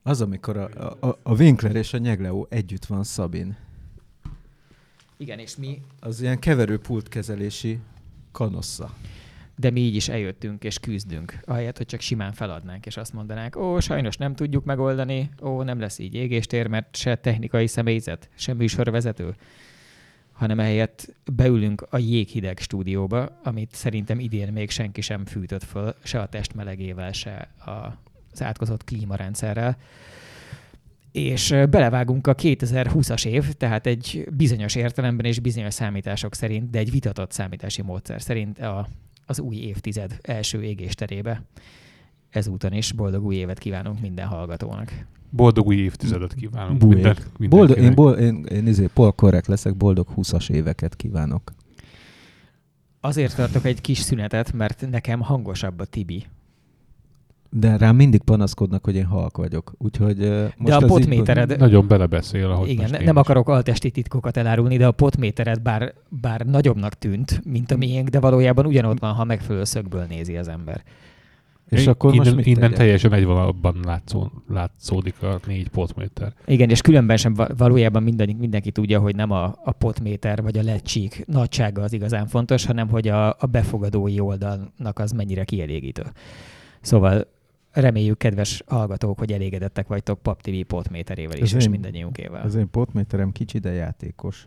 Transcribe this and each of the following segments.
Az, amikor a Winkler és a Nyegleó együtt van Szabin. Igen, és mi... Az ilyen keverőpultkezelési kanossza. De mi így is eljöttünk és küzdünk, ahelyett, hogy csak simán feladnánk, és azt mondanánk, ó, sajnos nem tudjuk megoldani, ó, nem lesz így égéstér, mert se technikai személyzet, se műsorvezető, hanem ehelyett beülünk a jéghideg stúdióba, amit szerintem idén még senki sem fűtött föl, se a test melegével, se az átkozott klímarendszerrel. És belevágunk a 2020-as év, tehát egy bizonyos értelemben és bizonyos számítások szerint, de egy vitatott számítási módszer szerint az új évtized első égésterébe. Ezúton is boldog új évet kívánunk minden hallgatónak. Boldog új évtizedet kívánunk. Én polkorrekt leszek, boldog 20-as éveket kívánok. Azért tartok egy kis szünetet, mert nekem hangosabb a Tibi. De rám mindig panaszkodnak, hogy én halk vagyok. Úgyhogy most de a potmétered... Nagyon belebeszél, ahogy igen, nem akarok altesti titkokat elárulni, de a potmétered bár nagyobbnak tűnt, mint a miénk, de valójában ugyanott van, ha megfelelő szögből nézi az ember. És akkor innen teljesen egy vonalban látszódik a 4 potméter. Igen, és különben sem valójában mindenki tudja, hogy nem a potméter vagy a LED-csík nagysága az igazán fontos, hanem hogy a befogadói oldalnak az mennyire kielégítő. Szóval reméljük, kedves hallgatók, hogy elégedettek vagytok Pap TV potméterével is, és mindannyiunkével. Az én potméterem kicsi, de játékos.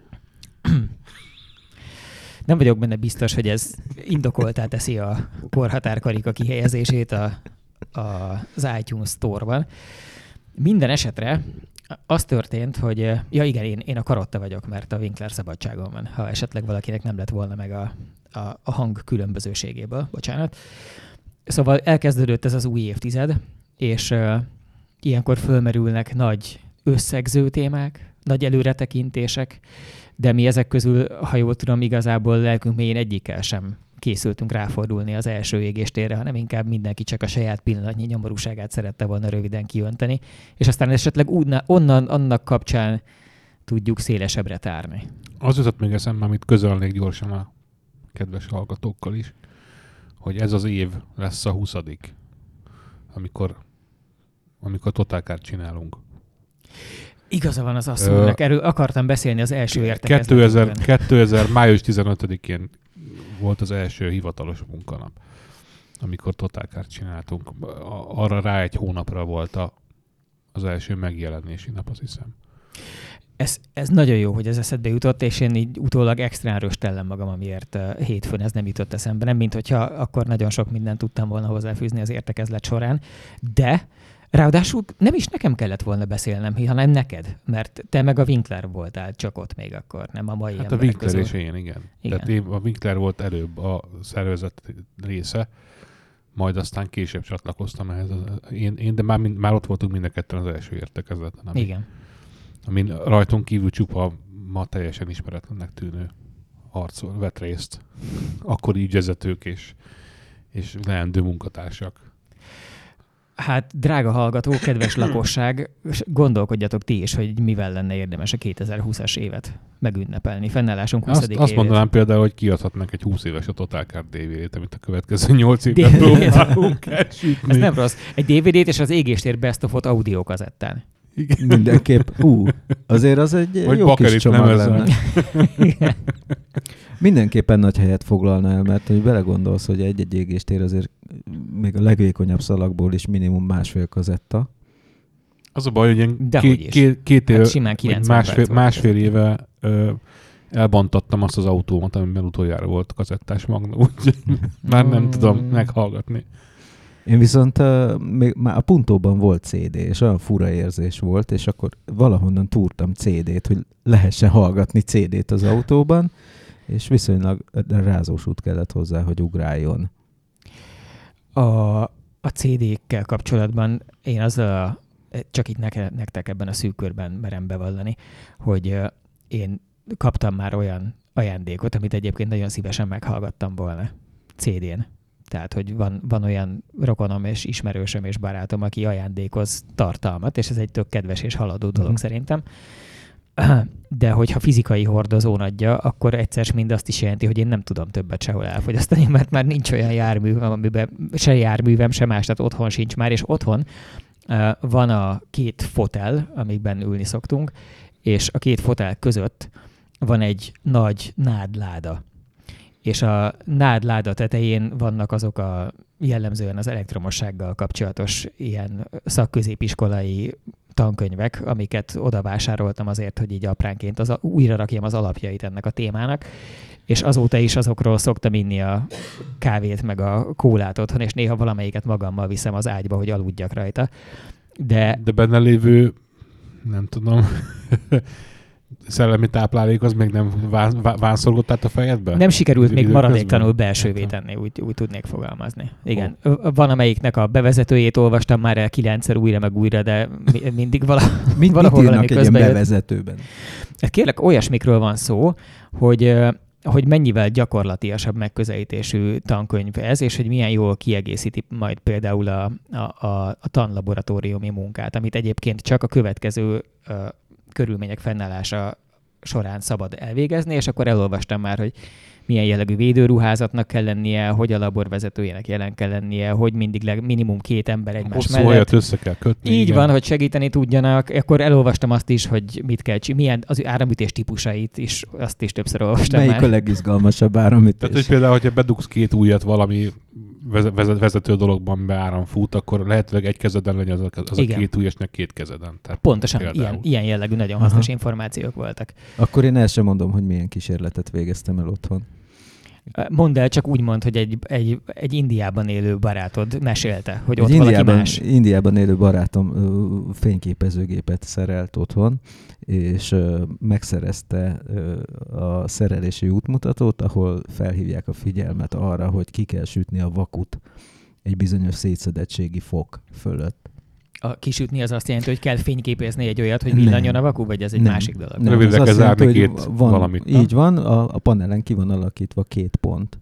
Nem vagyok benne biztos, hogy ez indokoltá teszi a korhatárkarika kihelyezését az iTunes Store-ban. Minden esetre az történt, hogy ja igen, én a Karotta vagyok, mert a Winkler szabadságon van, ha esetleg valakinek nem lett volna meg a hang különbözőségéből, bocsánat. Szóval elkezdődött ez az új évtized, és ilyenkor fölmerülnek nagy összegző témák, nagy előretekintések, de mi ezek közül, ha jól tudom, igazából lelkünk mélyén egyikkel sem készültünk ráfordulni az első égéstérre, hanem inkább mindenki csak a saját pillanatnyi nyomorúságát szerette volna röviden kiönteni, és aztán esetleg onnan annak kapcsán tudjuk szélesebbre tárni. Az jutott még eszembe, amit közölnék gyorsan a kedves hallgatókkal is, hogy ez az év lesz a 20., amikor totálkárt csinálunk. Igaza van az asszonynak. Erről akartam beszélni az első értekezletben. 2000 május 15-én volt az első hivatalos munkanap, amikor totálkárt csináltunk. Arra rá egy hónapra volt az első megjelenési nap, azt hiszem. Ez nagyon jó, hogy ez eszedbe jutott, és én így utólag extrán röstellem magam, amiért hétfőn ez nem jutott eszembe. Nem, mint hogyha akkor nagyon sok mindent tudtam volna hozzáfűzni az értekezlet során, de ráadásul nem is nekem kellett volna beszélnem, hanem neked, mert te meg a Winkler voltál csak ott még akkor, nem a mai hát emberek a Winkler közül. és én, igen. Tehát a Winkler volt előbb a szervezet része, majd aztán később csatlakoztam ehhez. De már ott voltunk mind a ketten az első értekezleten. Igen. Amin rajtunk kívül csupa ma teljesen ismeretlennek tűnő arc vett részt. Akkori ügyvezetők és leendő munkatársak. Hát, drága hallgató, kedves lakosság, gondolkodjatok ti is, hogy mivel lenne érdemes a 2020-as évet megünnepelni. Fennállásunk 20. évét. Azt mondanám például, hogy kiadhatnak egy 20 éves a Totálkárt DVD-t, amit a következő 8 évben próbálunk elsütni. Ez nem rossz. Egy DVD-t és az égéstér best of-ot audiókazettán. Igen. Mindenképp. Azért az egy vagy jó kis csomag lenne. Igen. Mindenképpen nagy helyet foglalna el, mert hogy belegondolsz, hogy egy égéstér azért még a legvékonyabb szalagból is minimum 1,5 kazetta. Az a baj, hogy én két éve, másfél éve elbontattam azt az autómat, amiben utoljára volt kazettás magna, úgyhogy már nem tudom meghallgatni. Én viszont még már a Puntóban volt CD, és olyan fura érzés volt, és akkor valahonnan túrtam CD-t, hogy lehessen hallgatni CD-t az autóban, és viszonylag rázós út kellett hozzá, hogy ugráljon. A CD-kkel kapcsolatban én csak itt nektek ebben a szűk körben merem bevallani, hogy én kaptam már olyan ajándékot, amit egyébként nagyon szívesen meghallgattam volna CD-n. Tehát, hogy van olyan rokonom és ismerősöm és barátom, aki ajándékoz tartalmat, és ez egy tök kedves és haladó dolog szerintem. De hogyha fizikai hordozón adja, akkor egyszer mind azt is jelenti, hogy én nem tudom többet sehol elfogyasztani, mert már nincs olyan járművem, amiben se járművem, se más, tehát otthon sincs már, és otthon van a 2 fotel, amikben ülni szoktunk, és a 2 fotel között van egy nagy nádláda. És a nádláda tetején vannak azok a jellemzően az elektromossággal kapcsolatos ilyen szakközépiskolai tankönyvek, amiket oda vásároltam azért, hogy így apránként újra rakjam az alapjait ennek a témának, és azóta is azokról szoktam inni a kávét meg a kólát otthon, és néha valamelyiket magammal viszem az ágyba, hogy aludjak rajta. De benne lévő, nem tudom, szellemi táplálék az még nem vánszorgott át a fejedbe? Nem sikerült még maradéktalanul belsővé tenni, úgy tudnék fogalmazni. Igen. Van, amelyiknek a bevezetőjét olvastam már el 9-szer újra meg újra, de mindig valahol valami közben jött. Bevezetőben? Kérlek, olyasmikről van szó, hogy mennyivel gyakorlatiasabb megközelítésű tankönyv ez, és hogy milyen jól kiegészíti majd például a tanlaboratóriumi munkát, amit egyébként csak a következő körülmények fennállása során szabad elvégezni, és akkor elolvastam már, hogy milyen jellegű védőruházatnak kell lennie, hogy a laborvezetőjének jelen kell lennie, hogy mindig minimum 2 ember egymás mellett. Olyat össze kell kötni. Így igen. Van, hogy segíteni tudjanak. Akkor elolvastam azt is, hogy mit kell csinálni, milyen az áramütés típusait is, azt is többször olvastam. Melyik a legizgalmasabb áramütés? Tehát, hogy például, hogyha bedugsz 2 ujjat valami vezető dologban, amiben áram fut, akkor lehetőleg egy kezeden legyen az a 2 ujjasnak 2 kezeden. Tehát pontosan, ilyen jellegű nagyon hasznos információk voltak. Akkor én el sem mondom, hogy milyen kísérletet végeztem el otthon. Mondd el, csak úgy mondd, hogy egy Indiában élő barátod mesélte, hogy ott valaki más. Indiában élő barátom fényképezőgépet szerelt otthon, és megszerezte a szerelési útmutatót, ahol felhívják a figyelmet arra, hogy ki kell sütni a vakut egy bizonyos szétszedettségi fok fölött. A kisütni az azt jelenti, hogy kell fényképezni egy olyat, hogy villanjon a vaku, vagy ez egy másik dolog? Rövidre kell zárni 2 valamit. Így van, a panelen ki van alakítva 2 pont,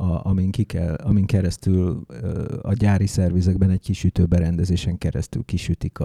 amin keresztül a gyári szervizekben egy kisütőberendezésen keresztül kisütik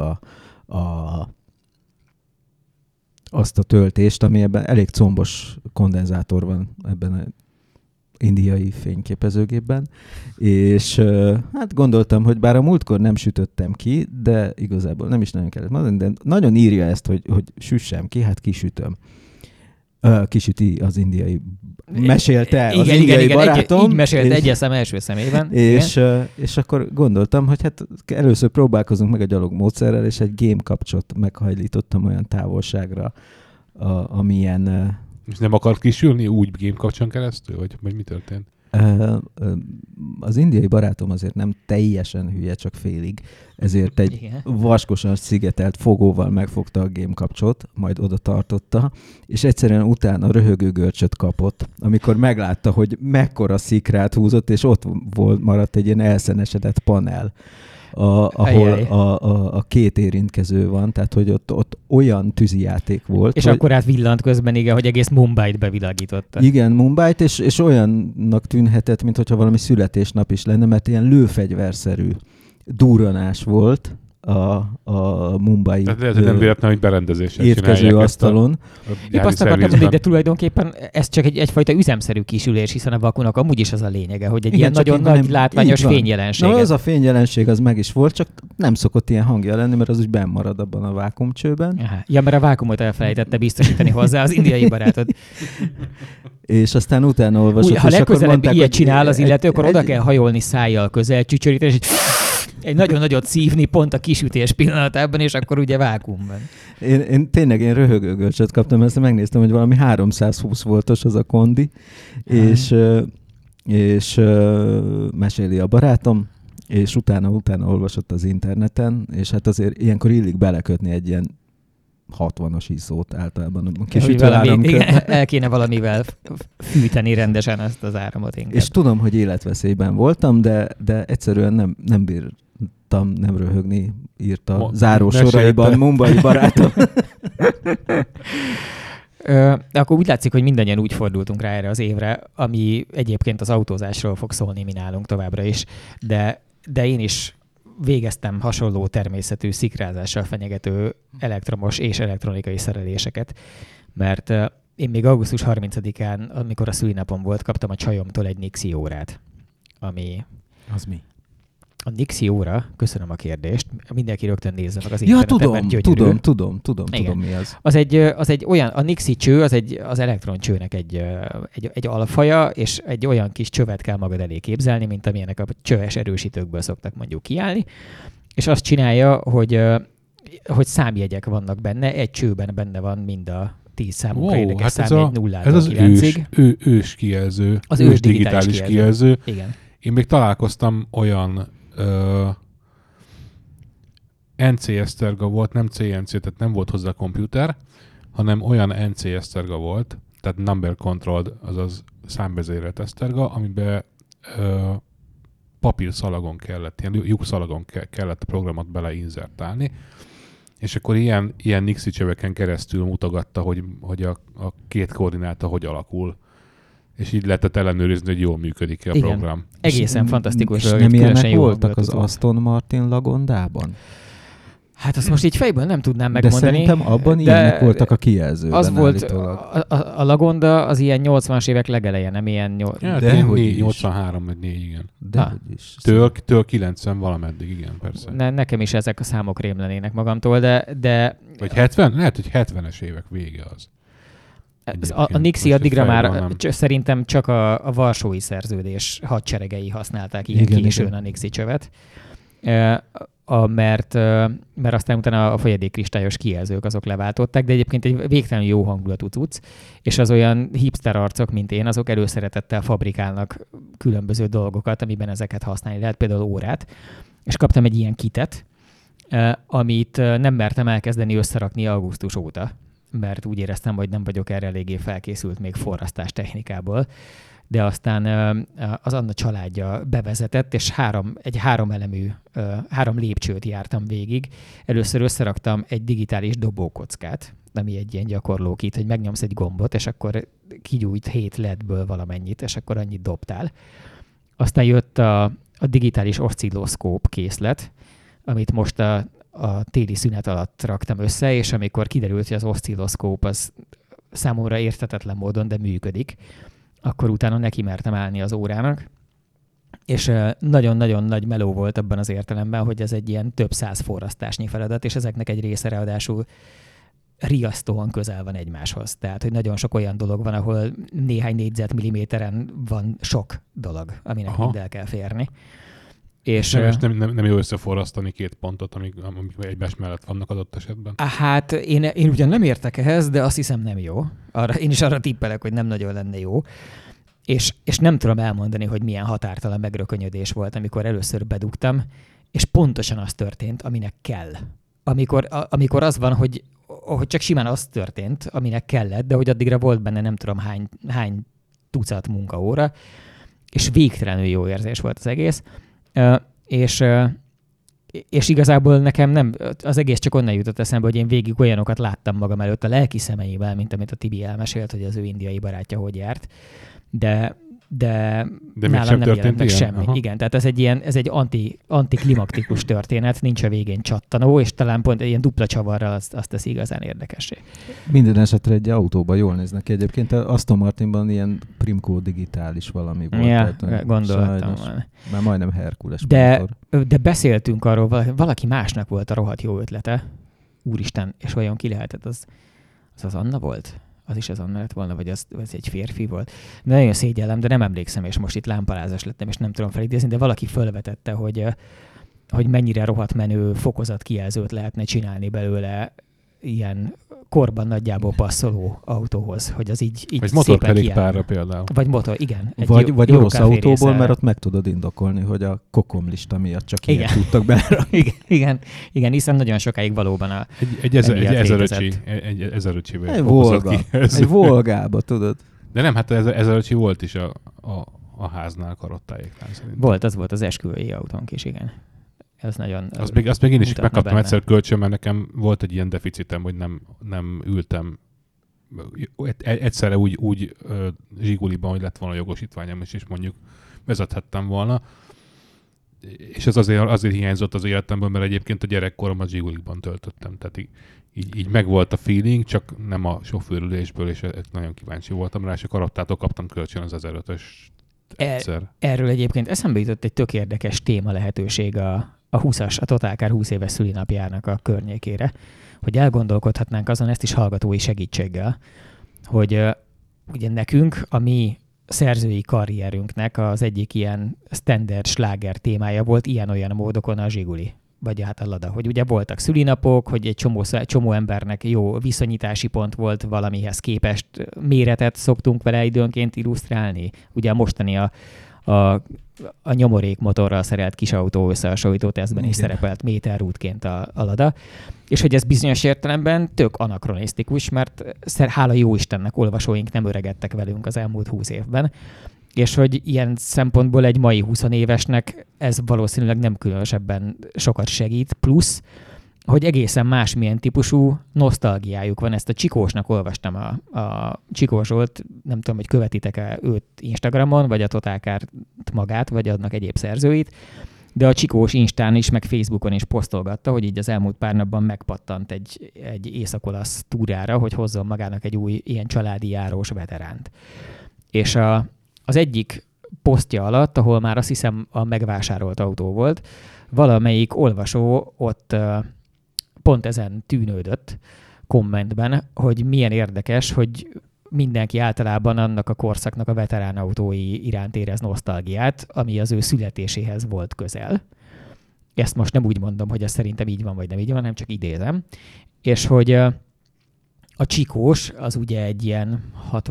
azt a töltést, ami ebben elég combos kondenzátor van ebben a indiai fényképezőgépben, és hát gondoltam, hogy bár a múltkor nem sütöttem ki, de igazából nem is nagyon kellett mondani, de nagyon írja ezt, hogy süssem ki, hát kisütöm. Kisüti az indiai, mesélte az indiai barátom. Így mesélte egy eszem első szemében. És akkor gondoltam, hogy hát először próbálkozunk meg a gyalog módszerrel, és egy game kapcsot meghajlítottam olyan távolságra, amilyen... És nem akart kisülni úgy game kapcson keresztül? Vagy mi történt? Az indiai barátom azért nem teljesen hülye, csak félig. Ezért egy vaskosan szigetelt fogóval megfogta a game kapcsot, majd oda tartotta, és egyszerűen utána röhögő görcsöt kapott, amikor meglátta, hogy mekkora szikrát húzott, és ott maradt egy ilyen elszenesedett panel, ahol a 2 érintkező van, tehát hogy ott olyan tűzijáték volt. És akkor átvillant közben, igen, hogy egész Mumbait bevilágította. Igen, Mumbait, és olyannak tűnhetett, mintha valami születésnap is lenne, mert ilyen lőfegyverszerű durranás volt a Mumbai tehát lehet, hogy nem véletlen, hogy berendezéssel étkező asztalon. Épp azt akartam mondani, de tulajdonképpen ez csak egyfajta üzemszerű kisülés, hiszen a vakunak amúgy is az a lényege, hogy egy ilyen nagyon nagy látványos fényjelenség. Na, az a fényjelenség az meg is volt, csak nem szokott ilyen hangja lenni, mert az úgy benn marad abban a vákuumcsőben. Ja, mert a vákuumot elfelejtette biztosítani hozzá az indiai barátod. És aztán utána olvasott. Ha legközelebb ilyet csinál az illető, akkor oda kell hajolni szájjal közel, csücsöríteni, és egy nagyon nagyot szívni pont a kisütés pillanatában, és akkor ugye vákuumban. Én tényleg röhögő görcsöt kaptam, ezt megnéztem, hogy valami 320 voltos az a kondi, és meséli a barátom, és utána olvasott az interneten, és hát azért ilyenkor illik belekötni egy ilyen 60-as izzót általában. El kéne valamivel fűteni rendesen ezt az áramot inkább. És tudom, hogy életveszélyben voltam, de egyszerűen nem bírtam nem röhögni, írta záró soraiban Mumbai barátom. Akkor úgy látszik, hogy mindannyian úgy fordultunk rá erre az évre, ami egyébként az autózásról fog szólni mi nálunk továbbra is, de én is végeztem hasonló természetű szikrázással fenyegető elektromos és elektronikai szereléseket, mert én még augusztus 30-án, amikor a szülinapom volt, kaptam a csajomtól egy Nixie órát, ami... Az mi? A Nixie óra, köszönöm a kérdést, mindenki rögtön nézze meg az interneten, mert gyönyörű. Tudom, mi az. Az egy olyan, a Nixie cső, az elektroncsőnek egy alfaja, és egy olyan kis csövet kell magad elé képzelni, mint amilyenek a csöves erősítőkből szoktak mondjuk kiállni, és azt csinálja, hogy számjegyek vannak benne, egy csőben benne van mind a 10 számunkra érdekes számjegy 0-tól 9-ig. Ez az ős kijelző, az ős digitális kijelző. Igen. Én még találkoztam olyan NC Eszterga volt, nem CNC, tehát nem volt hozzá komputer, hanem olyan NC Eszterga volt, tehát Number Controlled, azaz számvezérelt Eszterga, amiben papírszalagon kellett, ilyen lyukszalagon kellett a programot beleinzertálni, és akkor ilyen Nixie csöveken keresztül mutogatta, hogy a két koordináta hogy alakul. És így lehetett ellenőrizni, hogy jól működik-e a program. Egészen fantasztikus. És nem ilyenek voltak az Aston Martin Lagondában? Hát azt most így fejből nem tudnám megmondani. De szerintem abban ilyenek voltak a kijelzőben. Az volt, a Lagonda az ilyen 80-as évek legeleje, nem ilyen... De 83 vagy 4, igen. De is. Től 90 valameddig, igen, persze. Nekem is ezek a számok rémlenének magamtól, de... Vagy 70? Lehet, hogy 70-es évek vége az. A Nixie addigra már szerintem csak a Varsói Szerződés hadseregei használták ilyen későn a Nixie csövet. Mert aztán utána a folyadékkristályos kijelzők azok leváltották, de egyébként egy végtelenül jó hangulatú cucc, és az olyan hipster arcok, mint én, azok előszeretettel fabrikálnak különböző dolgokat, amiben ezeket használni lehet, például órát, és kaptam egy ilyen kitet, amit nem mertem elkezdeni összerakni augusztus óta, mert úgy éreztem, hogy nem vagyok erre eléggé felkészült még forrasztás technikából, de aztán az Anna családja bevezetett, és három lépcsőt jártam végig. Először összeraktam egy digitális dobókockát, ami egy ilyen gyakorlókit, hogy megnyomsz egy gombot, és akkor kigyújt 7 LED-ből valamennyit, és akkor annyit dobtál. Aztán jött a digitális oszcilloszkóp készlet, amit most a téli szünet alatt raktam össze, és amikor kiderült, hogy az oszcilloszkóp az számomra érthetetlen módon, de működik, akkor utána neki mertem állni az órának, és nagyon-nagyon nagy meló volt abban az értelemben, hogy ez egy ilyen több 100 forrasztásnyi feladat, és ezeknek egy része ráadásul riasztóan közel van egymáshoz. Tehát, hogy nagyon sok olyan dolog van, ahol néhány négyzetmilliméteren van sok dolog, aminek mind el kell férni. És nem jó összeforrasztani két pontot, amik egymás mellett vannak adott esetben? Hát én ugyan nem értek ehhez, de azt hiszem nem jó. Én is arra tippelek, hogy nem nagyon lenne jó. És nem tudom elmondani, hogy milyen határtalan megrökönyödés volt, amikor először bedugtam, és pontosan az történt, aminek kell. Amikor az van, hogy csak simán az történt, aminek kellett, de hogy addigra volt benne nem tudom hány tucat munkaóra, és végtelenül jó érzés volt az egész. És igazából nekem nem, az egész csak onnan jutott eszembe, hogy én végig olyanokat láttam magam előtt a lelki szemeivel, mint amit a Tibi elmesélt, hogy az ő indiai barátja hogy járt. De nálam nem jelent meg semmi. Aha. Igen, tehát ez egy antiklimaktikus történet, nincs a végén csattanó, és talán pont egy ilyen dupla csavarral azt teszi igazán érdekessé. Minden esetre egy autóban jól néznek ki. Egyébként Aston Martinban ilyen Primco digitális valami volt. Ja, gondoltam. Már majdnem Herkules motor. De beszéltünk arról, valaki másnak volt a rohadt jó ötlete. Úristen, és vajon ki lehetett? Az Anna volt? Az is az Anna lett volna, vagy az egy férfi volt. De nagyon szégyellem, de nem emlékszem, és most itt lámpalázas lettem, és nem tudom felidézni, de valaki felvetette, hogy mennyire rohadt menő fokozatkijelzőt lehetne csinálni belőle ilyen korban nagyjából passzoló autóhoz, hogy az így vagy motorkerékpárra például. Vagy motor, igen. Vagy orosz autóból, mert ott meg tudod indokolni, hogy a kokomlista miatt csak ilyet tudtak belerakni. Igen, hiszen nagyon sokáig valóban egy ezeröcsivel. Egy Volgába, tudod. De nem, hát ezeröcsi volt is a háznál karottájéknál szerintem. Az volt az esküvői autónk is, igen. Ez nagyon... Azt még én is megkaptam egyszer kölcsön, mert nekem volt egy ilyen deficitem, hogy nem ültem egyszerre úgy Zsiguliban, hogy lett volna jogosítványom is, és mondjuk vezethettem volna. És ez azért hiányzott az életemben, mert egyébként a gyerekkoromban Zsigulikban töltöttem. Tehát így megvolt a feeling, csak nem a sofőrülésből, és nagyon kíváncsi voltam rá, és a karottától kaptam kölcsön az 1005-ös egyszer. Erről egyébként eszembe jutott egy tök érdekes téma lehetőség a 20-as, a Totalkár 20 éves szülinapjának a környékére, hogy elgondolkodhatnánk azon, ezt is hallgatói segítséggel, hogy ugye nekünk, a mi szerzői karrierünknek az egyik ilyen standard sláger témája volt ilyen-olyan módokon a Zsiguli, vagy hát a Lada, hogy ugye voltak szülinapok, hogy egy csomó embernek jó viszonyítási pont volt valamihez képest, méretet szoktunk vele időnként illusztrálni. Ugye a mostani a nyomorék motorral szerelt kis autó összehasonlító tesztben is szerepelt méterrútként a Lada, és hogy ez bizonyos értelemben tök anakronisztikus, mert hála jó Istennek olvasóink nem öregedtek velünk az elmúlt 20 évben, és hogy ilyen szempontból egy mai 20 évesnek ez valószínűleg nem különösebben sokat segít, plusz, hogy egészen másmilyen típusú nosztalgiájuk van. Ezt a Csikósnak olvastam, a Csikós Zsolt, nem tudom, hogy követitek-e őt Instagramon, vagy a Totalkárt magát, vagy adnak egyéb szerzőit, de a Csikós Instán is, meg Facebookon is posztolgatta, hogy így az elmúlt pár napban megpattant egy észak-olasz túrára, hogy hozzon magának egy új ilyen családi járós veteránt. És az egyik posztja alatt, ahol már azt hiszem a megvásárolt autó volt, valamelyik olvasó ott pont ezen tűnődött kommentben, hogy milyen érdekes, hogy mindenki általában annak a korszaknak a veterán autói iránt érez nosztalgiát, ami az ő születéséhez volt közel. Ezt most nem úgy mondom, hogy ez szerintem így van, vagy nem így van, hanem csak idézem. És hogy a Csikós az ugye egy ilyen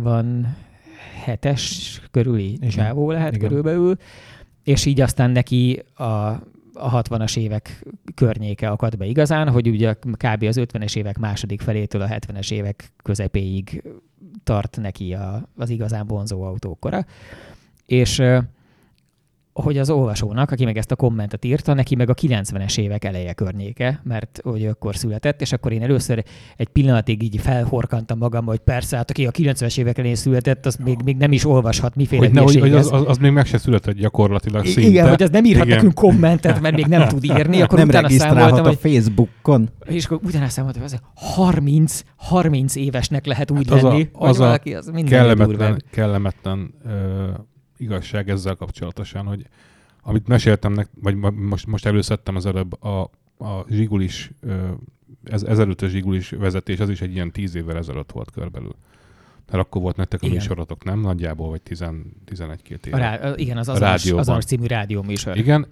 67-es körüli csávó lehet körülbelül, és így aztán neki a 60-as évek környéke akadt be igazán, hogy ugye kb. Az 50-es évek második felétől a 70-es évek közepéig tart neki az igazán vonzó autókora. És hogy az olvasónak, aki meg ezt a kommentet írta, neki meg a 90-es évek eleje környéke, mert hogy akkor született, és akkor én először egy pillanatig így felhorkantam magam, hogy persze, hát aki a 90-es évek elején született, az még nem is olvashat miféle hogy az még meg se született gyakorlatilag szinte. Igen, hogy az nem írhat nekünk kommentet, mert még nem tud írni, akkor nem regisztrálhat a Facebookon. És akkor utána számoltam, hogy 30 évesnek lehet úgy lenni, hogy valaki az minden kellemetlen igazság ezzel kapcsolatosan, hogy amit meséltem, vagy most előszedtem az előbb, a Zsigulis, ezelőtt a Zsigulis vezetés, az is egy ilyen 10 évvel ezelőtt volt körülbelül. Mert akkor volt nektek a műsorotok, nem? Nagyjából, vagy 11-2 éve. Igen, az azonos című rádióműsor. Igen,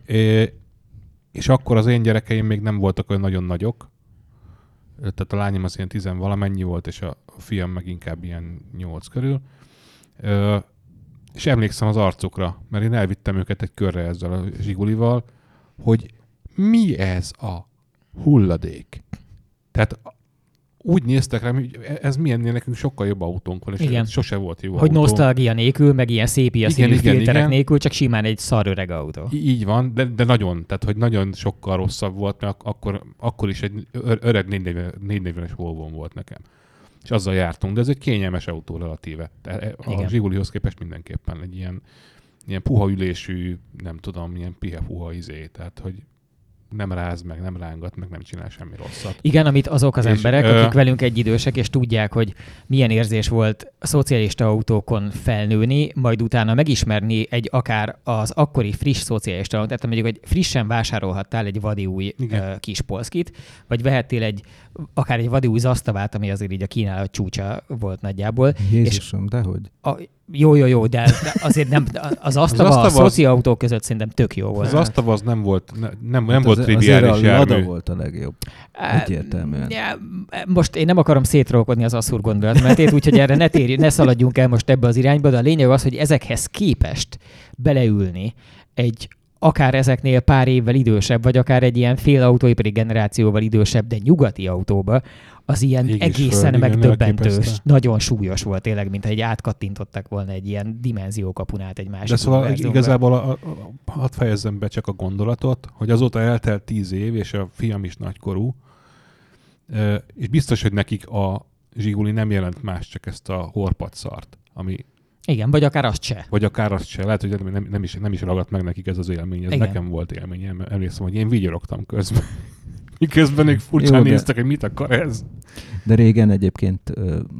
és akkor az én gyerekeim még nem voltak olyan nagyon nagyok, tehát a lányom az ilyen 10-valamennyi volt, és a fiam meg inkább ilyen 8 körül. És emlékszem az arcukra, mert én elvittem őket egy körre ezzel a Zsigulival, hogy mi ez a hulladék. Tehát úgy néztek rám, hogy ez milyennél nekünk sokkal jobb autónk van, és igen. Sose volt jó hogy autó. Nosztalgia nélkül, meg ilyen szépia-színű filterek nélkül, csak simán egy szar öreg autó. Így van, de nagyon, tehát hogy nagyon sokkal rosszabb volt, mert akkor is egy öreg 440-es Volvón volt nekem. És azzal jártunk, de ez egy kényelmes autó relatíve. Tehát a Zsigulihoz képest mindenképpen egy ilyen puha ülésű, nem tudom, ilyen puha izé, tehát hogy nem ráz meg, nem rángat meg, nem csinál semmi rosszat. Igen, amit azok az emberek, akik velünk egyidősek, és tudják, hogy milyen érzés volt a szocialista autókon felnőni, majd utána megismerni egy akár az akkori friss szocialista autót, tehát mondjuk, hogy frissen vásárolhattál egy vadi új kis polszkit, vagy vehettél akár egy vadi új Zastavát, ami azért így a kínálat csúcsa volt nagyjából. Jézusom, dehogy? Jó, de azért nem, az Zastava a szoci autók között szerintem tök jó volt. Az Zastava az nem volt volt triviális jármű. A Lada volt a legjobb. Egyértelműen. Most én nem akarom szétrolkodni az Asszur gondolatmenetét, úgyhogy erre ne szaladjunk el most ebbe az irányba, de a lényeg az, hogy ezekhez képest beleülni egy akár ezeknél pár évvel idősebb, vagy akár egy ilyen fél autóipari generációval idősebb, de nyugati autóba, az ilyen egészen megdöbbentő, nagyon súlyos volt tényleg, mintha egy átkattintottak volna egy ilyen dimenziókapun át egy másik. De szóval igazából hadd fejezzem be csak a gondolatot, hogy azóta eltelt 10 év, és a fiam is nagykorú, és biztos, hogy nekik a Zsiguli nem jelent más, csak ezt a horpadszart, ami... Igen, vagy akár azt se. Lehet, hogy nem is ragadt meg nekik ez az élmény. Ez nekem volt élményem. Emlékszem, hogy én vigyorogtam közben. Miközben ők furcsán néztek, hogy mit akar ez. De régen egyébként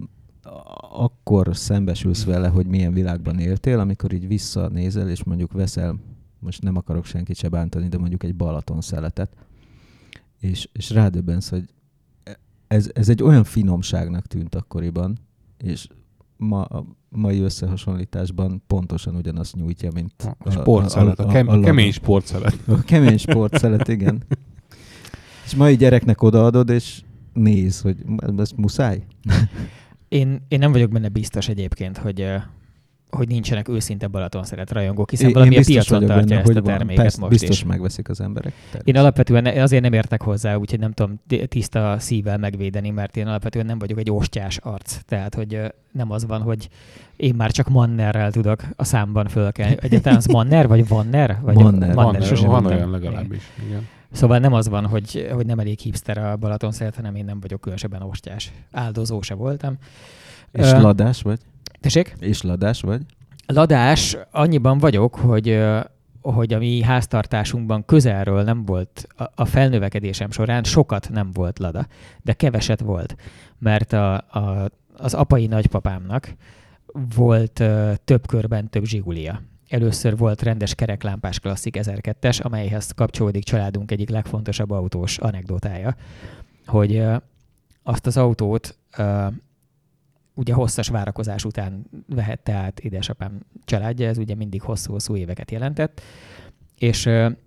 akkor szembesülsz vele, hogy milyen világban éltél, amikor így visszanézel, és mondjuk veszel, most nem akarok senkit se bántani, de mondjuk egy Balaton-szeletet, és rádöbbensz, hogy ez egy olyan finomságnak tűnt akkoriban, és a mai összehasonlításban pontosan ugyanazt nyújtja, mint a sportszelet, a kemény sportszelet. A kemény sportszelet, igen. És mai gyereknek odaadod, és néz, hogy ez muszáj. Én nem vagyok benne biztos egyébként, hogy nincsenek őszinte Balaton-szelet rajongók, hiszen valami a piacon tartja benne, ezt a terméket persze, most biztos is. megveszik az emberek. Én alapvetően azért nem értek hozzá, úgyhogy nem tudom tiszta szívvel megvédeni, mert én alapvetően nem vagyok egy ostyás arc. Tehát, hogy nem az van, hogy én már csak Mannerrel tudok a számban fölkelni. Egyáltalán az Manner, vagy Vanner? Vagy Manner. Van olyan legalábbis. Igen. Szóval nem az van, hogy nem elég hipster a Balaton-szelet, hanem én nem vagyok különösebben ostyás. Áldozó se voltam. És ladás vagy? Tessék? És ladás vagy? Ladás annyiban vagyok, hogy a mi háztartásunkban közelről nem volt, a felnövekedésem során sokat nem volt lada, de keveset volt, mert az apai nagypapámnak volt több körben több Zsigulia. Először volt rendes kereklámpás klasszik 1002-es, amelyhez kapcsolódik családunk egyik legfontosabb autós anekdotája, hogy azt az autót ugye hosszas várakozás után vehette át édesapám családja, ez ugye mindig hosszú-hosszú éveket jelentett, és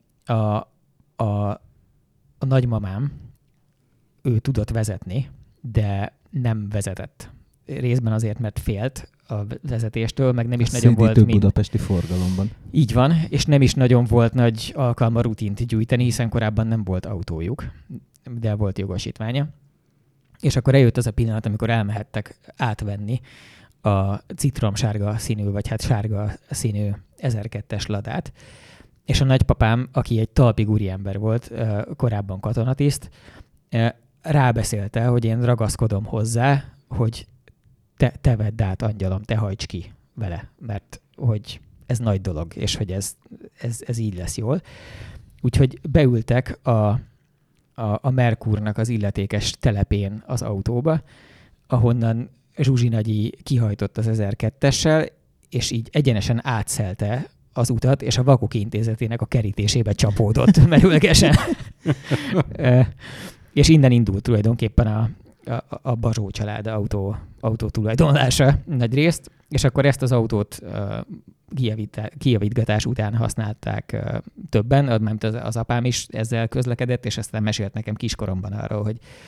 a nagymamám, ő tudott vezetni, de nem vezetett. Részben azért, mert félt a vezetéstől, meg nem is nagyon volt budapesti forgalomban. Így van, és nem is nagyon volt nagy alkalma rutint gyűjteni, hiszen korábban nem volt autójuk, de volt jogosítványa. És akkor eljött az a pillanat, amikor elmehettek átvenni a citromsárga színű, vagy hát sárga színű 1002-es ladát. És a nagypapám, aki egy talpig úriember volt, korábban katonatiszt, rábeszélte, hogy én ragaszkodom hozzá, hogy te vedd át, angyalom, te hajts ki vele, mert hogy ez nagy dolog, és hogy ez így lesz jól. Úgyhogy beültek a Merkurnak az illetékes telepén az autóba, ahonnan Zsuzsi nagyi kihajtott az 1002-essel, és így egyenesen átszelte az utat, és a Vakok Intézetének a kerítésébe csapódott merülgesen. És innen indult tulajdonképpen a Bazsó család autó tulajdonlása nagy részt, és akkor ezt az autót kijavítgatás után használták többen, mert az apám is ezzel közlekedett, és aztán mesélt nekem kiskoromban arról,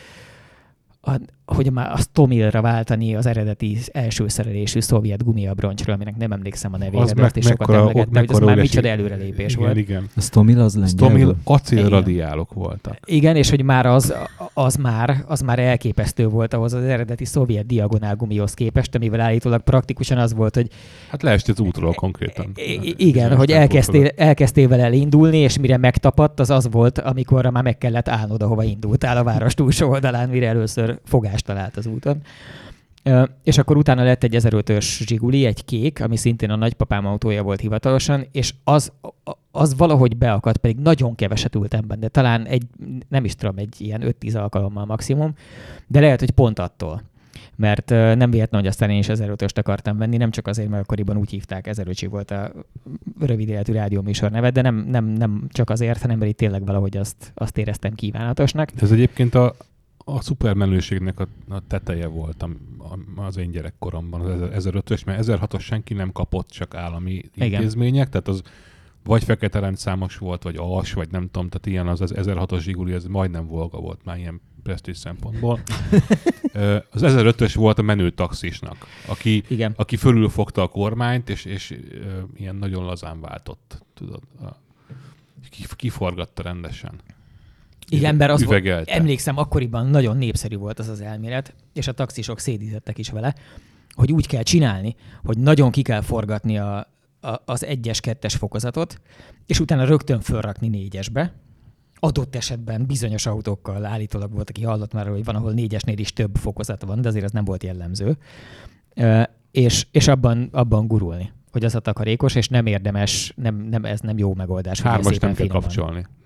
hogy már a Stomilra váltani az eredeti első szerelésű szovjet gumiabroncsról, aminek nem emlékszem a nevére, de azt is sokat emlegette, hogy az már micsoda előrelépés igen, volt. Igen. A Stomil az lengyel. Stomil acélradiálok voltak. Igen, és hogy már az már elképesztő volt ahhoz az eredeti szovjet diagonál gumihoz képest, amivel állítólag praktikusan az volt, hogy... Hát leesett az útról konkrétan. Igen, hogy elkezdtél vele elindulni, és mire megtapadt, az volt, amikor már meg kellett állnod, ahova indultál a város túlsó oldalán, mire először fogást talált az úton. És akkor utána lett egy 1005-ös Zsiguli, egy kék, ami szintén a nagypapám autója volt hivatalosan, és az valahogy beakadt, pedig nagyon keveset ültem benne, de talán nem is tudom, egy ilyen 5-10 alkalommal maximum, de lehet, hogy pont attól. Mert nem véletlen, hogy aztán én is 1005-öst akartam venni, nem csak azért, mert akkoriban úgy hívták, 1005 volt a rövid életű rádióműsor neve, de nem csak azért, hanem mert itt tényleg valahogy azt éreztem kívánatosnak. Ez egyébként a szupermenőségnek a teteje volt az én gyerekkoromban, az 1005-ös, mert 1006-os senki nem kapott, csak állami intézmények, tehát az vagy fekete rendszámos volt, vagy alsó, vagy nem tudom, tehát ilyen az 1006-os Zsiguli, ez majdnem Volga volt már ilyen presztízs szempontból. Az 1005-ös volt a menő taxisnak, aki fölülfogta a kormányt, és ilyen nagyon lazán váltott, tudod. Kiforgatta rendesen. Igen, mert emlékszem, akkoriban nagyon népszerű volt az elmélet, és a taxisok szédítettek is vele, hogy úgy kell csinálni, hogy nagyon ki kell forgatni az 1-es, 2-es fokozatot, és utána rögtön fölrakni 4-esbe. Adott esetben bizonyos autókkal állítólag volt, aki hallott már, hogy van, ahol 4-esnél is több fokozat van, de azért az nem volt jellemző. És abban gurulni, hogy az a takarékos, és nem érdemes, ez nem jó megoldás. 3-as nem kell kapcsolni, nem.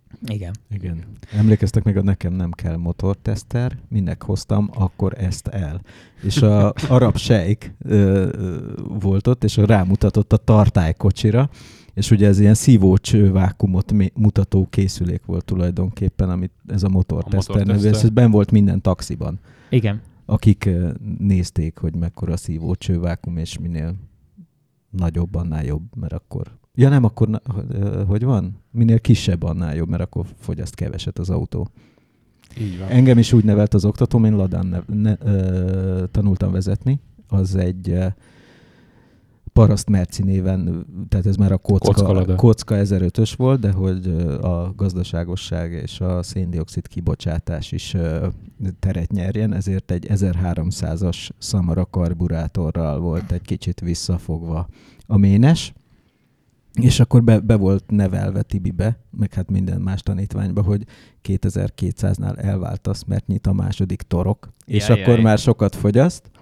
Igen. Emlékeztek még, a nekem nem kell motorteszter, minek hoztam, akkor ezt el. És a arab sejk volt ott, és rámutatott a tartálykocsira, és ugye ez ilyen szívócső vákumot mutató készülék volt tulajdonképpen, amit ez a motorteszter nevű, ez benn volt minden taxiban. Igen. Akik nézték, hogy mekkora szívócső vákum, és minél nagyobb, annál jobb, mert akkor... Ja nem, akkor hogy van? Minél kisebb, annál jobb, mert akkor fogyaszt keveset az autó. Így van. Engem is úgy nevelt az oktatóm, én Ladán tanultam vezetni. Az egy Paraszt Merci néven, tehát ez már a kocka 1005-ös volt, de hogy a gazdaságosság és a széndioxid kibocsátás is teret nyerjen, ezért egy 1300-as Samara karburátorral volt egy kicsit visszafogva a ménes. És akkor be volt nevelve Tibibe, meg hát minden más tanítványba, hogy 2200-nál elváltasz, mert nyit a második torok, és akkor már sokat fogyaszt.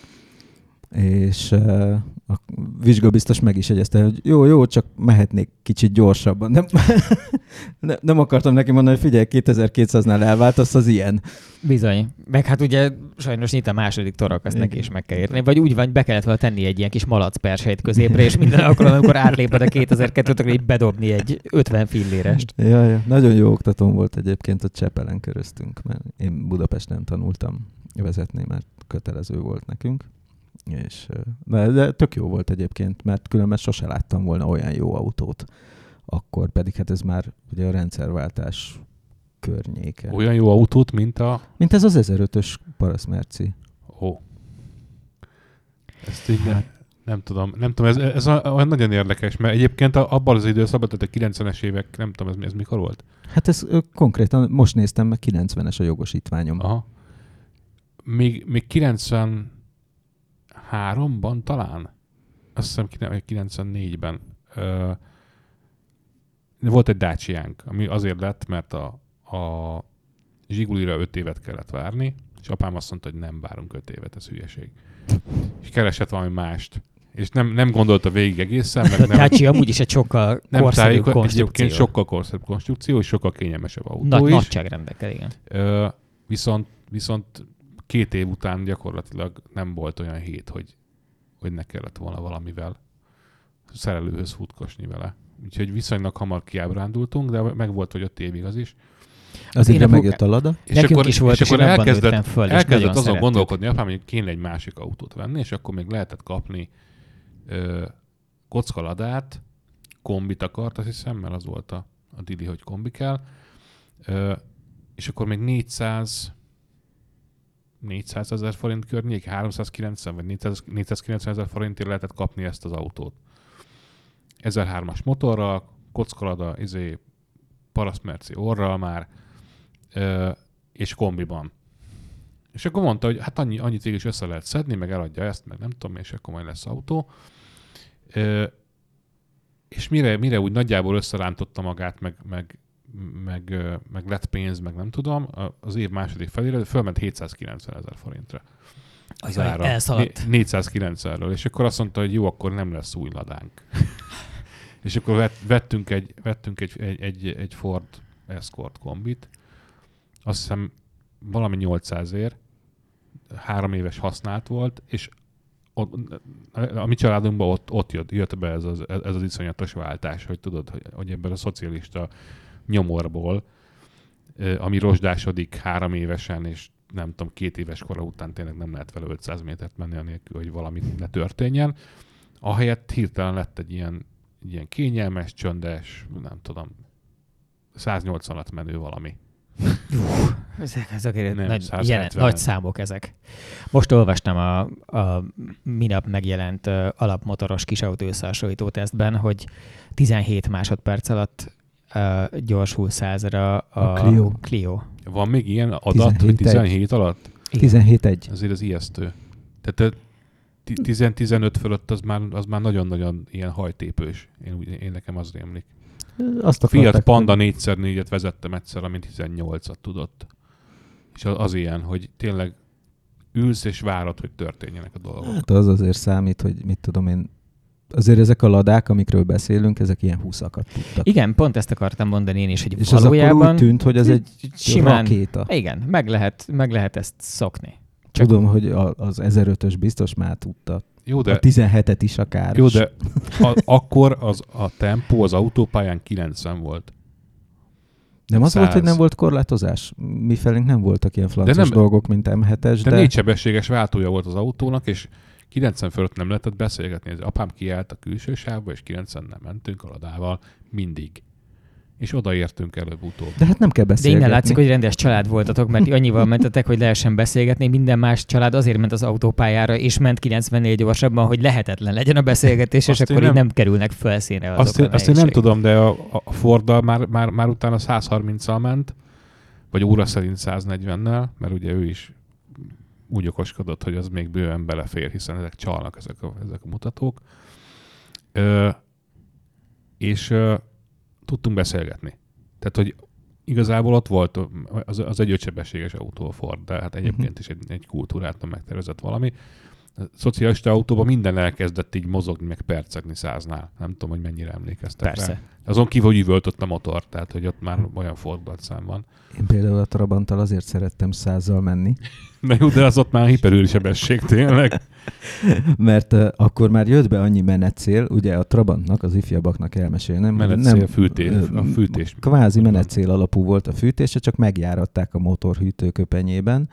És a vizsgabiztos meg is jegyezte, hogy jó, csak mehetnék kicsit gyorsabban. Nem akartam neki mondani, hogy figyelj, 2200-nál elváltasz, az ilyen. Bizony. Meg hát ugye sajnos nyit a második torok, azt neki is meg kell érni. Vagy úgy van, be kellett volna tenni egy ilyen kis malacperselyt középre, és minden alkalommal, amikor átléped a 2002-t, így bedobni egy 50 fillérest. Ja. Nagyon jó oktatóm volt egyébként, a Csepelen köröztünk, mert én Budapesten tanultam vezetni, mert kötelező volt nekünk. És, de tök jó volt egyébként, mert különben sose láttam volna olyan jó autót. Akkor pedig hát ez már ugye a rendszerváltás környéke. Olyan jó autót, mint a... Mint ez az 1005-ös Paraszt Merci. Ó. Ezt így nem tudom, ez nagyon érdekes, mert egyébként abban az időszakban, tehát a 90-es évek, nem tudom, ez mikor volt? Hát ez konkrétan, most néztem meg, 90-es a jogosítványom. Aha. Még 93-ban talán? Azt hiszem 94-ben. Volt egy Dacia-nk, ami azért lett, mert a Zsigulira 5 évet kellett várni, és apám azt mondta, hogy nem várunk 5 évet, ez hülyeség. És keresett valami mást. És nem gondolta végig egészen. Meg nem, Dacia amúgy is egy sokkal korszerűbb konstrukció. Egyébként sokkal korszerűbb konstrukció, és sokkal kényelmesebb autó is. Nagyságrendekkel, igen. Viszont 2 év után gyakorlatilag nem volt olyan hét, hogy ne kellett volna valamivel szerelőhöz futkosni vele. Úgyhogy viszonylag hamar kiábrándultunk, de meg volt, hogy 5 évig az is. Az évre megjött a Lada. És akkor elkezdett azon gondolkodni, apám, hogy kéne egy másik autót venni, és akkor még lehetett kapni kocka Ladát, kombit akart, azt hiszem, mert az volt a dili, hogy kombi kell. És akkor még 400 000 forint környék, 390 vagy 490 000 forintért lehetett kapni ezt az autót. 1003-as motorral, kocka Lada, Paraszt Merci orral már, és kombiban. És akkor mondta, hogy hát annyit végül is össze lehet szedni, meg eladja ezt, meg nem tudom, és akkor majd lesz autó. És mire úgy nagyjából összerántotta magát, meg lett pénz, meg nem tudom, az év második felére fölment 790 000 forintra. Az ára. Elszaladt. 490-ről. És akkor azt mondta, hogy jó, akkor nem lesz új Ladánk. És akkor vettünk egy Ford Escort kombit. Azt hiszem valami 800-ért, 3 éves használt volt, és a mi családunkban ott jött be ez az iszonyatos váltás, hogy tudod, hogy ebben a szocialista nyomorból, ami rozsdásodik 3 évesen, és nem tudom, 2 éves kora után tényleg nem lehet vele 500 métert menni anélkül, hogy valami ne történjen. Ahelyett hirtelen lett egy ilyen kényelmes, csöndes, nem tudom, 180-at menő valami. Ezek nagy számok ezek. Most olvastam a minap megjelent alapmotoros kisautó összehasonlító tesztben, hogy 17 másodperc alatt gyorsul 100-ra a Clio. Van még ilyen adat, hogy 17 alatt? 17-1. Azért az ijesztő. Tehát 10-15 fölött az már nagyon-nagyon ilyen hajtépős. Én nekem az rémlik. Fiat Panda 4x4-et vezettem egyszer, ami 18-at tudott. És az ilyen, hogy tényleg ülsz és várod, hogy történjenek a dolgok. Hát az azért számít, hogy mit tudom én, azért ezek a ladák, amikről beszélünk, ezek ilyen 20-akat tudtak. Igen, pont ezt akartam mondani én is, hogy és valójában... És az akkor úgy tűnt, hogy ez egy simán, rakéta. Igen, meg lehet ezt szokni. Csak... Tudom, hogy az 1005-ös biztos már tudta. Jó, de... A 17-et is akár. Jó, de akkor a tempó az autópályán 90 volt. Nem az 100. Volt, hogy nem volt korlátozás? Mifelénk nem voltak ilyen francos dolgok, mint M7-es, de 4 sebességes váltója volt az autónak, és 90 fölött nem lehetett beszélgetni. Apám kiállt a külső sávba, és 90-nel mentünk a ladával mindig. És odaértünk előbb-utóbb. De hát nem kell beszélgetni. De innen látszik, hogy rendes család voltatok, mert annyival mentetek, hogy lehessen beszélgetni. Minden más család azért ment az autópályára, és ment 94 gyorsabban, hogy lehetetlen legyen a beszélgetés, és akkor így nem kerülnek felszínre azok azt én nem tudom, de a Forddal már utána 130-al ment, vagy óra szerint 140-nel, mert ugye ő is úgy okoskodott, hogy az még bőven belefér, hiszen ezek csalnak, ezek a mutatók. És tudtunk beszélgetni. Tehát, hogy igazából ott volt az egy 5-sebességes autó a Ford, de hát egyébként is egy kultúrátlan megtervezett valami. A szocialista autóban minden elkezdett így mozogni, meg percegni 100-nál. Nem tudom, hogy mennyire emlékeztek Persze. rá. Azon kívül, hogy üvöltött a motor, tehát, hogy ott már olyan Ford-szám van. Én például a Trabanttal azért szerettem 100-zal menni. De jó, de az ott már hiperűrsebesség tényleg. Mert akkor már jött be annyi menetcél, ugye a Trabantnak, az ifjabbaknak elmesélnem. Menetcél, a fűtés. Kvázi menetcél alapú volt a fűtése, csak megjáratták a motorhűtő köpenyében,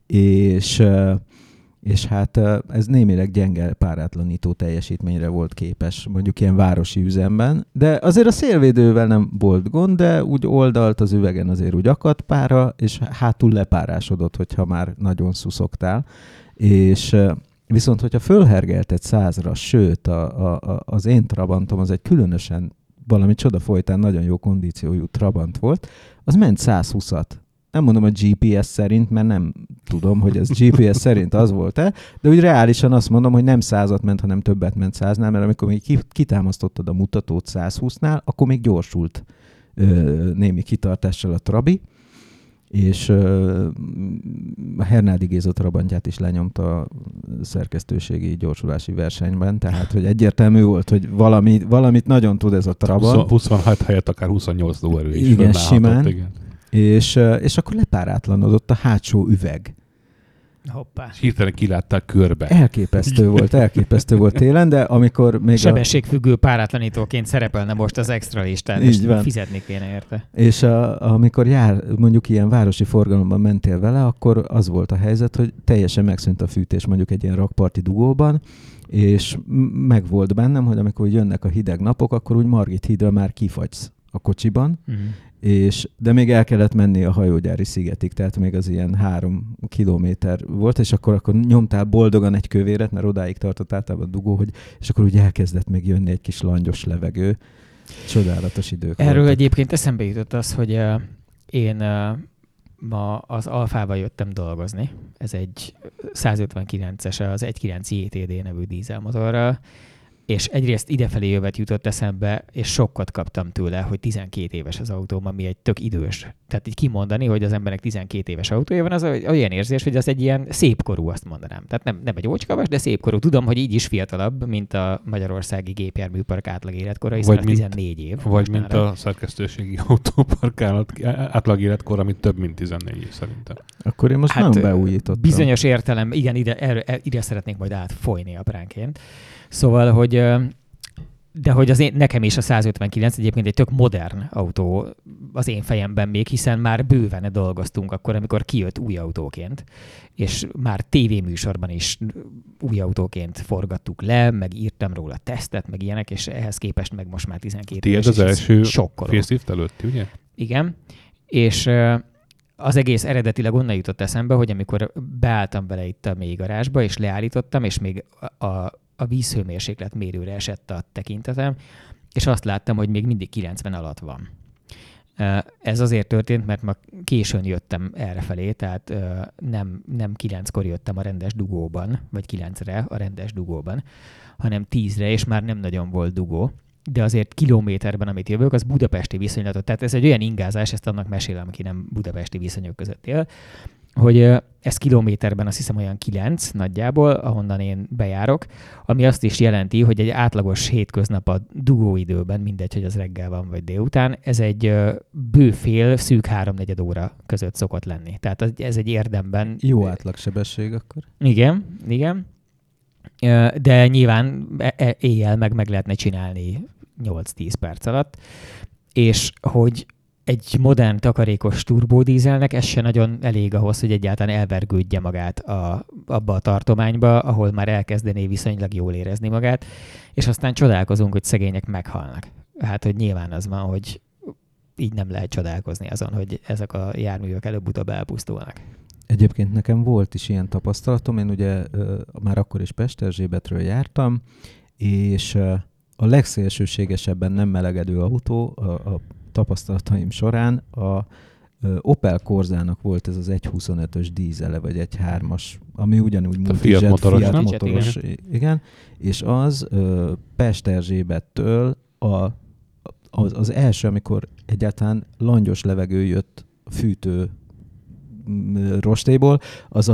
és hát ez némileg gyenge párátlanító teljesítményre volt képes, mondjuk ilyen városi üzemben, de azért a szélvédővel nem volt gond, de úgy oldalt az üvegen azért úgy akadt pára, és hátul lepárásodott, hogyha már nagyon szuszogtál, és viszont, hogyha fölhergelted 100-ra, sőt, az én Trabantom az egy különösen valami csoda folytán nagyon jó kondíciójú Trabant volt, az ment 120-at. Nem mondom a GPS szerint, mert nem tudom, hogy ez GPS szerint az volt-e, de úgy reálisan azt mondom, hogy nem 100-at ment, hanem többet ment 100-nál, mert amikor még kitámasztottad a mutatót 120-nál, akkor még gyorsult némi kitartással a Trabi, és a Hernádi Géza Trabantját is lenyomta a szerkesztőségi gyorsulási versenyben, tehát hogy egyértelmű volt, hogy valamit nagyon tud ez a Trabant. 26 helyett akár 28 lóerő is. Igen, simán. Igen. És akkor lepárátlanodott a hátsó üveg. Hoppá. És hirtelen kilátták körbe. Elképesztő volt télen, de amikor még sebességfüggő párátlanítóként szerepelne most az extra listán, és fizetni kéne érte. És amikor mondjuk ilyen városi forgalomban mentél vele, akkor az volt a helyzet, hogy teljesen megszűnt a fűtés mondjuk egy ilyen rakparti dugóban, és megvolt bennem, hogy amikor jönnek a hideg napok, akkor úgy Margit hídra már kifagysz a kocsiban, de még el kellett menni a hajógyári szigetig, tehát még az ilyen 3 kilométer volt, és akkor nyomtál boldogan egy kövéret, mert odáig tartott általában a dugó, és akkor úgy elkezdett még jönni egy kis langyos levegő. Csodálatos idők Erről voltak. Egyébként eszembe jutott az, hogy én ma az Alfával jöttem dolgozni. Ez egy 159-es, az 1.9 JTD nevű dízelmotorral, és egyrészt idefelé jövet jutott eszembe, és sokkot kaptam tőle, hogy 12 éves az autóm, ami egy tök idős. Tehát így kimondani, hogy az embernek 12 éves autója van, az olyan érzés, hogy az egy ilyen szépkorú, azt mondanám. Tehát nem egy ócskavas, de szépkorú. Tudom, hogy így is fiatalabb, mint a magyarországi gépjárműpark átlag életkora, hiszen 14 év. Vagy mint a szerkesztőségi autópark átlag életkor, amit több mint 14 év szerintem. Akkor én most nem beújítottam. Bizonyos értelem, igen, ide szeretnék majd átfolyni apránként. Szóval, hogy de hogy nekem is a 159 egyébként egy tök modern autó az én fejemben még, hiszen már bőven dolgoztunk akkor, amikor kijött új autóként, és már tévéműsorban is új autóként forgattuk le, meg írtam róla tesztet, meg ilyenek, és ehhez képest meg most már 12 éves. Tiéd az első facelift előtti, ugye? Igen, és az egész eredetileg onnan jutott eszembe, hogy amikor beálltam vele itt a mély garázsba, és leállítottam, és még a vízhőmérséklet mérőre esett a tekintetem, és azt láttam, hogy még mindig 90 alatt van. Ez azért történt, mert ma későn jöttem errefelé, tehát nem 9-kor jöttem a rendes dugóban, vagy 9-re a rendes dugóban, hanem 10-re, és már nem nagyon volt dugó. De azért kilométerben, amit jövök, az budapesti viszonylatot. Tehát ez egy olyan ingázás, ezt annak mesélem, aki nem budapesti viszonyok között él, hogy ez kilométerben azt hiszem olyan 9 nagyjából, ahonnan én bejárok, ami azt is jelenti, hogy egy átlagos hétköznap a dugóidőben, mindegy, hogy az reggel van vagy délután, ez egy bőfél, szűk 3-4 óra között szokott lenni. Tehát ez egy érdemben... Jó átlagsebesség akkor. Igen. De nyilván éjjel meg lehetne csinálni 8-10 perc alatt, és hogy egy modern takarékos turbódízelnek ez se nagyon elég ahhoz, hogy egyáltalán elvergődje magát abba a tartományba, ahol már elkezdené viszonylag jól érezni magát, és aztán csodálkozunk, hogy szegények meghalnak. Hát, hogy nyilván az van, hogy így nem lehet csodálkozni azon, hogy ezek a járművek előbb-utóbb elpusztulnak. Egyébként nekem volt is ilyen tapasztalatom, én ugye már akkor is Pesterzsébetről jártam, és a legszélsőségesebben nem melegedő autó a tapasztalataim során a Opel Corsának volt ez az 1.25-ös dízele, vagy 1.3-as, ami ugyanúgy Fiat motoros, igen, és az Pesterzsébettől az első, amikor egyáltalán langyos levegő jött fűtő rostéból,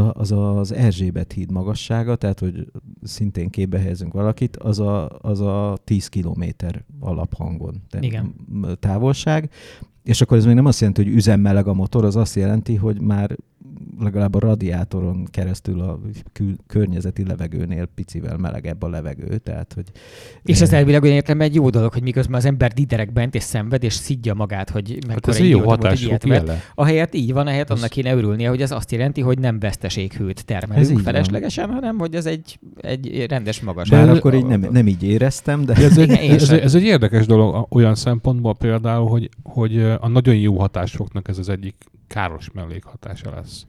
az Erzsébet híd magassága, tehát hogy szintén képbe helyezünk valakit, az a 10 kilométer alaphangon távolság. És akkor ez még nem azt jelenti, hogy üzemmeleg a motor, az azt jelenti, hogy már legalább a radiátoron keresztül a környezeti levegőnél picivel melegebb a levegő. Tehát, hogy és ez elvileg olyan értelemben egy jó dolog, hogy miközben az ember diderek bent és szenved, és szidja magát, hogy mekkora egy jó hatású jele. Ahelyett így van, ahelyett annak kéne örülnie, hogy ez azt jelenti, hogy nem veszteséghőt termelünk feleslegesen, hanem hogy ez egy rendes magas. Bár akkor így nem így éreztem, de... Ez egy érdekes dolog olyan szempontból például, hogy a nagyon jó hatásoknak ez az egyik káros mellékhatása lesz.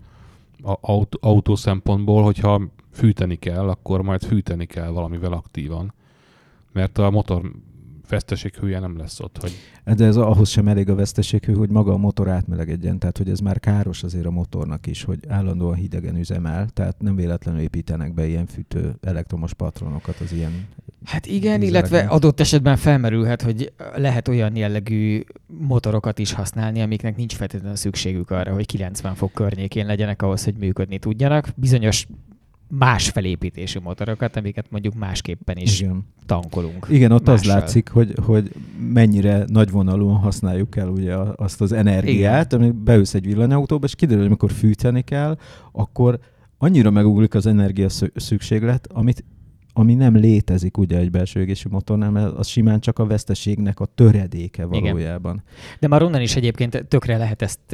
Autó szempontból, hogyha fűteni kell, akkor majd fűteni kell valamivel aktívan. Mert a motor veszteséghője nem lesz ott. Hogy... De ez ahhoz sem elég a veszteséghő, hogy maga a motor átmelegedjen. Tehát, hogy ez már káros azért a motornak is, hogy állandóan hidegen üzemel. Tehát nem véletlenül építenek be ilyen fűtő elektromos patronokat az ilyen... Hát igen, illetve adott esetben felmerülhet, hogy lehet olyan jellegű motorokat is használni, amiknek nincs feltétlenül szükségük arra, hogy 90 fok környékén legyenek ahhoz, hogy működni tudjanak. Bizonyos más felépítésű motorokat, amiket mondjuk másképpen is tankolunk. Igen, ott mással. Az látszik, hogy mennyire nagyvonalúan használjuk el ugye azt az energiát, ami beülsz egy villanyautóba, és kiderül, hogy amikor fűteni kell, akkor annyira megugrik az energia szükséglet, ami nem létezik ugye egy belső égésű motornál, mert az simán csak a veszteségnek a töredéke valójában. Igen. De már onnan is egyébként tökre lehet ezt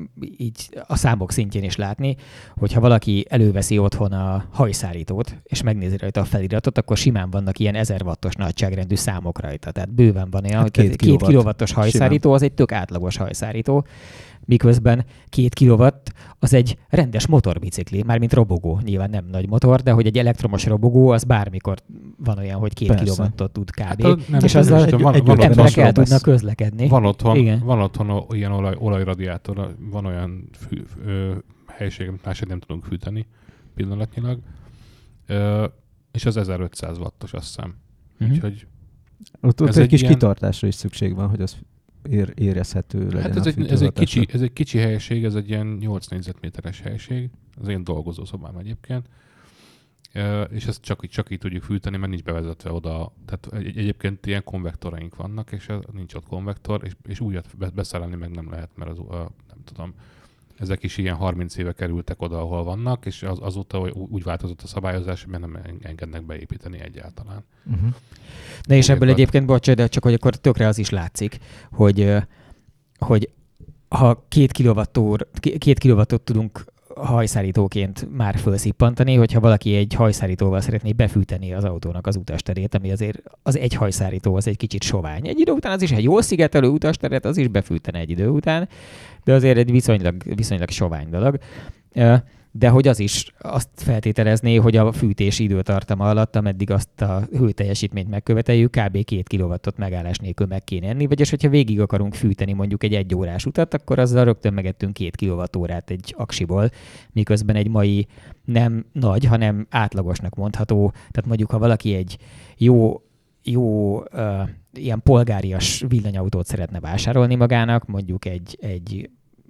így a számok szintjén is látni, hogyha valaki előveszi otthon a hajszárítót, és megnézi rajta a feliratot, akkor simán vannak ilyen 1000 wattos nagyságrendű számok rajta. Tehát bőven van olyan, hogy 2 kilowattos hajszárító simán. Az egy tök átlagos hajszárító, miközben 2 kilowatt az egy rendes motorbicikli, mármint robogó. Nyilván nem nagy motor, de hogy egy elektromos robogó, az bármikor van olyan, hogy 2 kilowattot tud kb. Hát, és azzal emberek el tudnak közlekedni. Van otthon ilyen olajradiátor, van olyan helység, amit máshogy nem tudunk fűteni pillanatnyilag, és az 1500 wattos, azt hiszem. Úgyhogy ott egy kis kitartásra is szükség van, hogy az érezhető legyen. Hát ez egy kicsi helység, ez egy ilyen 8 négyzetméteres helység, az én dolgozószobám egyébként, és ezt csak így tudjuk fűteni, mert nincs bevezetve oda. Tehát egyébként ilyen konvektoraink vannak, és nincs ott konvektor, és újat beszerelni meg nem lehet, mert nem tudom, ezek is ilyen 30 éve kerültek oda, ahol vannak, és azóta úgy változott a szabályozás, hogy nem engednek beépíteni egyáltalán. Uh-huh. De és ebből egyébként, bocs, de csak hogy akkor tökre az is látszik, hogy ha 2 kilowattot tudunk hajszárítóként már felszippantani, hogyha valaki egy hajszárítóval szeretné befűteni az autónak az utasterét, ami azért az egy hajszárító az egy kicsit sovány. Egy idő után az is egy jól szigetelő utasteret, az is befűtene egy idő után, de azért egy viszonylag sovány dolog. De hogy az is azt feltételezné, hogy a fűtési időtartama alatt, ameddig azt a hőteljesítményt megköveteljük, kb. 2 kilowattot megállás nélkül meg kéne enni, vagyis hogyha végig akarunk fűteni mondjuk egy 1 órás utat, akkor azzal rögtön megettünk 2 kilowattórát egy aksiból, miközben egy mai nem nagy, hanem átlagosnak mondható. Tehát mondjuk, ha valaki egy jó ilyen polgárias villanyautót szeretne vásárolni magának, mondjuk egy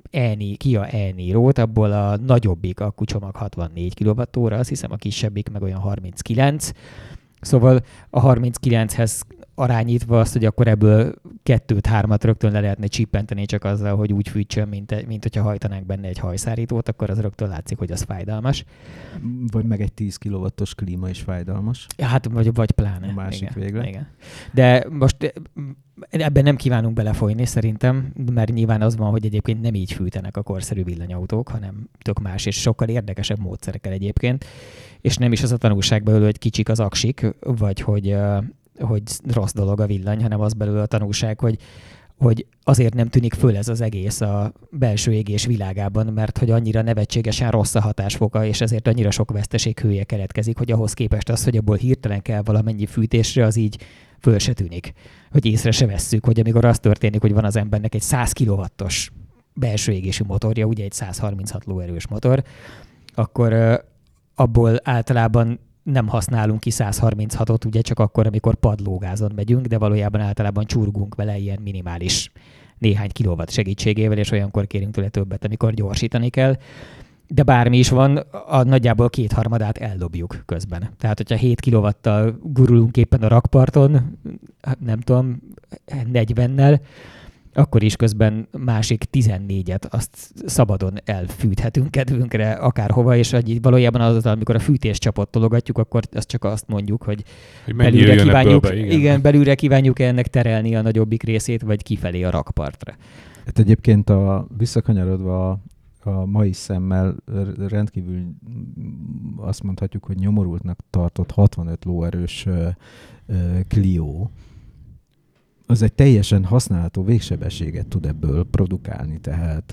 Kia e-Niro-t, abból a nagyobbik akkucsomag 64 kWh, azt hiszem a kisebbik meg olyan 39. Szóval a 39-hez arányítva azt, hogy akkor ebből 2-3 rögtön le lehetne csippenteni csak azzal, hogy úgy fűtsön, mint hogyha hajtanánk benne egy hajszárítót, akkor az rögtön látszik, hogy az fájdalmas. Vagy meg egy 10 kW-os klíma is fájdalmas. Hát, vagy pláne. A másik véglet. Igen. De most ebben nem kívánunk belefolyni szerintem, mert nyilván az van, hogy egyébként nem így fűtenek a korszerű villanyautók, hanem tök más és sokkal érdekesebb módszerekkel egyébként. És nem is az a tanulság belőle, hogy kicsik az aksik, vagy hogy rossz dolog a villany, hanem az belőle a tanulság, hogy azért nem tűnik föl ez az egész a belső égés világában, mert hogy annyira nevetségesen rossz a hatásfoka, és ezért annyira sok veszteséghője keletkezik, hogy ahhoz képest az, hogy abból hirtelen kell valamennyi fűtésre, az így föl se tűnik. Hogy észre se vesszük, hogy amikor az történik, hogy van az embernek egy 100 kW-os belső égésű motorja, ugye egy 136 lóerős motor, akkor abból általában nem használunk ki 136-ot, ugye csak akkor, amikor padlógázon megyünk, de valójában általában csurgunk vele ilyen minimális néhány kilowatt segítségével, és olyankor kérünk tőle többet, amikor gyorsítani kell. De bármi is van, a nagyjából 2/3 eldobjuk közben. Tehát, hogyha 7 kilowattal gurulunk éppen a rakparton, nem tudom, 40-nel, akkor is közben másik 14-et azt szabadon elfűthetünk kedvünkre akárhova, és valójában az, amikor a fűtéscsapot tologatjuk, akkor azt csak azt mondjuk, hogy belülre kívánjuk ennek terelni a nagyobbik részét, vagy kifelé a rakpartra. Hát egyébként visszakanyarodva a mai szemmel rendkívül azt mondhatjuk, hogy nyomorultnak tartott 65 lóerős Clio, az egy teljesen használható végsebességet tud ebből produkálni, tehát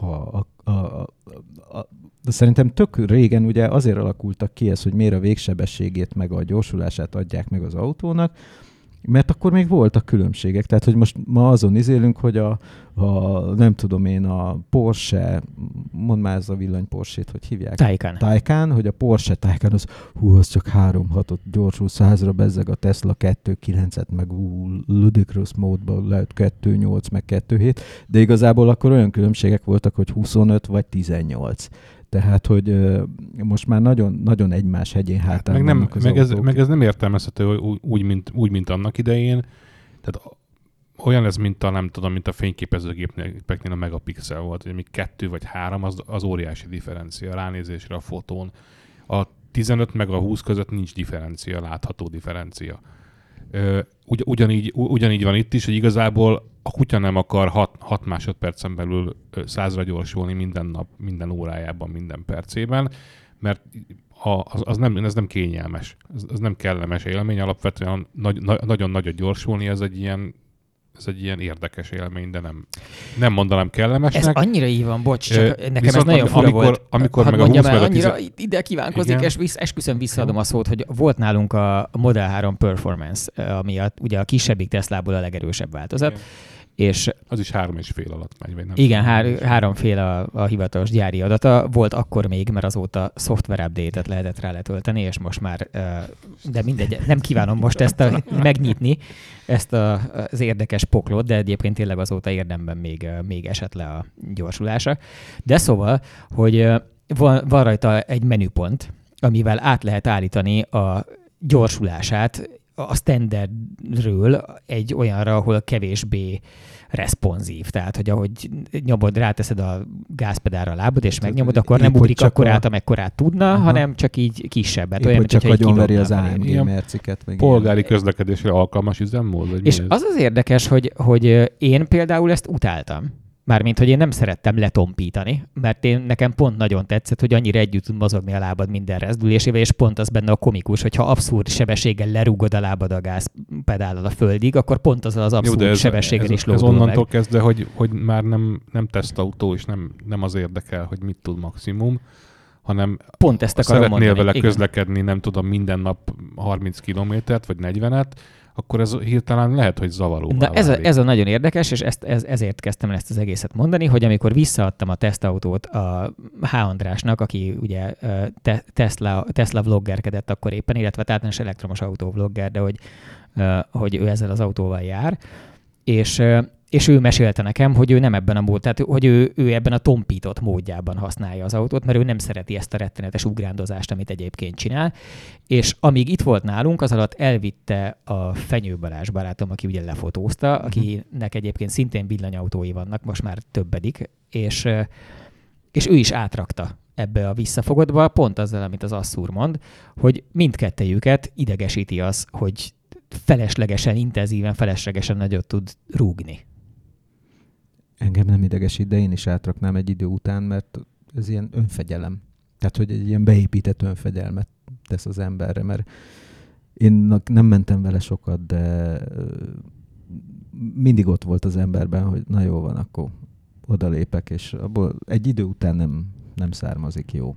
szerintem tök régen ugye azért alakultak ki ez, hogy miért a végsebességét meg a gyorsulását adják meg az autónak, mert akkor még voltak különbségek. Tehát, hogy most ma azon izélünk, hogy nem tudom én, a Porsche, mondd már ez a villany Porsche-t, hogy hívják? Taycan, hogy a Porsche Taycan az csak 3.6-ot gyorsul 100-ra, bezzeg a Tesla 2.9-et, meg ludicrous módban lehet 2.8, meg 2.7, de igazából akkor olyan különbségek voltak, hogy 25 vagy 18. Tehát, hogy most már nagyon, nagyon egymás hegyén hátán vannak az autók. Meg ez nem értelmezhető úgy, mint annak idején. Tehát olyan ez, mint a fényképezőgépeknél a megapixel volt, hogy még 2 vagy 3, az óriási differencia ránézésre a fotón. A 15 meg a 20 között nincs differencia, látható differencia. Ugyanígy van itt is, hogy igazából a kutya nem akar 6 másodpercen belül 100-ra gyorsulni minden nap, minden órájában, minden percében, mert ez nem kényelmes, ez nem kellemes élmény, alapvetően nagyon nagyot gyorsulni, ez egy ilyen érdekes élmény, de nem mondanám kellemesnek. Ez annyira így van, bocs, csak nekem ez nagyon fura volt. Amikor meg a 20 meg a 10... Annyira ide kívánkozik, és esküszöm visszaadom a szót, hogy volt nálunk a Model 3 Performance, ami ugye a kisebbik Teslából a legerősebb változat. Igen. És az is 3,5 alatt megy, vagy nem? Igen, 3,5 a hivatalos gyári adata. Volt akkor még, mert azóta software update-et lehetett rá letölteni, és most már, de mindegy, nem kívánom most megnyitni ezt az érdekes poklot, de egyébként tényleg azóta érdemben még esett le a gyorsulása. De szóval, hogy van rajta egy menüpont, amivel át lehet állítani a gyorsulását a standardről egy olyanra, ahol kevésbé responsív. Tehát, hogy ahogy nyomod, ráteszed a gázpedálra a lábad, és megnyomod, akkor nem ugrik akkorát, amekkorát tudna, hanem csak így kisebbet. Olyan, csak agyonveri az AMG merciket. Polgári közlekedésre alkalmas üzemmód? És az érdekes, hogy én például ezt utáltam. Mármint, hogy én nem szerettem letompítani, mert nekem pont nagyon tetszett, hogy annyira együtt tud mozogni a lábad minden rezdülésével, és pont az benne a komikus, hogyha abszurd sebességgel lerúgod a lábad a gázpedállal a földig, akkor pont az abszurd sebességgel is lódul meg. Ez onnantól kezdve, hogy már nem tesztautó, és nem az érdekel, hogy mit tud maximum, hanem pont ezt akarom szeretnél mondani. Vele közlekedni, nem tudom, minden nap 30 kilométert, vagy 40-et, akkor ez hirtelen lehet, hogy zavaró. De ez a nagyon érdekes, és ezért kezdtem el ezt az egészet mondani, hogy amikor visszaadtam a tesztautót a H. Andrásnak, aki ugye Tesla vloggerkedett akkor éppen, illetve általános elektromos autó vlogger, de hogy ő ezzel az autóval jár, és és ő mesélte nekem, hogy ő nem ebben a mód, tehát hogy ő ebben a tompított módjában használja az autót, mert ő nem szereti ezt a rettenetes ugrándozást, amit egyébként csinál, és amíg itt volt nálunk, az alatt elvitte a Fenyő Balázs barátom, aki ugye lefotózta, akinek egyébként szintén villanyautói vannak, most már többedik, és ő is átrakta ebbe a visszafogottba, pont azzal, amit az Asszúr mond, hogy mindkettejüket idegesíti az, hogy feleslegesen, intenzíven, feleslegesen nagyot tud rúgni. Engem nem idegesít, de én is átraknám egy idő után, mert ez ilyen önfegyelem. Tehát, hogy egy ilyen beépített önfegyelmet tesz az emberre, mert én nem mentem vele sokat, de mindig ott volt az emberben, hogy na jó van, akkor odalépek, és abból egy idő után nem származik jó.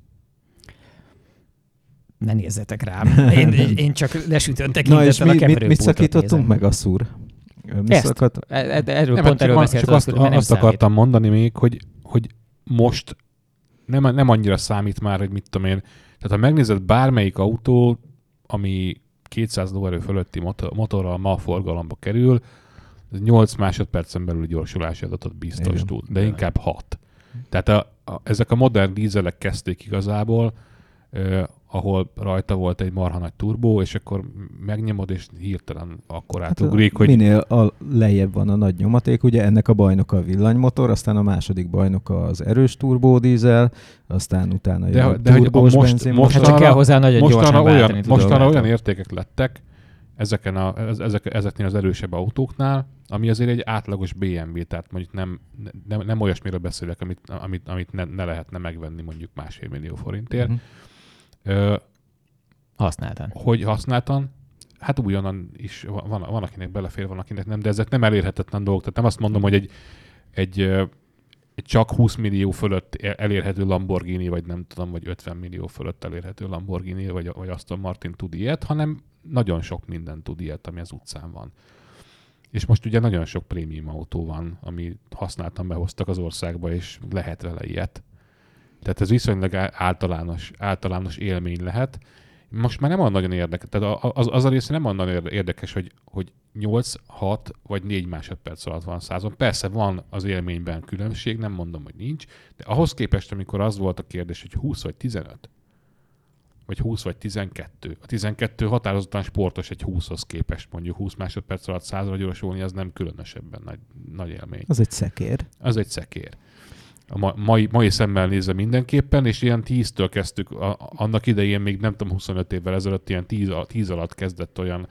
Ne nézzetek rám. Én csak lesütött tekintettel a keverőpultot mit szakítottunk meg, Asszúr? Erről beszélt azt akartam mondani még, hogy most nem annyira számít már, hogy mit tudom én. Tehát ha megnézed bármelyik autó, ami 200 lóerő fölötti motorral ma forgalomba kerül, 8 másodpercen belül gyorsulási adatot biztos tud, de inkább 6. Tehát ezek a modern dízelek kezdték igazából, ahol rajta volt egy marha nagy turbó, és akkor megnyomod, és hirtelen akkor átugrik, hogy... Minél lejjebb van a nagy nyomaték, ugye ennek a bajnoka a villanymotor, aztán a második bajnoka az erős turbódízel, aztán utána jön a turbós benzin. Csak kell hozzá nagyon gyorsan váltani. Mostanra olyan értékek lettek ezeknél az erősebb autóknál, ami azért egy átlagos BMW, tehát mondjuk nem olyasmiről beszélek, amit ne lehetne megvenni mondjuk 1,5 millió forintért. Használtan. Hogy használtan? Hát újonnan is van akinek belefér, van akinek nem, de ezek nem elérhetetlen dolgok. Tehát nem azt mondom, hogy egy csak 20 millió fölött elérhető Lamborghini, vagy nem tudom, vagy 50 millió fölött elérhető Lamborghini, vagy Aston Martin tud ilyet, hanem nagyon sok minden tud ilyet, ami az utcán van. És most ugye nagyon sok prémium autó van, ami használtan behoztak az országba, és lehet vele ilyet. Tehát ez viszonylag általános élmény lehet. Most már nem olyan nagyon érdekes. Tehát az a része nem olyan nagyon érdekes, hogy 8, 6 vagy 4 másodperc alatt van 100-on. Persze van az élményben különbség, nem mondom, hogy nincs, de ahhoz képest, amikor az volt a kérdés, hogy 20 vagy 15, vagy 20 vagy 12. A 12 határozottan sportos egy 20-hoz képest, mondjuk 20 másodperc alatt 100-ra gyorsulni, az nem különösebben nagy élmény. Az egy szekér. Az egy szekér. A mai szemmel nézve mindenképpen, és ilyen 10-től kezdtük, annak idején még nem tudom, 25 évvel ezelőtt ilyen 10 alatt kezdett olyan,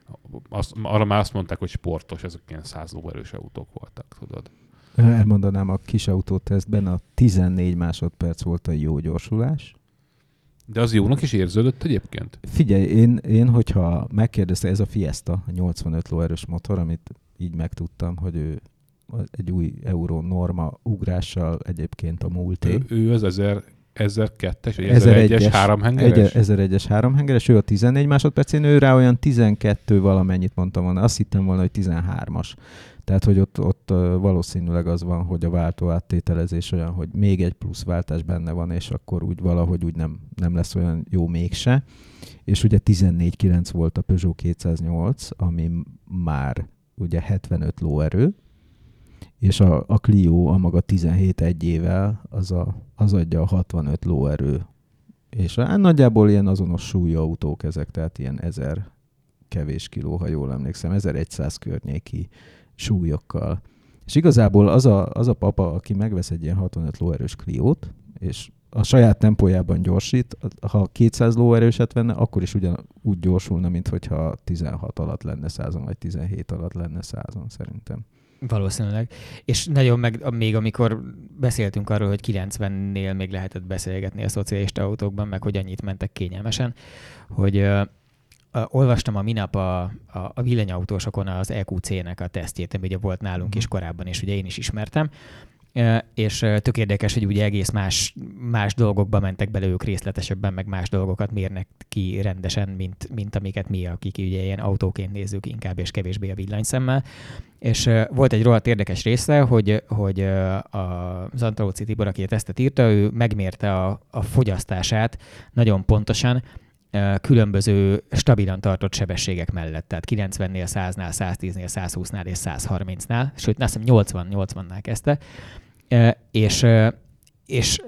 arra már azt mondták, hogy sportos, ezek ilyen 100 lóerős autók voltak, tudod. Elmondanám a kis autótesztben, a 14 másodperc volt a jó gyorsulás. De az jónak is érződött egyébként? Figyelj, én hogyha megkérdezte, ez a Fiesta, a 85 lóerős motor, amit így megtudtam, hogy ő egy új euró norma ugrással egyébként a múlté. Ő az 1002-es, vagy 1001-es háromhengeres? 1001-es háromhengeres, ő a 14 másodpercén, ő rá olyan 12 valamennyit mondtam volna. Azt hittem volna, hogy 13-as. Tehát, hogy ott valószínűleg az van, hogy a váltó áttételezés olyan, hogy még egy plusz váltás benne van, és akkor úgy valahogy úgy nem lesz olyan jó mégse. És ugye 14.9 volt a Peugeot 208, ami már ugye 75 lóerő, és a Clio a maga 17.1-ével az adja a 65 lóerő. És nagyjából ilyen azonos súlyú autók ezek, tehát ilyen 1000 kevés kiló, ha jól emlékszem, 1100 környéki súlyokkal. És igazából az a papa, aki megvesz egy ilyen 65 lóerős Cliót, és a saját tempójában gyorsít, ha 200 lóerőset venne, akkor is úgy gyorsulna, mint hogyha 16 alatt lenne 100-on, vagy 17 alatt lenne 100-on szerintem. Valószínűleg. És nagyon még amikor beszéltünk arról, hogy 90-nél még lehetett beszélgetni a szocialista autókban, meg hogy annyit mentek kényelmesen, hogy olvastam a minap a villanyautósokon az EQC-nek a tesztjét, ami ugye volt nálunk is korábban, és ugye én is ismertem, és tök érdekes, hogy ugye egész más dolgokba mentek bele ők részletesebben, meg más dolgokat mérnek ki rendesen, mint amiket mi, akik ugye ilyen autóként nézzük inkább, és kevésbé a villanyszemmel. És volt egy rohadt érdekes része, hogy az Antalóci Tibor, aki a tesztet írta, ő megmérte a fogyasztását nagyon pontosan különböző stabilan tartott sebességek mellett, tehát 90-nél, 100-nál, 110-nél, 120-nál és 130-nál, sőt, azt hiszem 80-nál kezdte, és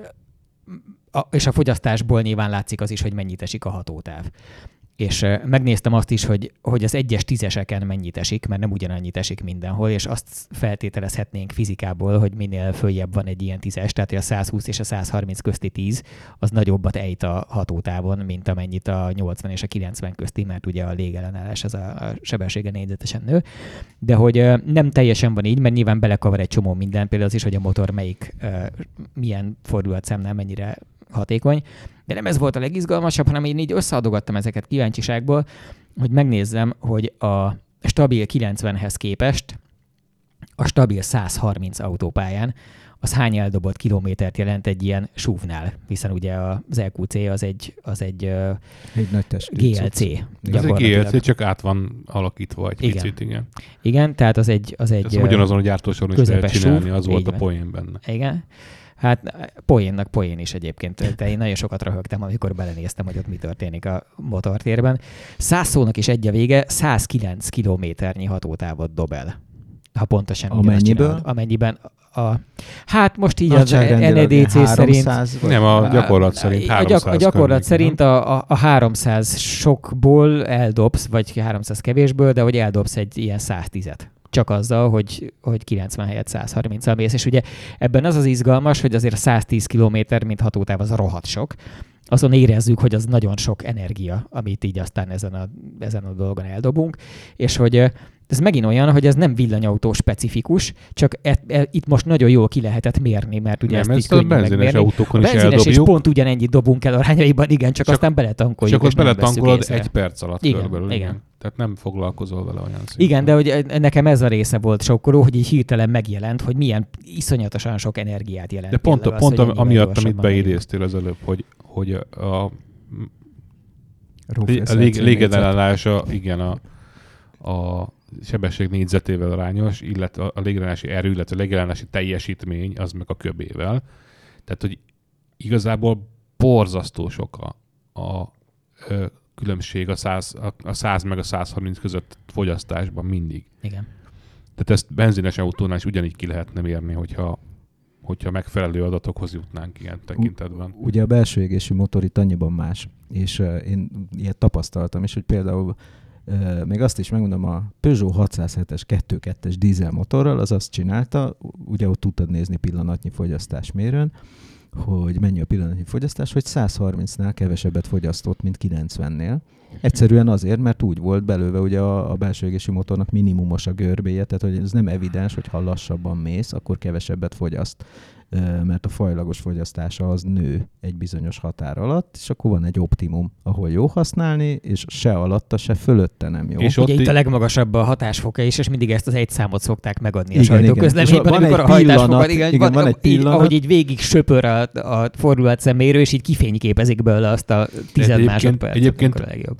a fogyasztásból nyilván látszik az is, hogy mennyit esik a hatótáv. És megnéztem azt is, hogy az egyes tízeseken mennyit esik, mert nem ugyanannyit esik mindenhol, és azt feltételezhetnénk fizikából, hogy minél följebb van egy ilyen tízes, tehát a 120 és a 130 közti 10, az nagyobbat ejt a hatótávon, mint amennyit a 80 és a 90 közti, mert ugye a légellenállás az a sebessége négyzetesen nő. De hogy nem teljesen van így, mert nyilván belekavar egy csomó minden, például az is, hogy a motor milyen fordulatszámnál mennyire hatékony. De nem ez volt a legizgalmasabb, hanem én így összeadogattam ezeket kíváncsiságból, hogy megnézzem, hogy a stabil 90-hez képest a stabil 130 autópályán az hány eldobott kilométert jelent egy ilyen SUV-nál, hiszen ugye az EQC az egy nagy GLC. Ez egy GLC, csak át van alakítva egy picit, igen. Igen, tehát az egy ugyanazon a gyártósoron is lehet csinálni, az volt a poén benne. Igen. Hát poén is egyébként, de én nagyon sokat röhögtem, amikor belenéztem, hogy ott mi történik a motortérben. 100 szónak is egy a vége, 109 kilométernyi hatótávot dob el. Ha pontosan amennyiben hát most így az NEDC szerint... Nem, a gyakorlat szerint 300. A gyakorlat szerint a 300 sokból eldobsz, vagy 300 kevésből, de hogy eldobsz egy ilyen 110-et. Csak azzal, hogy 90 helyett 130-al mész. És ugye ebben az izgalmas, hogy azért a 110 km, mint hatótáv, az rohadt sok. Azon érezzük, hogy az nagyon sok energia, amit így aztán ezen a dolgon eldobunk. És hogy ez megint olyan, hogy ez nem villanyautó specifikus, csak itt most nagyon jól ki lehetett mérni, mert ugye nem, ezt így könnyű megmérni. Autókon a benzines is pont ugyanennyit dobunk el arányaiban, igen, csak aztán beletankoljuk. Csak ott beletankolod egy perc alatt körülbelül. Igen. Tehát nem foglalkozol vele olyan szinten. Igen, de hogy nekem ez a része volt sokkoló, hogy így hirtelen megjelent, hogy milyen iszonyatosan sok energiát jelent. De pont amiatt, amit beidéztél az előbb, hogy a légellenállása, igen, a sebesség négyzetével arányos, illetve a légellenási erő, illetve a légellenási teljesítmény, az meg a köbével. Tehát, hogy igazából borzasztó sok a különbség a 100 meg a 130 között fogyasztásban mindig. Igen. Tehát ezt benzines autónál is ugyanígy ki lehetne mérni, hogyha megfelelő adatokhoz jutnánk ilyen tekintetben. Ugye a belső égésű motor itt annyiban más, és én ilyet tapasztaltam is, hogy például még azt is megmondom, a Peugeot 607-es 2.2-es dízelmotorral az azt csinálta, ugye ott tudtad nézni pillanatnyi fogyasztásmérőn, hogy mennyi a pillanatnyi fogyasztás, hogy 130-nál kevesebbet fogyasztott, mint 90-nél. Egyszerűen azért, mert úgy volt belőle ugye a belső égésű motornak minimumos a görbéje, tehát hogy ez nem evidens, hogy ha lassabban mész, akkor kevesebbet fogyaszt, mert a fajlagos fogyasztása az nő egy bizonyos határ alatt, és akkor van egy optimum, ahol jó használni, és se alatta, se fölötte nem jó. És ugye itt a legmagasabb a hatásfoka is, és mindig ezt az egy számot szokták megadni a sajtóközleményben, amikor a hatásfokat, van egy pillanat, ahogy így végig söpör a fordulatszemmérő, és így kifényképezik belőle azt a 10 másodpercet. Egyébként a legjobb.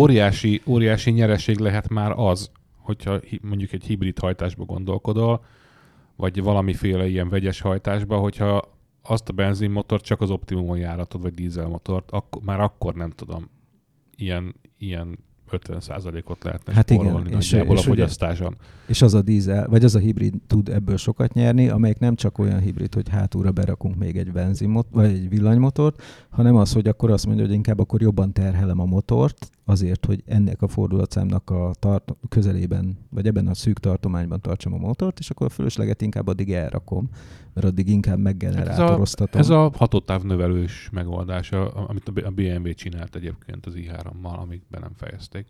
Óriási nyereség lehet már az, hogyha mondjuk egy hibrid hajtásba gondolkodol, vagy valamiféle ilyen vegyes hajtásba, hogyha azt a benzinmotort csak az optimumon járatod, vagy dízelmotort, már akkor nem tudom, ilyen 50%-ot lehetne spórolni nagyjából a fogyasztáson. És az a dízel, vagy az a hibrid tud ebből sokat nyerni, amelyik nem csak olyan hibrid, hogy hátulra berakunk még egy vagy egy villanymotort, hanem az, hogy akkor azt mondja, hogy inkább akkor jobban terhelem a motort, azért, hogy ennek a fordulatszámnak a közelében, vagy ebben a szűk tartományban tartsam a motort, és akkor a fölösleget inkább addig elrakom, mert addig inkább meggenerátoroztatom. Ez a hatótávnövelős megoldása, amit a BMW csinált egyébként az i3-mal, amíg be nem fejezték.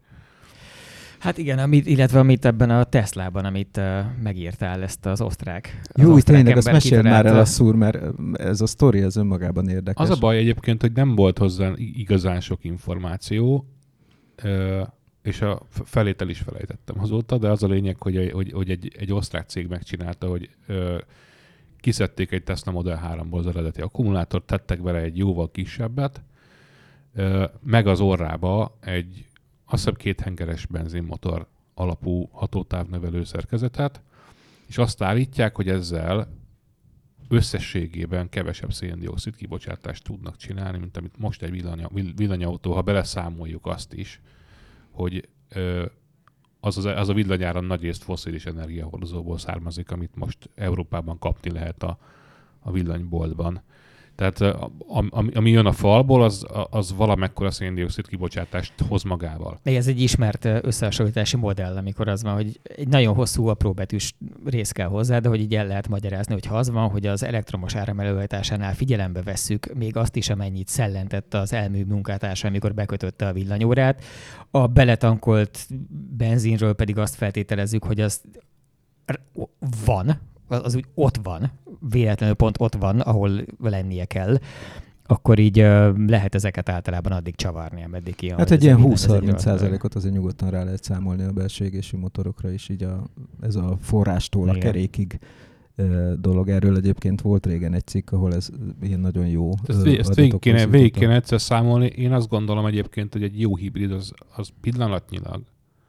Hát igen, illetve amit ebben a Teslában, amit megírtál, ezt az osztrák. Jó, tényleg, azt meséld már el a szúr, mert ez a sztori az önmagában érdekes. Az a baj egyébként, hogy nem volt hozzá igazán sok információ, és a felét el is felejtettem azóta, de az a lényeg, hogy egy osztrák cég megcsinálta, hogy kiszedték egy Tesla Model 3-ból az eredeti akkumulátort, tettek bele egy jóval kisebbet, meg az orrába egy azt hiszem 2 hengeres benzinmotor alapú hatótávnövelő szerkezetet, és azt állítják, hogy ezzel összességében kevesebb szén-dioxid kibocsátást tudnak csinálni, mint amit most egy villanyautó, ha beleszámoljuk azt is, hogy az a villanyáram nagyrészt fosszilis energiahordozóból származik, amit most Európában kapni lehet a villanyboltban. Tehát ami jön a falból, az valamekkora szén-dioxid kibocsátást hoz magával. Ez egy ismert összehasonlítási modell, amikor az van, hogy egy nagyon hosszú apróbetűs rész kell hozzá, de hogy így el lehet magyarázni, hogy ha az van, hogy az elektromos áram előállításánál figyelembe vesszük még azt is, amennyit szellentett az elmű munkátársa, amikor bekötötte a villanyórát, a beletankolt benzinről pedig azt feltételezzük, hogy az van, az úgy ott van, véletlenül pont ott van, ahol lennie kell, akkor így lehet ezeket általában addig csavarni, ameddig ki. Hát egy ilyen 20-30%-ot azért nyugodtan rá lehet számolni a belső égésű motorokra is, így ez a forrástól a kerékig dolog. Erről egyébként volt régen egy cikk, ahol ez ilyen nagyon jó. Ezt végig kéne egyszer számolni. Én azt gondolom egyébként, hogy egy jó hibrid az pillanatnyilag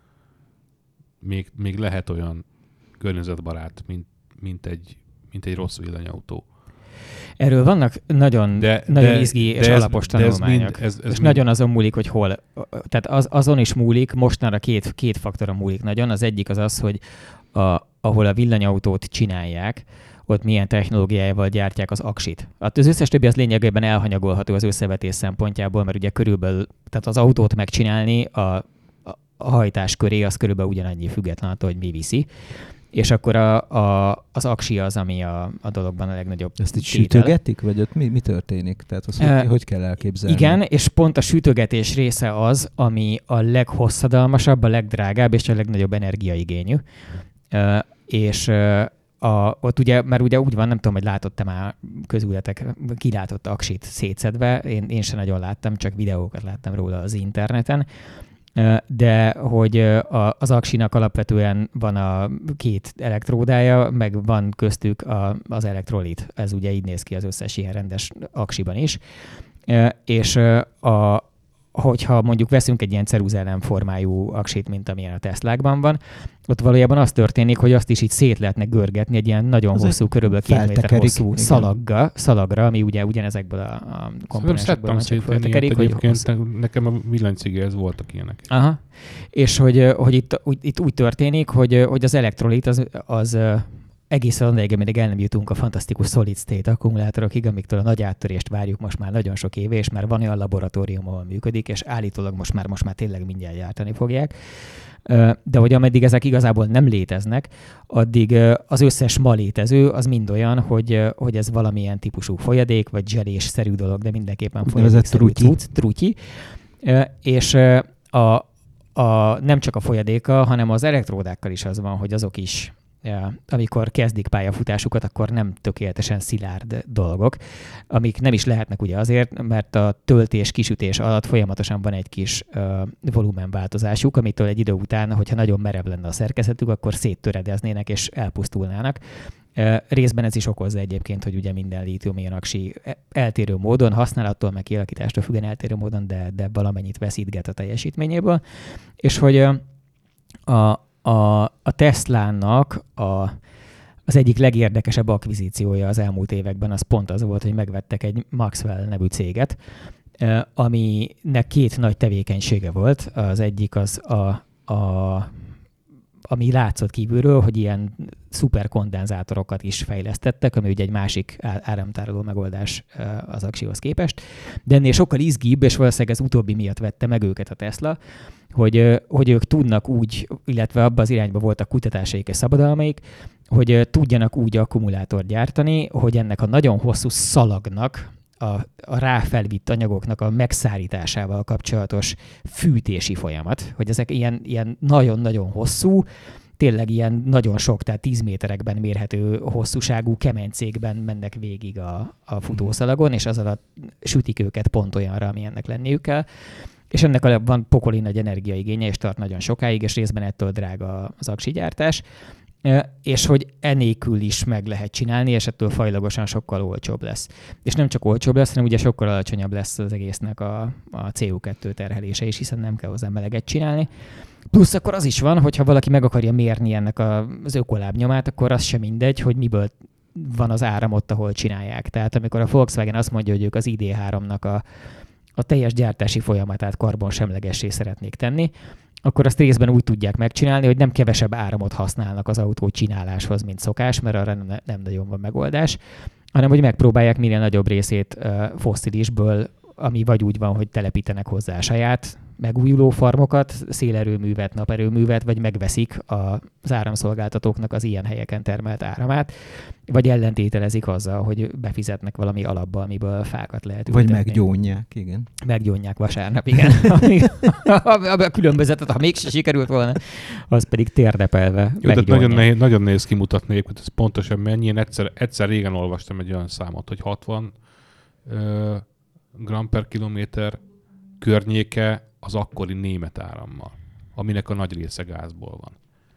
még lehet olyan környezetbarát, mint egy rossz villanyautó. Erről vannak nagyon izgi és alapos tanulmányok. És nagyon azon múlik, hogy hol. Tehát azon is múlik, mostanra két faktoron múlik nagyon. Az egyik az, hogy ahol a villanyautót csinálják, ott milyen technológiájával gyártják az aksit. Hát az összes többi az lényegében elhanyagolható az összevetés szempontjából, mert ugye körülbelül, tehát az autót megcsinálni, a hajtás köré az körülbelül ugyanannyi független attól, hogy mi viszi. És akkor az aksi az, ami a dologban a legnagyobb Ezt így sütögetik, vagy ott mi történik? Tehát azt hogy kell elképzelni? Igen, és pont a sütögetés része az, ami a leghosszadalmasabb, a legdrágább és a legnagyobb energiaigényű. És ott ugye, mert ugye úgy van, nem tudom, hogy látott-e már közületek kilátott aksit szétszedve, én sem nagyon láttam, csak videókat láttam róla az interneten, de hogy az aksinak alapvetően van a két elektródája, meg van köztük az elektrolit. Ez ugye így néz ki az összes ilyen rendes aksiban is. És hogyha mondjuk veszünk egy ilyen ceruzellem formájú aksit, mint amilyen a Teslákban van, ott valójában az történik, hogy azt is így szét lehetne görgetni egy ilyen nagyon hosszú, körülbelül 2 méter hosszú szalagra, ami ugye ugyanezekből a komponensokból csak föltekerik. Nekem a villanycigéhez voltak ilyenek. Aha. És hogy itt úgy történik, hogy az elektrolit az egészen odaig, amíg el nem jutunk a fantasztikus solid state akkumulátorokig, amiktől a nagy áttörést várjuk most már nagyon sok éve, és már van olyan laboratórium, ahol működik, és állítólag most már tényleg mindjárt gyártani fogják. De hogy ameddig ezek igazából nem léteznek, addig az összes ma létező az mind olyan, hogy ez valamilyen típusú folyadék, vagy zselés-szerű dolog, de mindenképpen folyadékszerű trutyi. És nem csak a folyadéka, hanem az elektródákkal is az van, hogy azok is amikor kezdik pályafutásukat, akkor nem tökéletesen szilárd dolgok, amik nem is lehetnek ugye azért, mert a töltés-kisütés alatt folyamatosan van egy kis volumenváltozásuk, amitől egy idő után, hogyha nagyon merev lenne a szerkezetük, akkor széttöredeznének és elpusztulnának. Részben ez is okozza egyébként, hogy ugye minden lítium-ion aksi eltérő módon, használattól, meg kialakítástól függően eltérő módon, de valamennyit veszítget a teljesítményéből. És hogy a Teslának az egyik legérdekesebb akvizíciója az elmúlt években az pont az volt, hogy megvettek egy Maxwell nevű céget, aminek 2 nagy tevékenysége volt. Az egyik az ami látszott kívülről, hogy ilyen szuperkondenzátorokat is fejlesztettek, ami ugye egy másik áramtároló megoldás az aksihoz képest. De ennél sokkal izgibb, és valószínűleg ez utóbbi miatt vette meg őket a Tesla, hogy ők tudnak úgy, illetve abban az irányba voltak kutatásaik és szabadalmaik, hogy tudjanak úgy akkumulátort gyártani, hogy ennek a nagyon hosszú szalagnak, a ráfelvitt anyagoknak a megszárításával kapcsolatos fűtési folyamat, hogy ezek ilyen nagyon-nagyon hosszú, tényleg ilyen nagyon sok, tehát 10 méterekben mérhető hosszúságú kemencékben mennek végig a futószalagon, és az alatt sütik őket pont olyanra, ami ennek lenniük kell. És ennek van pokoli nagy energiaigénye, és tart nagyon sokáig, és részben ettől drága az aksigyártás. És hogy enélkül is meg lehet csinálni, és ettől fajlagosan sokkal olcsóbb lesz. És nem csak olcsóbb lesz, hanem ugye sokkal alacsonyabb lesz az egésznek a CO2 terhelése is, hiszen nem kell hozzá meleget csinálni. Plusz akkor az is van, hogyha valaki meg akarja mérni ennek az ökolábnyomát, akkor az sem mindegy, hogy miből van az áram ott, ahol csinálják. Tehát amikor a Volkswagen azt mondja, hogy ők az ID3-nak a teljes gyártási folyamatát karbonsemlegessé szeretnék tenni, akkor azt részben úgy tudják megcsinálni, hogy nem kevesebb áramot használnak az autó csináláshoz, mint szokás, mert arra nem nagyon van megoldás, hanem hogy megpróbálják minél nagyobb részét fosszilisből, ami vagy úgy van, hogy telepítenek hozzá saját megújuló farmokat, szélerőművet, naperőművet, vagy megveszik az áramszolgáltatóknak az ilyen helyeken termelt áramát, vagy ellentételezik azzal, hogy befizetnek valami alapba, amiből fákat lehet ültetni. Vagy meggyónják, igen. Meggyónják vasárnap, igen. A különbözetet, ha mégse sikerült volna, az pedig térdepelve meggyónják. Nagyon nehéz kimutatni, hogy ez pontosan mennyi. Én egyszer régen olvastam egy olyan számot, hogy 60 gram per kilométer környéke az akkori német árammal, aminek a nagy része gázból van.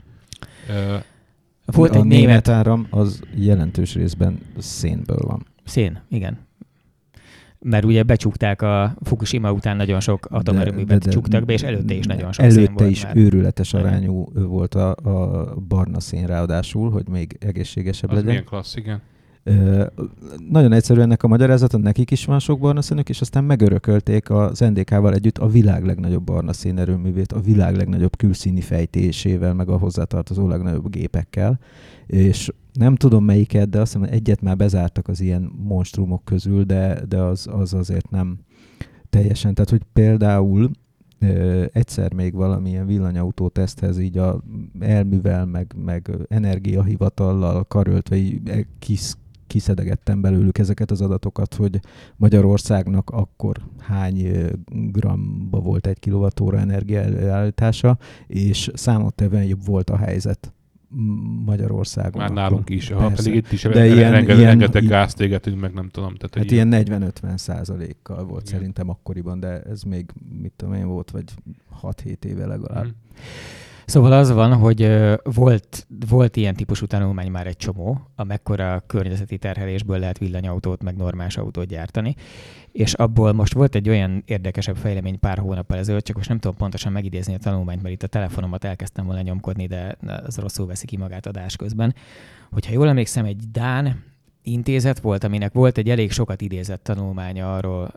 Volt egy német áram, az jelentős részben szénből van. Szén, igen. Mert ugye becsukták a Fukushima után nagyon sok atomerőművet csuktak be, és előtte is nagyon sok szén volt. Előtte is őrületes arányú volt a barna szén ráadásul, hogy még egészségesebb legyen. Az milyen klassz, igen. Nagyon egyszerű ennek a magyarázata, nekik is van sok barna szénük, és aztán megörökölték az NDK-val együtt a világ legnagyobb barna szénerőművét, a világ legnagyobb külszíni fejtésével, meg a hozzátartozó legnagyobb gépekkel, és nem tudom melyiket, de azt hiszem, egyet már bezártak az ilyen monstrumok közül, de az azért nem teljesen. Tehát, hogy például egyszer még valamilyen villanyautó teszthez így a elművel, meg energiahivatallal karöltve kiszedegettem belőlük ezeket az adatokat, hogy Magyarországnak akkor hány gramba volt 1 kWh energia előállítása, és számottevően jobb volt a helyzet Magyarországon. Már nálunk is, pedig itt is rengeteg gázt égetünk, meg nem tudom. Tehát hát ilyen 40-50%-kal volt szerintem akkoriban, de ez még, mit tudom én, volt, vagy 6-7 éve legalább. Szóval az van, hogy volt ilyen típusú tanulmány már egy csomó, amekkora környezeti terhelésből lehet villanyautót, meg normális autót gyártani, és abból most volt egy olyan érdekesebb fejlemény pár hónappal ezelőtt, csak most nem tudom pontosan megidézni a tanulmányt, mert itt a telefonomat elkezdtem volna nyomkodni, de az rosszul veszi ki magát adás közben. Hogyha jól emlékszem, egy dán intézet volt, aminek volt egy elég sokat idézett tanulmánya arról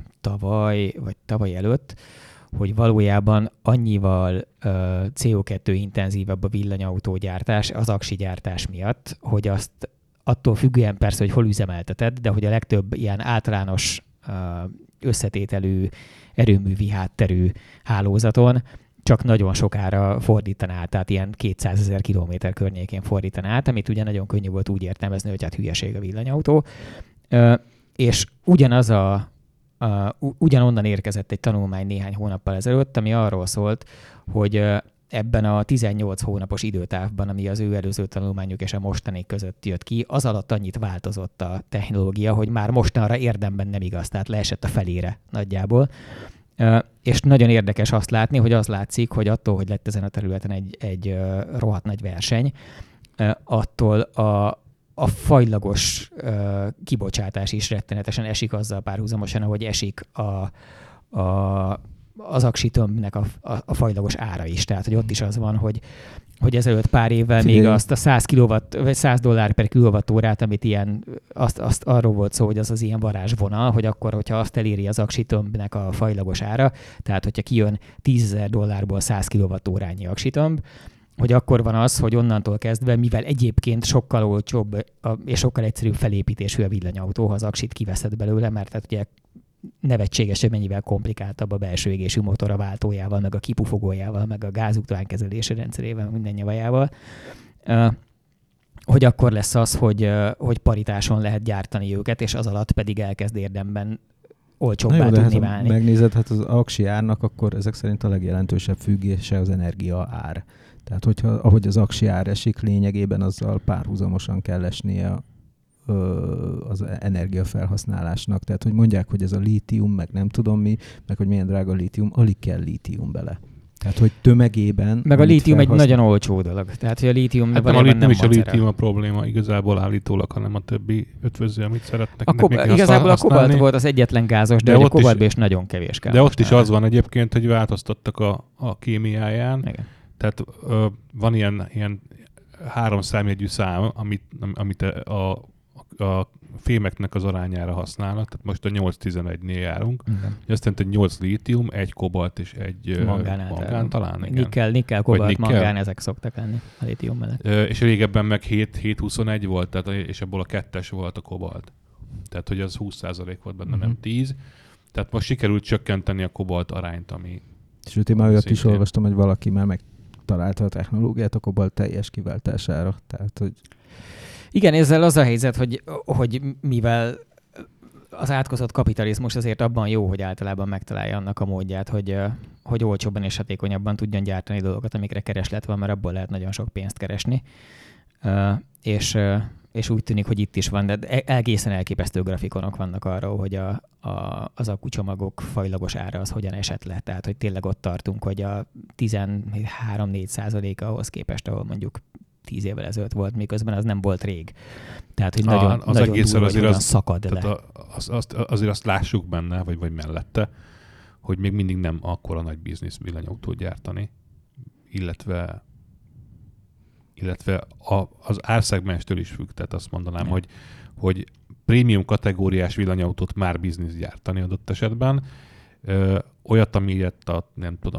tavaly előtt, hogy valójában annyival CO2 intenzívebb a villanyautógyártás az aksigyártás miatt, hogy azt attól függően persze, hogy hol üzemelteted, de hogy a legtöbb ilyen általános összetételű, erőművi hátterű hálózaton csak nagyon sokára fordítaná, tehát ilyen 200 000 kilométer környékén fordítaná át, amit ugye nagyon könnyű volt úgy értelmezni, hogy hát hülyeség a villanyautó. És ugyanonnan érkezett egy tanulmány néhány hónappal ezelőtt, ami arról szólt, hogy ebben a 18 hónapos időtávban, ami az ő előző tanulmányuk és a mostani között jött ki, az alatt annyit változott a technológia, hogy már mostanra érdemben nem igaz, tehát leesett a felére nagyjából. És nagyon érdekes azt látni, hogy az látszik, hogy attól, hogy lett ezen a területen egy rohadt nagy verseny, attól a fajlagos kibocsátás is rettenetesen esik azzal párhuzamosan, ahogy esik az aksitömbnek a fajlagos ára is. Tehát, hogy ott is az van, hogy ezelőtt pár évvel még azt a $100 per kilowattórát, amit ilyen, azt arról volt szó, hogy az ilyen varázsvonal, hogy akkor, hogyha azt eléri az aksitömbnek a fajlagos ára, tehát hogyha kijön $10,000 100 kilowattórányi aksitömb, hogy akkor van az, hogy onnantól kezdve, mivel egyébként sokkal olcsóbb és sokkal egyszerűbb felépítésű a villanyautó, ha az aksit kiveszed belőle, mert tehát ugye nevetséges, hogy mennyivel komplikáltabb a belső égésű motor a váltójával, meg a kipufogójával, meg a gázutánkezelési rendszerével, minden nyavajával, hogy akkor lesz az, hogy paritáson lehet gyártani őket, és az alatt pedig elkezd érdemben olcsóbbá tudni válni. Megnézed, hát az aksi árnak akkor ezek szerint a legjelentősebb függése az energia ár. Tehát, ahogy az aksi ár esik, lényegében azzal párhuzamosan kell esnie az energiafelhasználásnak. Tehát, hogy mondják, hogy ez a lítium, meg nem tudom mi, meg hogy milyen drága a lítium, alig kell lítium bele. Tehát, hogy tömegében... Meg a lítium egy nagyon olcsó dolog. Tehát, hogy a lítium nem is a lítium a probléma igazából állítólag, hanem a többi ötvöző, amit szeretnek. Igazából a kobalt volt az egyetlen gázos, de a kobaltban is nagyon kevés káros. De ott is az van egyébként, hogy változtattak a kémiáján. Igen. Tehát van ilyen 3 számjegyű szám, amit a fémeknek az arányára használnak, tehát most a 8-11-nél járunk. Igen. Azt jelenti, hogy 8 lítium, 1 kobalt és 1 mangán talán. Nikkel, kobalt, mangán, ezek szoktak lenni a lítium mellett. És régebben meg 7-21 volt, tehát, és abból a 2-es volt a kobalt. Tehát, hogy az 20% volt benne, nem 10. Tehát most sikerült csökkenteni a kobalt arányt, ami... Sőt, én már olyat is olvastam, hogy valaki már megtalálta a technológiát a kobalt teljes kiváltására. Tehát, hogy... Igen, ezzel az a helyzet, hogy mivel az átkozott kapitalizmus azért abban jó, hogy általában megtalálja annak a módját, hogy olcsóbban és hatékonyabban tudjon gyártani dolgokat, amikre kereslet van, mert abból lehet nagyon sok pénzt keresni. És úgy tűnik, hogy itt is van, de egészen elképesztő grafikonok vannak arról, hogy az akkucsomagok fajlagos ára az hogyan esett le. Tehát, hogy tényleg ott tartunk, hogy a 13-4% ahhoz képest, ahol mondjuk 10 évvel ezelőtt volt, miközben az nem volt rég. Tehát, hogy nagyon durva, hogy hogyan szakad le. Azért azt lássuk benne, vagy mellette, hogy még mindig nem akkora nagy biznisz villanyautót gyártani, illetve az árszegmenstől is függ. Tehát azt mondanám, hogy prémium kategóriás villanyautót már biznisz gyártani adott esetben. Olyat, amilyet a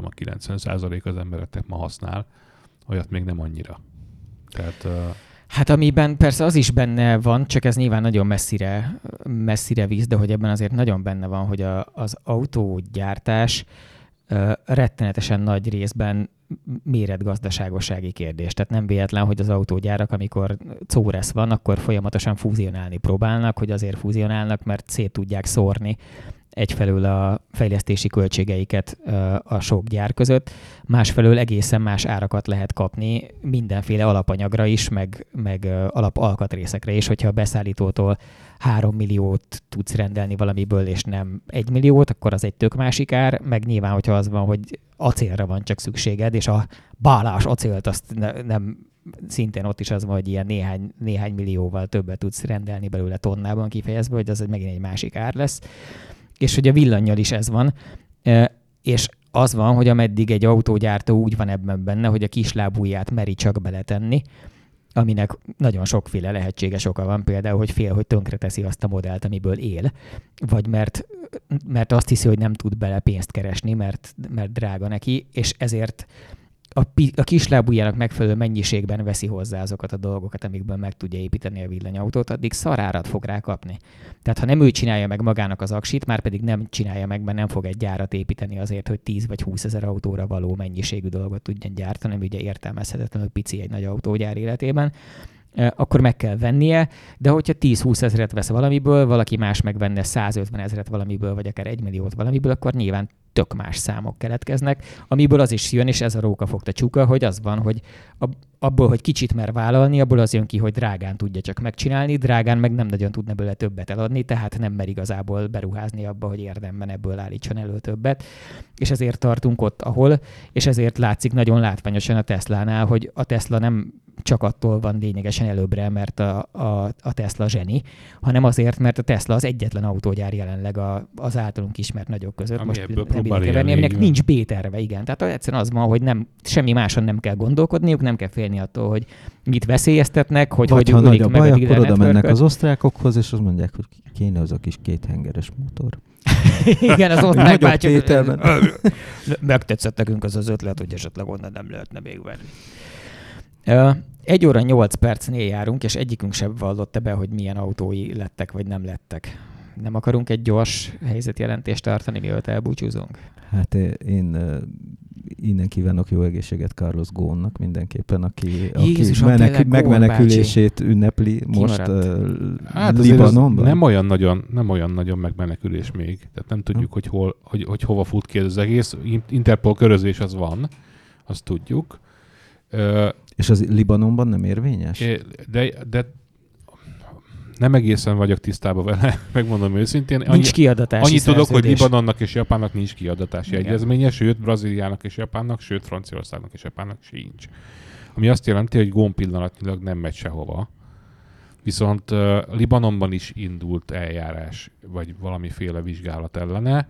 90% az embereknek ma használ, olyat még nem annyira. Tehát, hát amiben persze az is benne van, csak ez nyilván nagyon messzire visz, de hogy ebben azért nagyon benne van, hogy az autógyártás rettenetesen nagy részben méretgazdaságossági kérdés. Tehát nem véletlen, hogy az autógyárak, amikor CORES van, akkor folyamatosan fúzionálni próbálnak, hogy azért fúzionálnak, mert szét tudják szórni egyfelől a fejlesztési költségeiket a sok gyár között, másfelől egészen más árakat lehet kapni mindenféle alapanyagra is, meg alapalkatrészekre is, hogyha a beszállítótól 3 milliót tudsz rendelni valamiből, és nem 1 milliót, akkor az egy tök másik ár, meg nyilván, hogyha az van, hogy acélra van csak szükséged, és a bálás acélt azt nem szintén ott is az van, hogy ilyen néhány millióval többet tudsz rendelni belőle tonnában kifejezve, hogy az megint egy másik ár lesz. És hogy a villannyal is ez van, és az van, hogy ameddig egy autógyártó úgy van ebben benne, hogy a kislábújját meri csak beletenni, aminek nagyon sokféle lehetséges oka van, például, hogy fél, hogy tönkreteszi azt a modellt, amiből él, vagy mert azt hiszi, hogy nem tud bele pénzt keresni, mert drága neki, és ezért a kislábújának megfelelő mennyiségben veszi hozzá azokat a dolgokat, amikből meg tudja építeni a villanyautót, addig szarárat fog rá kapni. Tehát ha nem ő csinálja meg magának az aksit, már pedig nem csinálja meg, mert nem fog egy gyárat építeni azért, hogy 10 vagy 20 ezer autóra való mennyiségű dolgot tudjon gyártani, ami ugye értelmezhetetlenül pici egy nagy autógyár életében, akkor meg kell vennie, de hogyha 10-20 ezeret vesz valamiből, valaki más megvenne 150 ezeret valamiből, vagy akár 1 milliót valamiből, akkor nyilván tök más számok keletkeznek, amiből az is jön, és ez a rókafogta csuka, hogy az van, hogy abból, hogy kicsit mer vállalni, abból az jön ki, hogy drágán tudja csak megcsinálni, drágán meg nem nagyon tudna belőle többet eladni, tehát nem mer igazából beruházni abba, hogy érdemben ebből állítson elő többet. És ezért tartunk ott, ahol, és ezért látszik nagyon látványosan a Teslánál, hogy a Tesla nem csak attól van lényegesen előbbre, mert a Tesla zseni, hanem azért, mert a Tesla az egyetlen autógyár jelenleg az általunk ismert nagyok között. Most aminek nincs B-terve, igen. Tehát egyszerűen az van, hogy semmi máson nem kell gondolkodniuk, nem kell félni attól, hogy mit veszélyeztetnek, hogy ha nagy a baj, akkor oda mennek az osztrákokhoz, és azt mondják, hogy kéne az a kis 2 hengeres motor. Igen, az osztrák bácsok. Megtetszett nekünk az ötlet, hogy esetleg onnan nem lehetne még venni. 1 óra 8 percnél járunk, és egyikünk sem vallotta be, hogy milyen autói lettek, vagy nem lettek. Nem akarunk egy gyors helyzetjelentést tartani, mielőtt elbúcsúzunk? Hát én innen kívánok jó egészséget Carlos Ghosnnak mindenképpen, aki megmenekülését ünnepli most Libanonban. Nem olyan nagyon megmenekülés még. Tehát nem tudjuk, hogy hova fut ki ez az egész. Interpol körözés az van, azt tudjuk. És az Libanonban nem érvényes? De nem egészen vagyok tisztában vele, megmondom őszintén. Nincs kiadatási annyit tudok, hogy Libanonnak és Japánnak nincs kiadatási egyezménye, sőt Brazíliának és Japánnak, sőt Franciaországnak és Japánnak sincs. Ami azt jelenti, hogy Ghosn pillanatnyilag nem megy sehova. Viszont Libanonban is indult eljárás, vagy valamiféle vizsgálat ellene.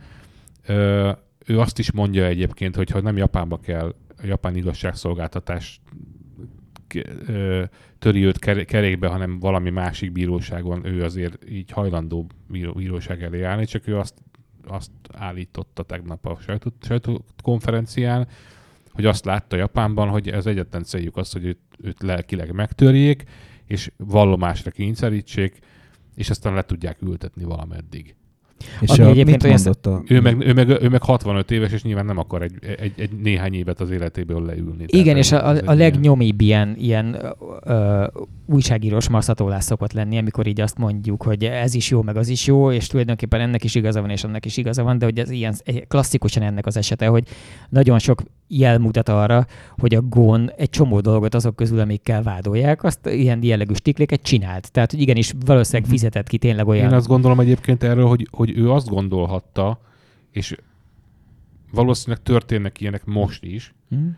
Ő azt is mondja egyébként, hogy ha nem Japánba kell a japán igazságszolgáltatás töri őt kerékbe, hanem valami másik bíróságon ő azért így hajlandó bíróság elé állni, csak ő azt állította tegnap a sajtókonferencián, hogy azt látta Japánban, hogy az egyetlen céljuk az, hogy őt lelkileg megtörjék, és vallomásra kényszerítsék, és aztán le tudják ültetni valameddig. És mit mondott ő meg 65 éves, és nyilván nem akar egy néhány évet az életéből leülni. Igen, és a legnyomibb ilyen újságírós marszatolás szokott lenni, amikor így azt mondjuk, hogy ez is jó, meg az is jó, és tulajdonképpen ennek is igaza van, és annak is igaza van, de hogy ez ilyen klasszikusan ennek az esete, hogy nagyon sok jel mutat arra, hogy a Gon egy csomó dolgot azok közül, amikkel vádolják, azt ilyen jellegű stikléket csinált. Tehát, hogy igenis valószínűleg fizetett ki tényleg olyan... Én azt gondolom egyébként erről, hogy ő azt gondolhatta, és valószínűleg történnek ilyenek most is,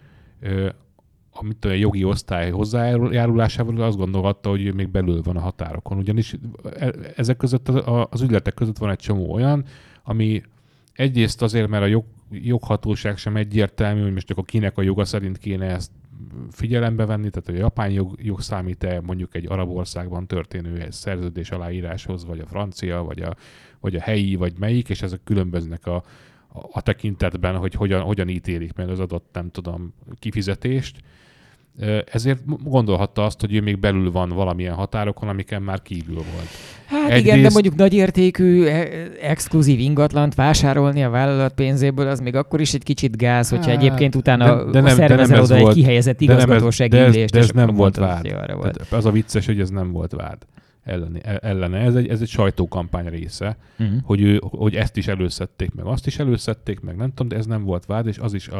amit a jogi osztály hozzájárulásával azt gondolhatta, hogy ő még belül van a határokon. Ugyanis ezek között az ügyletek között van egy csomó olyan, ami egyrészt azért, mert a joghatóság sem egyértelmű, hogy most akkor kinek a joga szerint kéne ezt figyelembe venni, tehát a japán jog számít-e mondjuk egy arab országban történő szerződés aláíráshoz, vagy a francia, vagy a helyi, vagy melyik, és ezek különböznek a tekintetben, hogy hogyan ítélik meg az adott, nem tudom, kifizetést. Ezért gondolhatta azt, hogy ő még belül van valamilyen határokon, amiken már kívül volt. Hát igen, de mondjuk nagyértékű, exkluzív ingatlant vásárolni a vállalat pénzéből, az még akkor is egy kicsit gáz, hogyha egyébként utána szervezel oda egy kihelyezett igazgatósági ülést. De ez nem volt vád. Az a vicces, hogy ez nem volt vád ellene. Ez egy sajtókampány része, hogy ezt is előszedték meg, azt is előszedték meg, nem tudom, de ez nem volt vád, és az is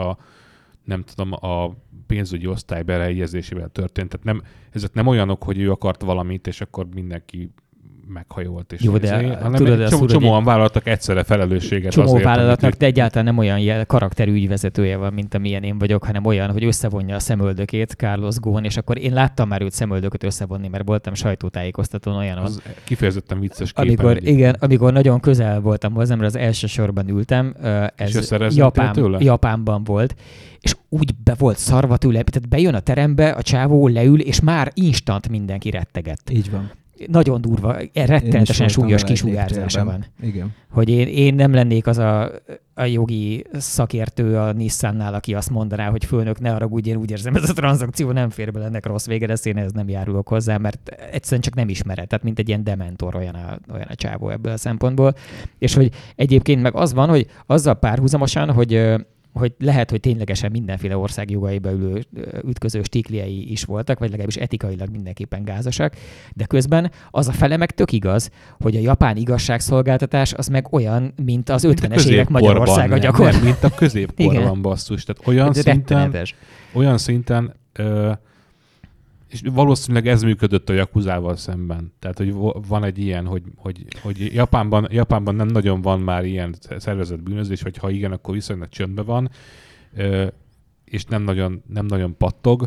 a pénzügyi osztály belehelyezésével történt. Tehát ezek nem olyanok, hogy ő akart valamit, és akkor mindenki meghajolt. És jó, de tudod, csomóan vállaltak egyszerre felelősséget. Csomó vállalatnak, de egyáltalán nem olyan karakterű ügyvezetője van, mint amilyen én vagyok, hanem olyan, hogy összevonja a szemöldökét Carlos Ghosn, és akkor én láttam már őt szemöldököt összevonni, mert voltam sajtótájékoztatón olyanon. Az kifejezetten vicces képen. Amikor nagyon közel voltam hozzá, mert az első sorban ültem, ez Japánban volt, és úgy be volt szarva tőle, tehát bejön a terembe, a csávó leül, és már instant mindenki rettegett. Így van. Nagyon durva, rettenetesen súlyos kisugárzása van. Igen. Hogy én nem lennék az a jogi szakértő a Nissannál, aki azt mondaná, hogy főnök, ne haragudj, én úgy érzem, ez a tranzakció nem fér bele, ennek rossz vége lesz, én ehhez nem járulok hozzá, mert egyszerűen csak nem ismered, tehát mint egy ilyen dementor olyan a csávó ebből a szempontból. És hogy egyébként meg az van, hogy azzal párhuzamosan, hogy lehet, hogy ténylegesen mindenféle ország jogaiba ülő ütköző stikliei is voltak, vagy legalábbis etikailag mindenképpen gázosak, de közben az a fele meg tök igaz, hogy a japán igazságszolgáltatás az meg olyan, mint az 50-es évek Magyarországa gyakorlatilag. Mint a középkorban basszus. Tehát olyan szinten és valószínűleg ez működött a Yakuzával szemben. Tehát, hogy van egy ilyen, hogy Japánban nem nagyon van már ilyen szervezett bűnözés, vagy ha igen, akkor viszonylag csöndben van, és nem nagyon pattog.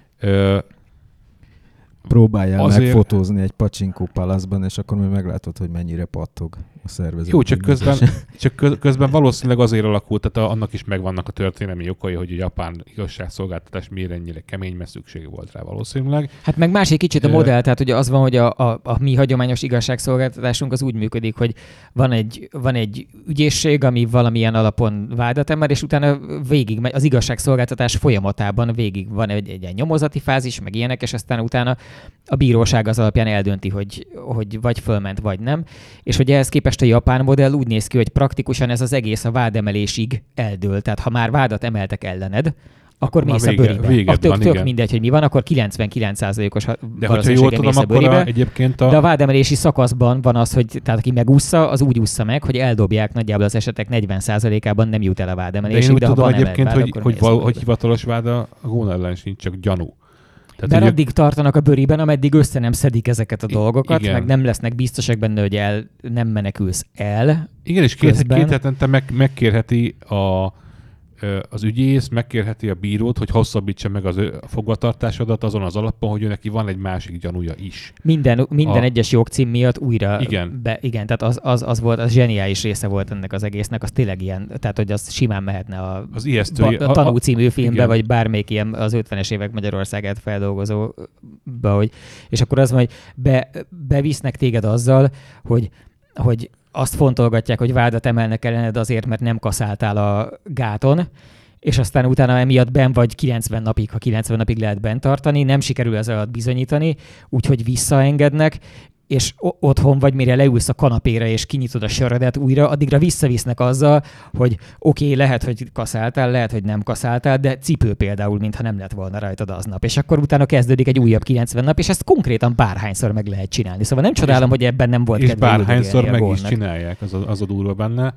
Próbáljál megfotózni egy Pachinko Palace-ban, és akkor majd meglátod, hogy mennyire pattog a szervezet. Jó, csak közben valószínűleg azért alakult, tehát annak is megvannak a történelmi okai, hogy a japán igazságszolgáltatás miért ennyire kemény, mert szükség volt rá valószínűleg. Hát meg másik kicsit a modell, tehát ugye az van, hogy a mi hagyományos igazságszolgáltatásunk az úgy működik, hogy van egy ügyészség, ami valamilyen alapon vádat emel, és utána végig megy az igazságszolgáltatás folyamatában végig van egy nyomozati fázis, meg ilyenek, és aztán utána a bíróság az alapján eldönti, hogy vagy fölment, vagy nem. És hogy ehhez képest a japán modell úgy néz ki, hogy praktikusan ez az egész a vádemelésig eldől. Tehát ha már vádat emeltek ellened, akkor mész a bőribe. Tök mindegy, hogy mi van, akkor 99%-os valószínűséggel mész a bőribe. De a vádemelési szakaszban van az, hogy tehát aki megúszza, az úgy ússza meg, hogy eldobják nagyjából az esetek 40%-ában nem jut el a vádemelésig. De én úgy tudom egyébként, hogy hivatalos vád a Ghosn ellen sincs, csak gyanú. Tehát, de addig tartanak a bőriben, ameddig össze nem szedik ezeket a dolgokat, igen. Meg nem lesznek biztosak benne, hogy nem menekülsz el. Igen, és két hetente megkérheti az ügyész megkérheti a bírót, hogy hosszabbítsa meg a fogvatartásodat azon az alapon, hogy ő neki van egy másik gyanúja is. Minden egyes jogcím miatt újra... Igen. Igen, tehát az volt, az zseniális része volt ennek az egésznek, az tényleg ilyen, tehát hogy az simán mehetne a Tanú című filmbe, igen. Vagy bármelyik ilyen az 50-es évek Magyarországát feldolgozóba, hogy, és akkor az majd bevisznek téged azzal, hogy azt fontolgatják, hogy vádat emelnek ellened azért, mert nem kaszáltál a gáton, és aztán utána emiatt benn vagy 90 napig, ha 90 napig lehet bent tartani, nem sikerül ez alatt bizonyítani, úgyhogy visszaengednek, és otthon vagy, mire leülsz a kanapére, és kinyitod a sörödet újra, addigra visszavisznek azzal, hogy oké, lehet, hogy kaszáltál, lehet, hogy nem kaszáltál, de cipő például, mintha nem lett volna rajtad aznap. És akkor utána kezdődik egy újabb 90 nap, és ezt konkrétan bárhányszor meg lehet csinálni. Szóval nem csodálom, hogy ebben nem volt kedve. És bárhányszor meg is csinálják, az a durva benne.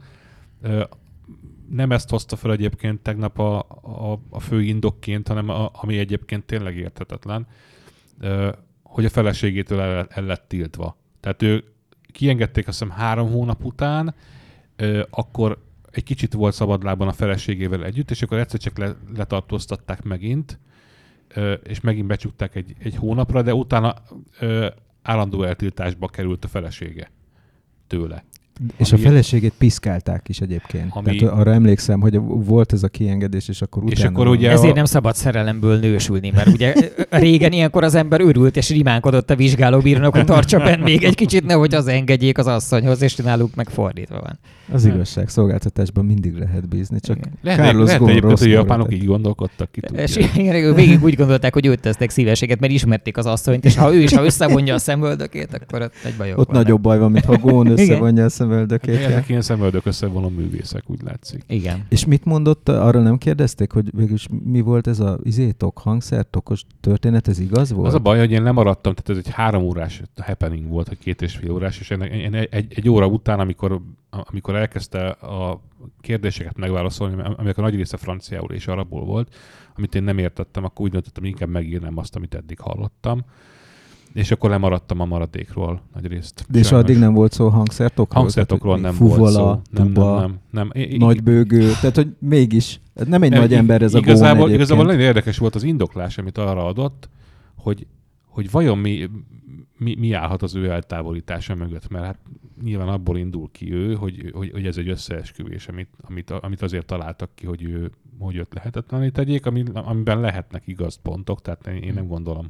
Nem ezt hozta fel egyébként tegnap a fő indokként, hanem ami egyébként tényleg érthetetlen, hogy a feleségétől el lett tiltva. Tehát ő kiengedték azt hiszem 3 hónap után, akkor egy kicsit volt szabadlábban a feleségével együtt, és akkor egyszer csak letartóztatták megint, és megint becsukták egy hónapra, de utána állandó eltiltásba került a felesége tőle. És a feleségét piszkálták is egyébként. Tehát arra emlékszem, hogy volt ez a kiengedés, és akkor utána... És akkor ugye ezért nem szabad szerelemből nősülni, mert ugye régen ilyenkor az ember örült, és rimánkodott a vizsgálóbírónak, hogy tartsa benne még egy kicsit, nehogy az engedjék az asszonyhoz, és náluk meg fordítva van. Az igazságszolgáltatásban mindig lehet bízni, csak Carlos Ghosn rossz. Hogy a japánok így gondolkodtak ki. És végig úgy gondolták, hogy őt tesznek szívességet, mert ismerték az asszonyt, és ha ő is összevonja a szemöldökét, akkor ott egy bajok ott nagyobb baj van, mint ha Ghosn összevonja a szemöldökét. Ezek ilyen szemöldök összevonó művészek, úgy látszik. Igen. És mit mondott, arra nem kérdezték, hogy végülis mi volt ez a hangszertokos történet, ez igaz volt? Az a baj, hogy én lemaradtam, tehát ez egy 3 órás happening volt, vagy 2,5 órás, és egy óra után, amikor elkezdte a kérdéseket megválaszolni, aminek a nagy része franciául és arabul volt, amit én nem értettem, akkor úgy döntöttem, hogy inkább megírnám azt, amit eddig hallottam. És akkor lemaradtam a maradékról nagy részt. De és addig nem volt szó hangszertokról? Hangszertokról nem volt szó. Nem. Nagybőgő, tehát hogy mégis, nem egy nagy ember ez a Ghosn egyébként. Igazából nagyon érdekes volt az indoklás, amit arra adott, hogy vajon mi állhat az ő eltávolítása mögött, mert hát nyilván abból indul ki ő, hogy ez egy összeesküvés, amit azért találtak ki, hogy őt lehetetlenné tegyék, amiben lehetnek igaz pontok, tehát én nem gondolom,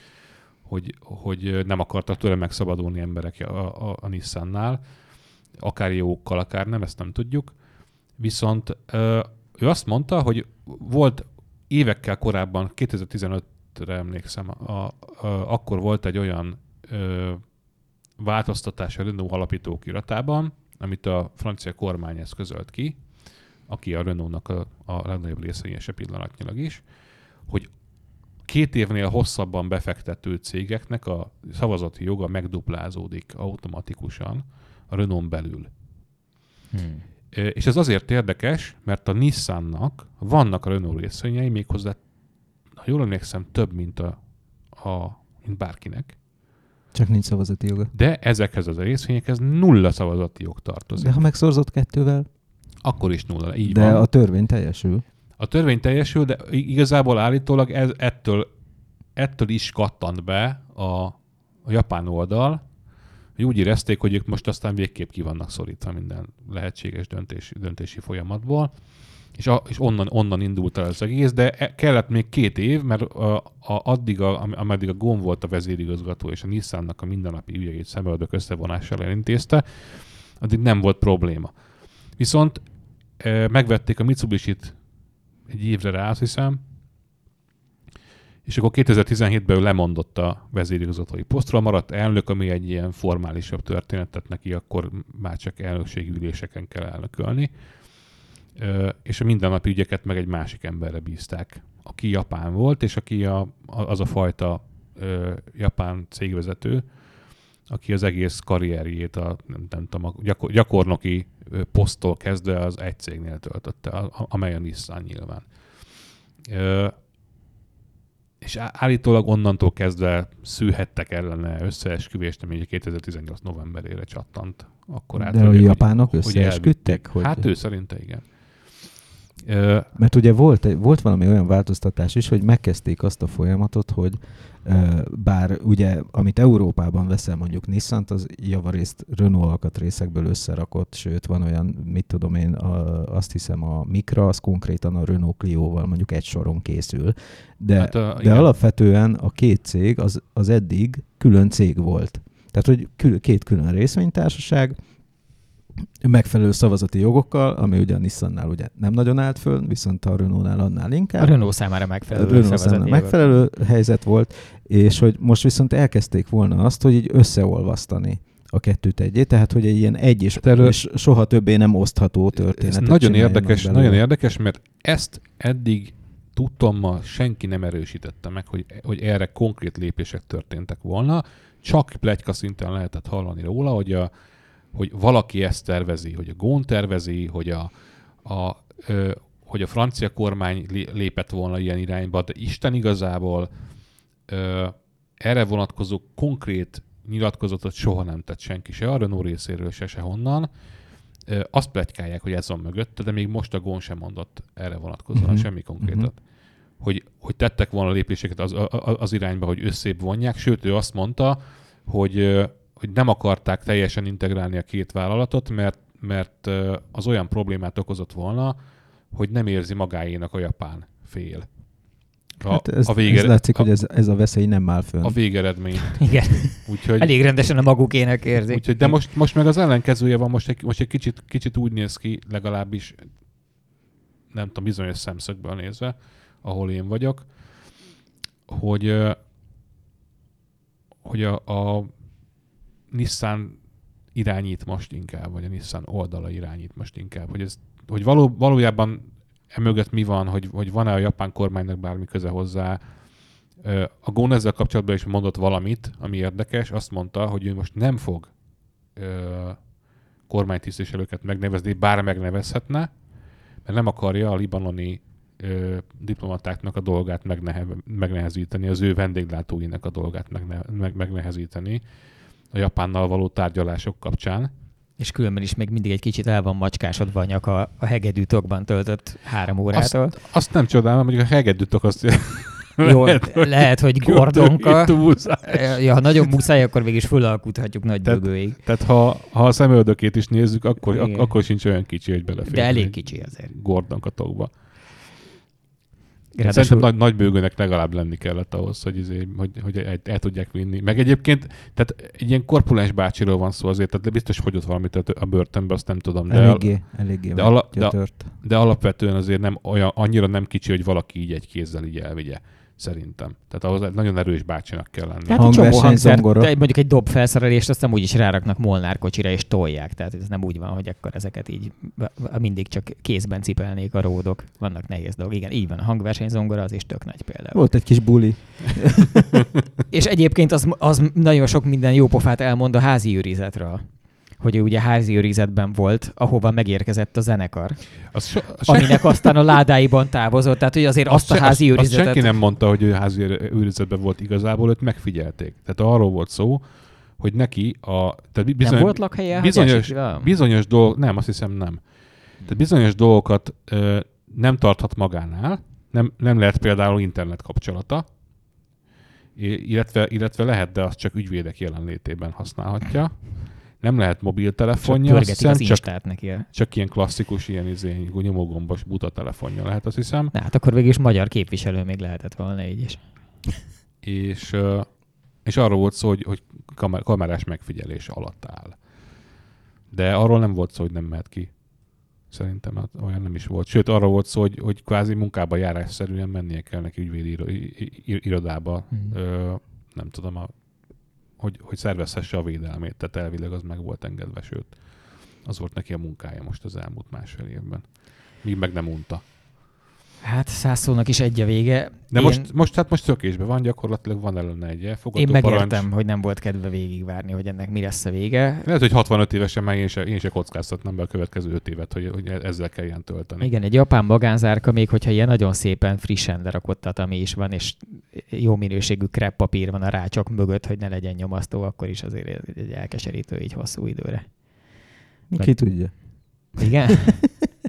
hogy nem akartak tőle megszabadulni emberek a Nissannál, akár jókkal, akár nem, ezt nem tudjuk. Viszont ő azt mondta, hogy volt évekkel korábban, 2015-re emlékszem, akkor volt egy olyan változtatás a Renault alapítókiratában, amit a francia kormány eszközölt ki, aki a Renault-nak a legnagyobb részvényese pillanatnyilag is, hogy 2 évnél hosszabban befektető cégeknek a szavazati joga megduplázódik automatikusan a Renault belül. És ez azért érdekes, mert a Nissannak vannak a Renault részvényei, méghozzá, ha jól emlékszem, több, mint mint bárkinek. Csak nincs szavazati joga. De ezekhez az részvényekhez 0 szavazati jog tartozik. De ha megszorzott 2-vel? Akkor is 0. Így de van. A törvény teljesül. A törvény teljesül, de igazából állítólag ettől is kattant be a japán oldal, hogy úgy érezték, hogy ők most aztán végképp ki vannak szorítva minden lehetséges döntési folyamatból, és onnan indult el az egész, de kellett még 2 év, mert ameddig a Ghosn volt a vezérigazgató, és a Nissannak a mindennapi ügyeit szemöldök összevonással elintézte, addig nem volt probléma. Viszont megvették a Mitsubisit egy évre rá, azt hiszem, és akkor 2017-ben ő lemondott a vezérigazgatói posztról, maradt elnök, ami egy ilyen formálisabb történet, tehát neki akkor már csak elnökségi üléseken kell elnökölni, és a mindennapi ügyeket meg egy másik emberre bízták, aki japán volt, és aki az a fajta japán cégvezető, aki az egész karrierjét nem tudom, a gyakornoki poszttól kezdve az egy cégnél töltötte, amely a Nissan nyilván. És állítólag onnantól kezdve szűhettek ellene összeesküvést, ami 2018 novemberére csattant. Akkor de a japánok összeesküdtek? Hát ő szerinte igen. Mert ugye volt valami olyan változtatás is, hogy megkezdték azt a folyamatot, hogy bár ugye, amit Európában veszel mondjuk Nissant, az javarészt Renault alkatrészekből összerakott, sőt van olyan, mit tudom én, azt hiszem a Micra, az konkrétan a Renault Clio-val mondjuk egy soron készül. De alapvetően a két cég az eddig külön cég volt. Tehát, hogy két külön részvénytársaság, megfelelő szavazati jogokkal, ami ugye a Nissannál ugye nem nagyon állt föl, viszont a Renault-nál annál inkább. A Renault számára megfelelő helyzet volt, és hogy most viszont elkezdték volna azt, hogy így összeolvasztani a kettőt egyé, tehát hogy egy ilyen és soha többé nem osztható történet. Ez nagyon érdekes, mert ezt eddig tudtommal senki nem erősítette meg, hogy erre konkrét lépések történtek volna, csak pletyka szinten lehetett hallani róla, hogy valaki ezt tervezi, hogy a Ghosn tervezi, hogy a francia kormány lépett volna ilyen irányba, de Isten igazából erre vonatkozó konkrét nyilatkozatot soha nem tett senki, se a Renault részéről, se honnan. Azt pletykálják, hogy ez van mögötte, de még most a Ghosn sem mondott erre vonatkozóan semmi konkrétat. Hogy tettek volna lépéseket az irányba, hogy összébb vonják, sőt ő azt mondta, hogy nem akarták teljesen integrálni a két vállalatot, mert az olyan problémát okozott volna, hogy nem érzi magáénak a japán fél. Ez látszik, hogy ez a veszély nem áll fönn. A végeredmény. Igen. Úgyhogy, elég rendesen a magukének érzik. Úgyhogy, de most meg az ellenkezője van, most egy kicsit úgy néz ki, legalábbis nem tudom, bizonyos szemszögből nézve, ahol én vagyok, hogy a Nissan irányít most inkább, vagy a Nissan oldala irányít most inkább. Hogy valójában emögött mi van, hogy van-e a japán kormánynak bármi köze hozzá. A Ghosn ezzel kapcsolatban is mondott valamit, ami érdekes. Azt mondta, hogy ő most nem fog kormánytisztviselőket megnevezni, bár megnevezhetne, mert nem akarja a libanoni diplomatáknak a dolgát megnehezíteni, az ő vendéglátóinak a dolgát megnehezíteni a Japánnal való tárgyalások kapcsán. És különben is még mindig egy kicsit el van macskásodva a nyaka a hegedűtokban töltött 3 órától. Azt nem csodálom, mondjuk a hegedűtok azt... Jó, lehet, hogy Gordonka. Ha nagyon muszáj, akkor végig is fölalkuthatjuk nagy bögőig. Tehát ha a szemöldökét is nézzük, akkor sincs olyan kicsi, hogy belefér. De elég kicsi azért. Gordonka tokba. Szerintem nagy bőgőnek legalább lenni kellett ahhoz, hogy el tudják vinni. Meg egyébként, tehát egy ilyen korpulens bácsiról van szó azért, tehát biztos fogyott valamit a börtönbe, azt nem tudom. Eléggé de alapvetően azért nem annyira nem kicsi, hogy valaki így egy kézzel így elvigye. Szerintem. Tehát ahhoz nagyon erős bácsinak kell lenni. Hát hangversenyzongora. Mondjuk egy dobfelszerelést azt nem úgyis ráraknak Molnár kocsira és tolják. Tehát ez nem úgy van, hogy akkor ezeket így mindig csak kézben cipelnék a ródok. Vannak nehéz dolgok. Igen, így van. A hangversenyzongora az is tök nagy például. Volt egy kis buli. És egyébként az nagyon sok minden jó pofát elmond a házi őrizetről. Hogy ő ugye házi őrizetben volt, ahova megérkezett a zenekar. Aminek aztán a ládáiban távozott. Tehát, hogy azért azt a házi őrizetet... Azt senki nem mondta, hogy ő házi őrizetben volt igazából, őt megfigyelték. Tehát arról volt szó, hogy neki nem volt lakhelye? Bizonyos dolgok... Nem, azt hiszem nem. Tehát bizonyos dolgokat nem tarthat magánál. Nem lehet például internet kapcsolata, illetve lehet, de azt csak ügyvédek jelenlétében használhatja. Nem lehet mobiltelefonja, csak ilyen klasszikus, ilyen nyomógombos buta telefonja lehet, azt hiszem. Hát akkor végig is magyar képviselő még lehetett volna így is. És arról volt szó, hogy kamerás megfigyelés alatt áll. De arról nem volt szó, hogy nem mehet ki. Szerintem olyan nem is volt. Sőt, arról volt szó, hogy kvázi munkába járásszerűen mennie kell neki ügyvédi irodába. Nem tudom, hogy szervezhesse a védelmét, tehát elvileg az meg volt engedve, sőt, az volt neki a munkája most az elmúlt 1,5 évben. Míg meg nem unta. Hát 100 szónak is egy a vége. De most szökésben van, gyakorlatilag van ellene egy elfogadó parancs. Én megértem, hogy nem volt kedve végigvárni, hogy ennek mi lesz a vége. Lehet, hogy 65 évesen már én se kockáztatnám be a következő 5 évet, hogy ezzel kelljen tölteni. Igen, egy japán magánzárka, még hogyha ilyen nagyon szépen frissen lerakottat, ami is van, és jó minőségű kreppapír van a rácsok mögött, hogy ne legyen nyomasztó, akkor is azért egy elkeserítő így hosszú időre. Ki tudja. Igen?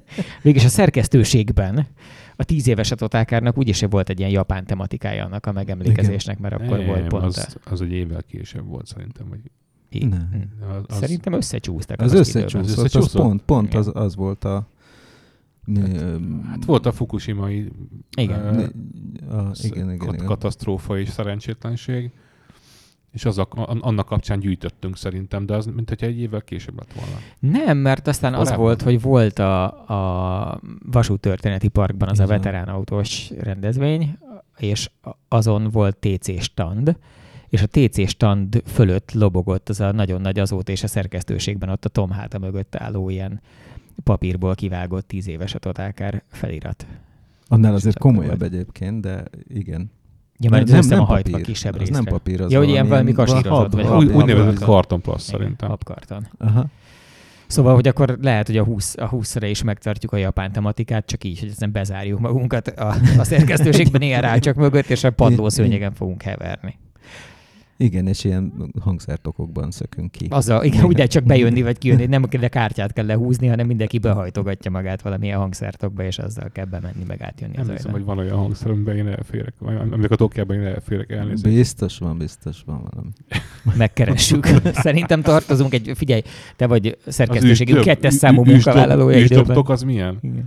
Végülis a szerkesztőségben a 10 éves a Totalkárnak úgyis volt egy ilyen japán tematikája annak a megemlékezésnek, mert akkor volt pont. Az egy évvel később volt szerintem, vagy szerintem összecsúsztak. Az összecsúszott, pont az volt a... Hát volt a fukushimai igen. katasztrófa és szerencsétlenség, és annak kapcsán gyűjtöttünk szerintem, de az, mint hogyha egy évvel később lett volna. Nem, mert aztán korábban az volt, hogy volt a vasúttörténeti parkban az a veteránautós rendezvény, és azon volt TC stand, és a TC stand fölött lobogott az a nagyon nagy azóta, és a szerkesztőségben ott a Tom háta mögött álló ilyen papírból kivágott 10 éves a Totalkár felirat. Annál azért komolyabb egyébként, de igen. Ja, mert nem a hajtva kisebb részre. Nem papír, az hogy ilyen valami kasírozott. Úgynevezett kartonplassz szerintem. Habkarton. Aha. Szóval, hogy akkor lehet, hogy a 20-ra is megtartjuk a japán tematikát, csak így, hogy ezen bezárjuk magunkat a szerkesztőségben ilyen rácsak mögött, és a padlószőnyegen fogunk heverni. Igen, és ilyen hangszertokokban szökünk ki. Igen, úgy lehet csak bejönni vagy kijönni, nem kell kártyát kell lehúzni, hanem mindenki behajtogatja magát valamilyen hangszertokba, és azzal kell bemenni, meg átjönni az ajtón. Nem hiszem, hogy van olyan hangszer, amiben én elférek, amikor a Tokiában én elférek elnézést. Biztos van valami. Megkeressük. Szerintem tartozunk figyelj, te vagy szerkesztőségünk 2. számú munkavállalója időben. Üsdobtok az milyen? Igen.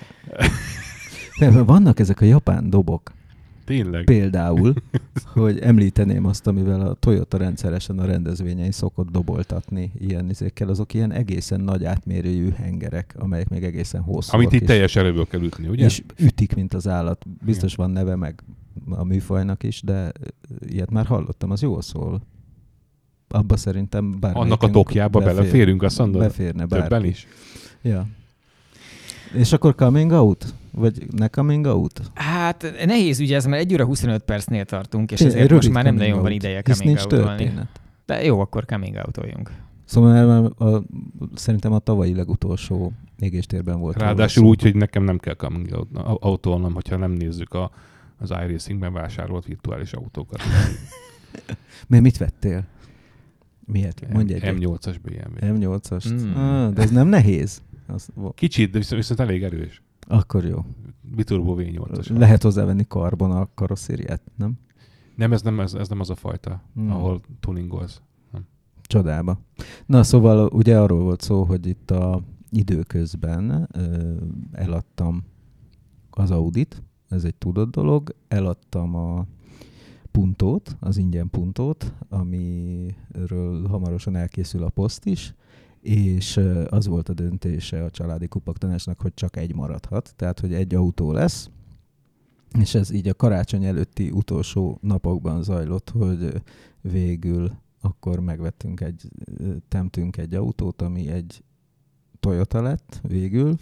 Vannak ezek a japán dobok. Tényleg? Például, hogy említeném azt, amivel a Toyota rendszeresen a rendezvényei szokott doboltatni ilyen izékkel, azok ilyen egészen nagy átmérőjű hengerek, amelyek még egészen hosszúak. Amit itt teljes erőből kell ütni, ugye? És ütik, mint az állat. Biztos van neve meg a műfajnak is, de ilyet már hallottam, az jól szól. Abba szerintem annak a Tokjába beleférünk, azt mondod? Beférne bárki. Többen is? Ja. És akkor coming out? Vagy ne coming out? Hát nehéz ügy ez, mert 1 óra 25 percnél tartunk, és ezért most már nem nagyon van ideje coming out-olni. De jó, akkor coming out-oljunk. Szóval szerintem a tavalyi legutolsó égéstérben volt. Ráadásul úgy, hogy nekem nem kell coming out-olnom, hogyha nem nézzük az iRacingben vásárolt virtuális autókat. Mert mit vettél? Miért? Mondj egy. M8-as BMW. M8-as. De ez nem nehéz. Kicsit, de viszont elég erős. Akkor jó. Biturbo V8-as. Lehet hozzávenni karbon a karosszériát, nem? Nem, ez nem az a fajta, ahol tuningolsz. Csodába. Na, szóval ugye arról volt szó, hogy itt a időközben eladtam az Audit, ez egy tudott dolog, eladtam a Puntót, az ingyen Puntót, amiről hamarosan elkészül a poszt is, és az volt a döntése a családi kupaktanácsnak, hogy csak egy maradhat, tehát hogy egy autó lesz, és ez így a karácsony előtti utolsó napokban zajlott, hogy végül akkor temtünk egy autót, ami egy Toyota lett végül.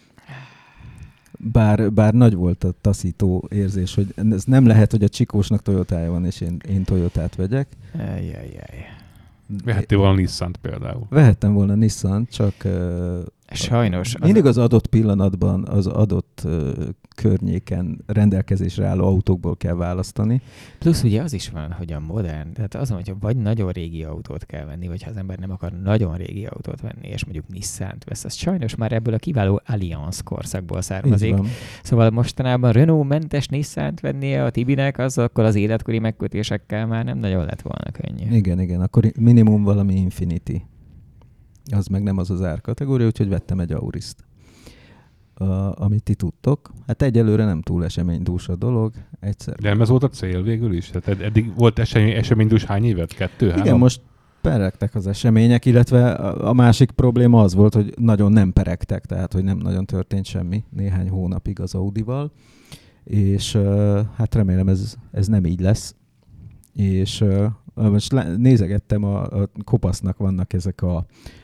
Bár nagy volt a taszító érzés, hogy ez nem lehet, hogy a Csikósnak Toyotája van, és én Toyotát vegyek. Vehettél volna Nissant például. Vehettem volna Nissant, csak sajnos. Mindig az adott pillanatban az adott környéken rendelkezésre álló autókból kell választani. Plusz ugye az is van, hogy a modern, tehát az, hogyha vagy nagyon régi autót kell venni, vagy ha az ember nem akar nagyon régi autót venni, és mondjuk Nissant vesz, az sajnos már ebből a kiváló Allianz korszakból származik. Szóval mostanában Renault-mentes Nissant vennie a Tibinek, az akkor az életkori megkötésekkel már nem nagyon lett volna könnyű. Igen, akkor minimum valami Infiniti. Az meg nem az árkategória, úgyhogy vettem egy Aurist. Amit ti tudtok. Hát egyelőre nem túl eseménydús a dolog. Egyszer. De nem ez volt a cél végül is? Tehát eddig volt eseménydús hány évet? 2-3? Igen, most peregtek az események, illetve a másik probléma az volt, hogy nagyon nem peregtek, tehát hogy nem nagyon történt semmi néhány hónapig az Audival, és hát remélem ez nem így lesz. És most nézegettem, a Kopasznak vannak ezek a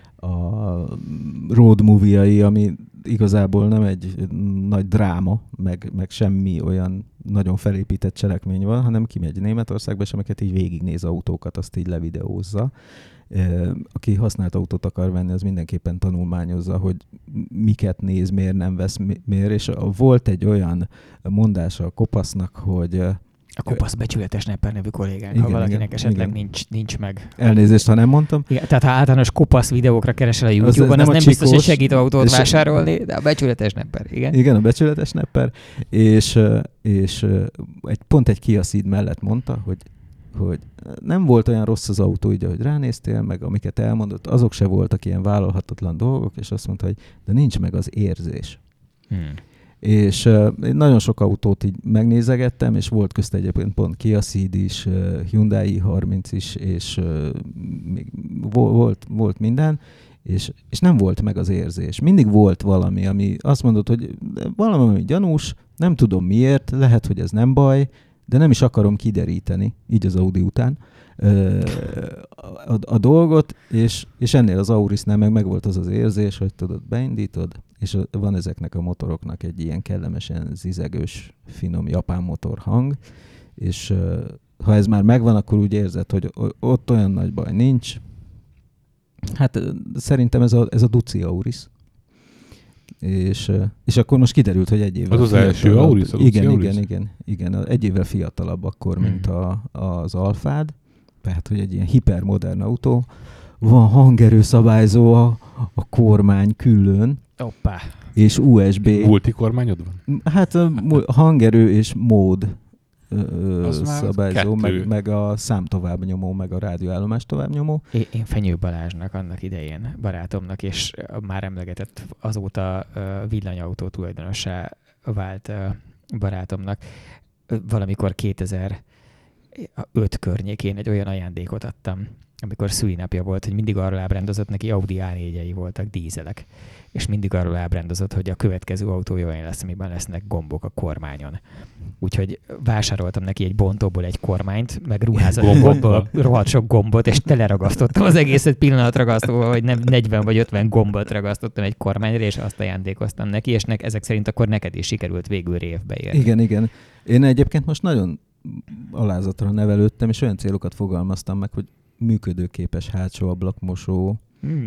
road movie-ai, ami igazából nem egy nagy dráma, meg semmi olyan nagyon felépített cselekmény van, hanem kimegy Németországba, és amiket így végignéz autókat, azt így levideózza. Aki használt autót akar venni, az mindenképpen tanulmányozza, hogy miket néz, miért nem vesz, miért. És volt egy olyan mondása a Kopasznak, hogy A kopasz becsületes Nepper nevű kollégánk, igen, ha valakinek esetleg nincs meg. Elnézést, ha nem mondtam. Igen, tehát ha általános kopasz videókat keresel a YouTube-on, az nem biztos, hogy segít autót vásárolni, de a becsületes Nepper, igen. Igen, a becsületes Nepper, és pont egy Kia Ceed mellett mondta, hogy nem volt olyan rossz az autó, így, ahogy ránéztél, meg amiket elmondott, azok se voltak ilyen vállalhatatlan dolgok, és azt mondta, hogy de nincs meg az érzés. És nagyon sok autót így megnézegettem, és volt közt egyébként pont Kia Ceed is, Hyundai i30 is, és még volt minden, és nem volt meg az érzés. Mindig volt valami, ami azt mondod, hogy valami gyanús, nem tudom miért, lehet, hogy ez nem baj, de nem is akarom kideríteni, így az Audi után, a dolgot, és ennél az Aurisnál meg volt az érzés, hogy tudod, beindítod, és van ezeknek a motoroknak egy ilyen kellemesen zizegős, finom japán motor hang, és ha ez már megvan, akkor úgy érzed, hogy ott olyan nagy baj nincs. Hát szerintem ez a Duci Auris. És akkor most kiderült, hogy egy évvel az első Auris? Igen, egy évvel fiatalabb akkor, mint az Alfád. Tehát, hogy egy ilyen hipermodern autó. Van hangerő szabályzó a kormány külön. Hoppá. És USB. Multikormányod van? Hát hangerő és mód szabályzó, meg a számtovábbnyomó, meg a rádióállomás továbbnyomó. Én Fenyő Balázsnak annak idején, barátomnak, és már emlegetett azóta villanyautó tulajdonossá vált barátomnak. Valamikor 2005 környékén egy olyan ajándékot adtam, amikor szülinapja volt, hogy mindig arról ábrándozott, neki Audi A4-ei voltak, dízelek, és mindig arról ábrándozott, hogy a következő autója olyan lesz, amiben lesznek gombok a kormányon. Úgyhogy vásároltam neki egy bontóból egy kormányt, meg ruházatból rohadt sok gombot, és teleragasztottam az egészet pillanatragasztóval, hogy nem 40 vagy 50 gombot ragasztottam egy kormányra, és azt ajándékoztam neki, és ezek szerint akkor neked is sikerült végül révbe érni. Igen. Én egyébként most nagyon alázatra nevelődtem, és olyan célokat fogalmaztam meg, hogy működőképes hátsó ablakmosó.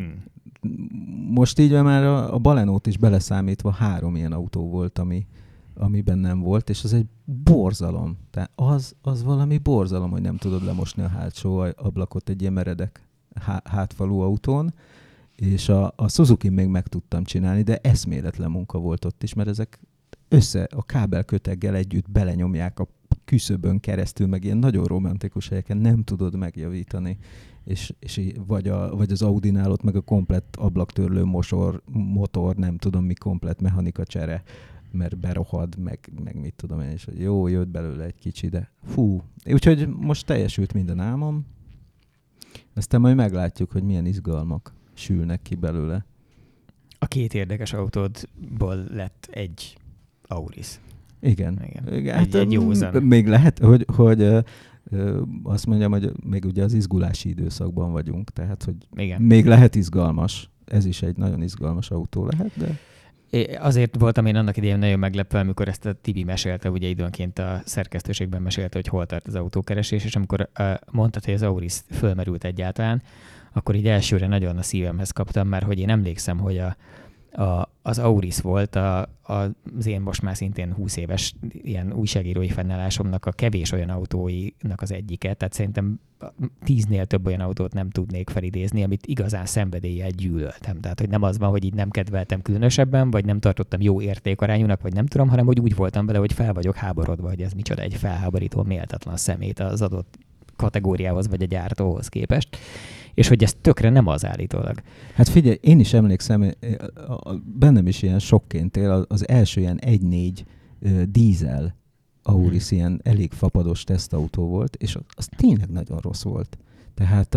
Most így már a Balenót is beleszámítva 3 ilyen autó volt, amiben nem volt, és az egy borzalom. Tehát az valami borzalom, hogy nem tudod lemosni a hátsó ablakot egy ilyen meredek hátfalú autón, és a Suzuki még meg tudtam csinálni, de eszméletlen munka volt ott is, mert ezek a kábelköteggel együtt belenyomják a küszöbön keresztül, meg ilyen nagyon romantikus helyeken nem tudod megjavítani, és vagy az Audinál ott meg a komplett ablaktörlő motor, nem tudom mi, komplett mechanika csere, mert berohad, meg mit tudom én, és hogy jó, jött belőle egy kicsi, de fú. Úgyhogy most teljesült minden álmom, aztán majd meglátjuk, hogy milyen izgalmak sülnek ki belőle. A 2 érdekes autódból lett egy Auris. Igen. Hát, egy józan. Még lehet, hogy azt mondjam, hogy még ugye az izgulási időszakban vagyunk, tehát, hogy igen. Még lehet izgalmas. Ez is egy nagyon izgalmas autó lehet, de... Azért voltam én annak idején nagyon meglepve, amikor ezt a Tibi mesélte, ugye időnként a szerkesztőségben mesélte, hogy hol tart az autókeresés, és amikor mondtad, hogy az Auris fölmerült egyáltalán, akkor így elsőre nagyon a szívemhez kaptam, mert hogy én emlékszem, hogy az Auris volt az én most már szintén 20 éves ilyen újságírói fennállásomnak a kevés olyan autóinak az egyike, tehát szerintem 10-nél több olyan autót nem tudnék felidézni, amit igazán szenvedéllyel gyűlöltem. Tehát, hogy nem az van, hogy így nem kedveltem különösebben, vagy nem tartottam jó értékarányúnak, vagy nem tudom, hanem hogy úgy voltam vele, hogy fel vagyok háborodva, hogy ez micsoda egy felháborító, méltatlan szemét az adott kategóriához, vagy a gyártóhoz képest, és hogy ez tökre nem az állítólag. Hát figyelj, én is emlékszem, bennem is ilyen sokként él, az első ilyen 1.4 dízel Auris ilyen elég fapados tesztautó volt, és az tényleg nagyon rossz volt. Tehát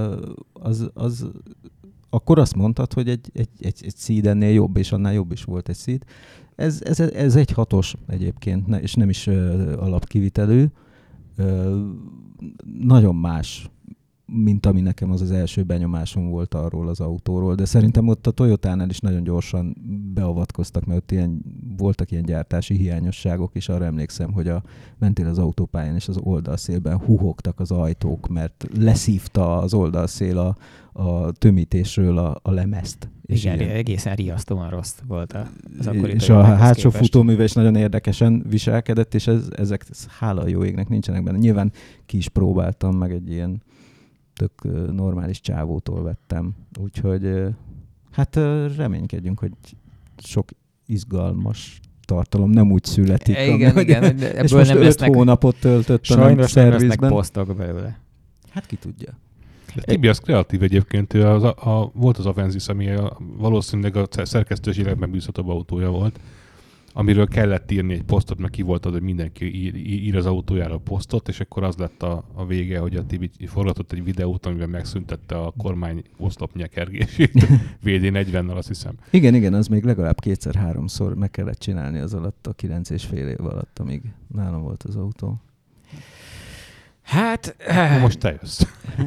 akkor azt mondtad, hogy egy Ceed ennél jobb, és annál jobb is volt egy Ceed. Ez egy 6-os egyébként, és nem is alapkivitelű. Nagyon más mint ami nekem az első benyomásom volt arról az autóról. De szerintem ott a Toyotánál is nagyon gyorsan beavatkoztak, mert ott voltak ilyen gyártási hiányosságok, és arra emlékszem, hogy mentél az autópályán, és az oldalszélben huhogtak az ajtók, mert leszívta az oldalszél a tömítésről a lemezt. Igen, egészen riasztóan rossz volt az akkori. És a hátsó futóműve is nagyon érdekesen viselkedett, és ezek hála a jó égnek nincsenek benne. Nyilván ki is próbáltam, meg egy ilyen tök normális csávótól vettem. Úgyhogy hát reménykedjünk, hogy sok izgalmas tartalom nem úgy születik. Igen, és most nem 5 hónapot töltöttem sajnos nem lesznek posztok belőle. Hát ki tudja. De Tibi az kreatív egyébként. Volt az Avensis, ami valószínűleg a szerkesztős életben bízhatóbb autója volt, amiről kellett írni egy posztot, mert ki volt az, hogy mindenki ír az autójára a posztot, és akkor az lett a vége, hogy a Tibi forgatott egy videót, amiben megszüntette a kormány oszlop nyekergését VD40-nel, azt hiszem. Igen, az még legalább 2-3-szor meg kellett csinálni az alatt a 9,5 év alatt, amíg nálam volt az autó. Hát... Most te jössz.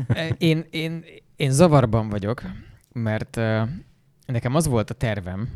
Én zavarban vagyok, mert nekem az volt a tervem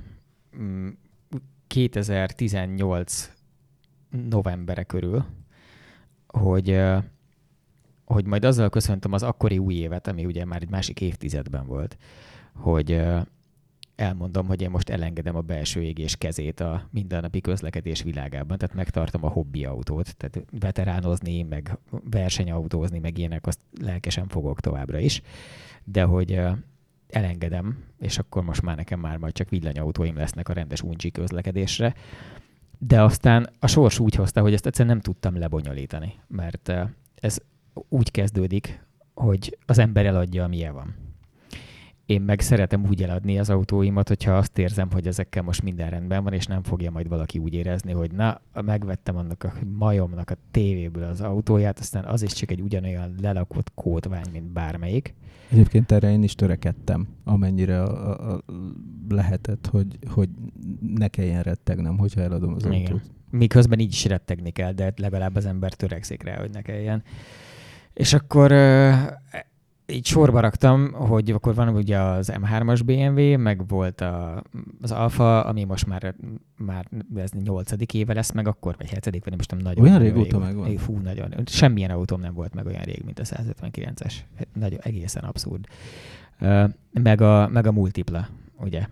2018 novembere körül, hogy majd azzal köszöntöm az akkori új évet, ami ugye már egy másik évtizedben volt, hogy elmondom, hogy én most elengedem a belső égés kezét a mindennapi közlekedés világában, tehát megtartom a hobbi autót, tehát veteránozni, meg versenyautózni, meg ilyenek, azt lelkesen fogok továbbra is, de hogy elengedem, és akkor most már nekem majd csak villanyautóim lesznek a rendes uncsi közlekedésre, de aztán a sors úgy hozta, hogy ezt egyszerűen nem tudtam lebonyolítani, mert ez úgy kezdődik, hogy az ember eladja, amilyen van. Én meg szeretem úgy eladni az autóimat, hogyha azt érzem, hogy ezekkel most minden rendben van, és nem fogja majd valaki úgy érezni, hogy na, megvettem annak a majomnak a tévéből az autóját, aztán az is csak egy ugyanolyan lelakott kódvány, mint bármelyik. Egyébként erre én is törekedtem, amennyire lehetett, hogy ne kelljen rettegnem, hogyha eladom az autót. Miközben így is rettegni kell, de legalább az ember törekszik rá, hogy ne kelljen. És akkor így sorba raktam, hogy akkor van ugye az M3-as BMW, meg volt az Alfa, ami most már ez 8. éve lesz meg akkor, vagy 7. vagy nem is tudom, nagyon. Olyan régóta megvan? Fú, nagyon. Semmilyen autóm nem volt meg olyan rég, mint a 159-es. Nagyon, egészen abszurd. Meg a Multipla, ugye,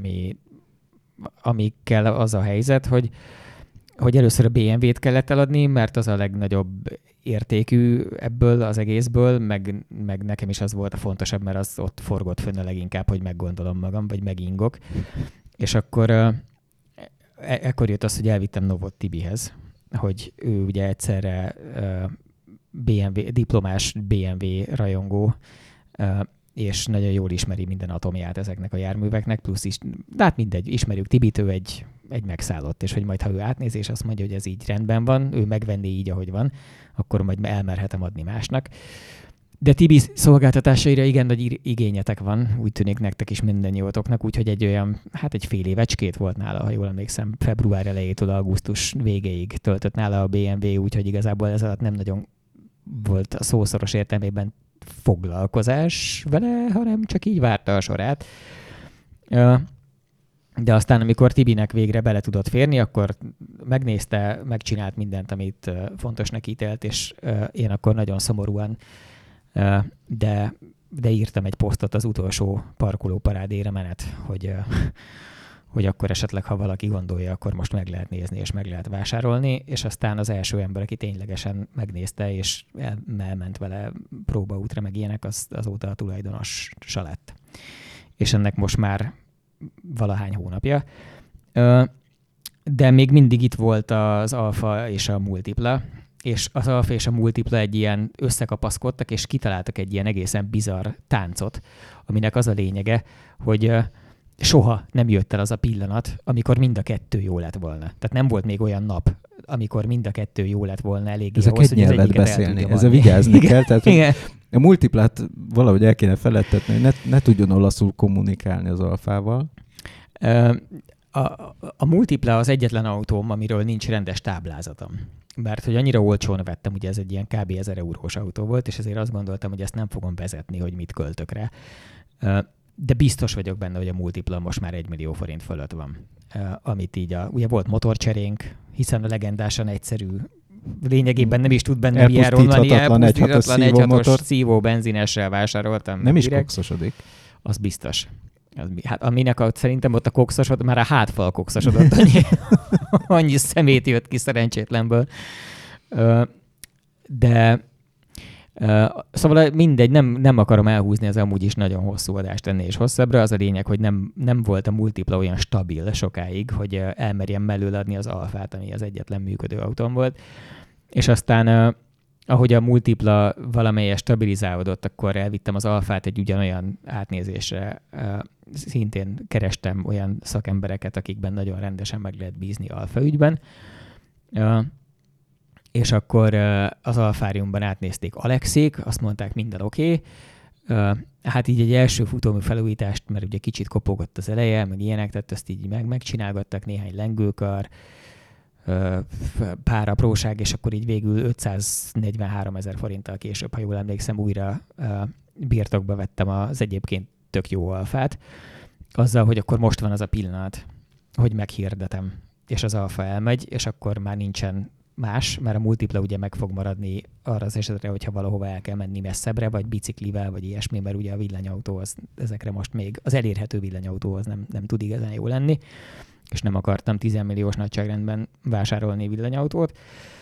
amikkel az a helyzet, hogy először a BMW-t kellett eladni, mert az a legnagyobb értékű ebből az egészből, meg nekem is az volt a fontosabb, mert az ott forgott fönn a leginkább, hogy meggondolom magam, vagy megingok. És akkor ekkor jött az, hogy elvittem Novot Tibihez, hogy ő ugye egyszerre diplomás BMW rajongó, és nagyon jól ismeri minden atomját ezeknek a járműveknek, plusz is, de hát mindegy, ismerjük Tibit, ő egy megszállott, és hogy majd ha ő átnézi, és azt mondja, hogy ez így rendben van, ő megvenné így, ahogy van, akkor majd elmerhetem adni másnak. De Tibi szolgáltatásaira igen nagy igényetek van, úgy tűnik nektek is mindennyiótoknak, úgyhogy egy fél évecskét volt nála, ha jól emlékszem, február elejétől augusztus végéig töltött nála a BMW, úgyhogy igazából ez alatt nem nagyon volt a szószoros értelmében foglalkozás vele, hanem csak így várta a sorát. De aztán, amikor Tibinek végre bele tudott férni, akkor megnézte, megcsinált mindent, amit fontosnak ítélt, és én akkor nagyon szomorúan, de írtam egy posztot az utolsó parkolóparádéra menet, hogy akkor esetleg, ha valaki gondolja, akkor most meg lehet nézni, és meg lehet vásárolni, és aztán az első ember, aki ténylegesen megnézte, és elment vele próbaútra, meg ilyenek, azóta a tulajdonosa lett. És ennek most már valahány hónapja. De még mindig itt volt az Alfa és a Multipla, és az Alfa és a Multipla egy ilyen összekapaszkodtak, és kitaláltak egy ilyen egészen bizarr táncot, aminek az a lényege, hogy soha nem jött el az a pillanat, amikor mind a kettő jó lett volna. Tehát nem volt még olyan nap, amikor mind a kettő jó lett volna eléggé ahhoz, hogy az egyiket beszélni. Ezzel vigyázni kell. Tehát, a Multiplát valahogy el kéne feledtetni, hogy ne tudjon olaszul kommunikálni az Alfával. A Multipla az egyetlen autóm, amiről nincs rendes táblázatom. mert hogy annyira olcsón vettem, ugye ez egy ilyen kb. 1000 eurós autó volt, és ezért azt gondoltam, hogy ezt nem fogom vezetni, hogy mit költök rá. De biztos vagyok benne, hogy a Multipla most már 1 millió forint fölött van. Amit így ugye volt motorcserénk, hiszen a legendásan egyszerű, lényegében nem is tud benne milyen romlani, elpusztítatlan 1.6-os szívó benzinessel vásároltam. Nem is kokszosodik. Az biztos. Hát aminek szerintem ott a kokszosod, már a hátfal kokszosodott, annyi szemét jött ki szerencsétlenből. De szóval mindegy, nem akarom elhúzni az amúgy is nagyon hosszú adást ennél és hosszabbra. Az a lényeg, hogy nem volt a Multipla olyan stabil sokáig, hogy elmerjem mellől adni az Alfát, ami az egyetlen működő autóm volt. És aztán ahogy a Multipla valamelyest stabilizálódott, akkor elvittem az Alfát egy ugyanolyan átnézésre. Szintén kerestem olyan szakembereket, akikben nagyon rendesen meg lehet bízni Alfa ügyben. És akkor az Alfáriumban átnézték Alexék, azt mondták, minden oké. Hát így egy első futómű felújítást, mert ugye kicsit kopogott az eleje, meg ilyenek, tehát ezt így megcsinálgattak, néhány lengőkar, pár apróság, és akkor így végül 543 000 forinttal később, ha jól emlékszem, újra birtokba vettem az egyébként tök jó Alfát, azzal, hogy akkor most van az a pillanat, hogy meghirdetem, és az Alfa elmegy, és akkor már nincsen más, mert a Multipla ugye meg fog maradni arra az esetre, hogyha valahova el kell menni messzebbre, vagy biciklivel, vagy ilyesmi, mert ugye a villanyautó ezekre most még az elérhető villanyautó nem tud igazán jó lenni, és nem akartam 10 milliós nagyságrendben vásárolni villanyautót.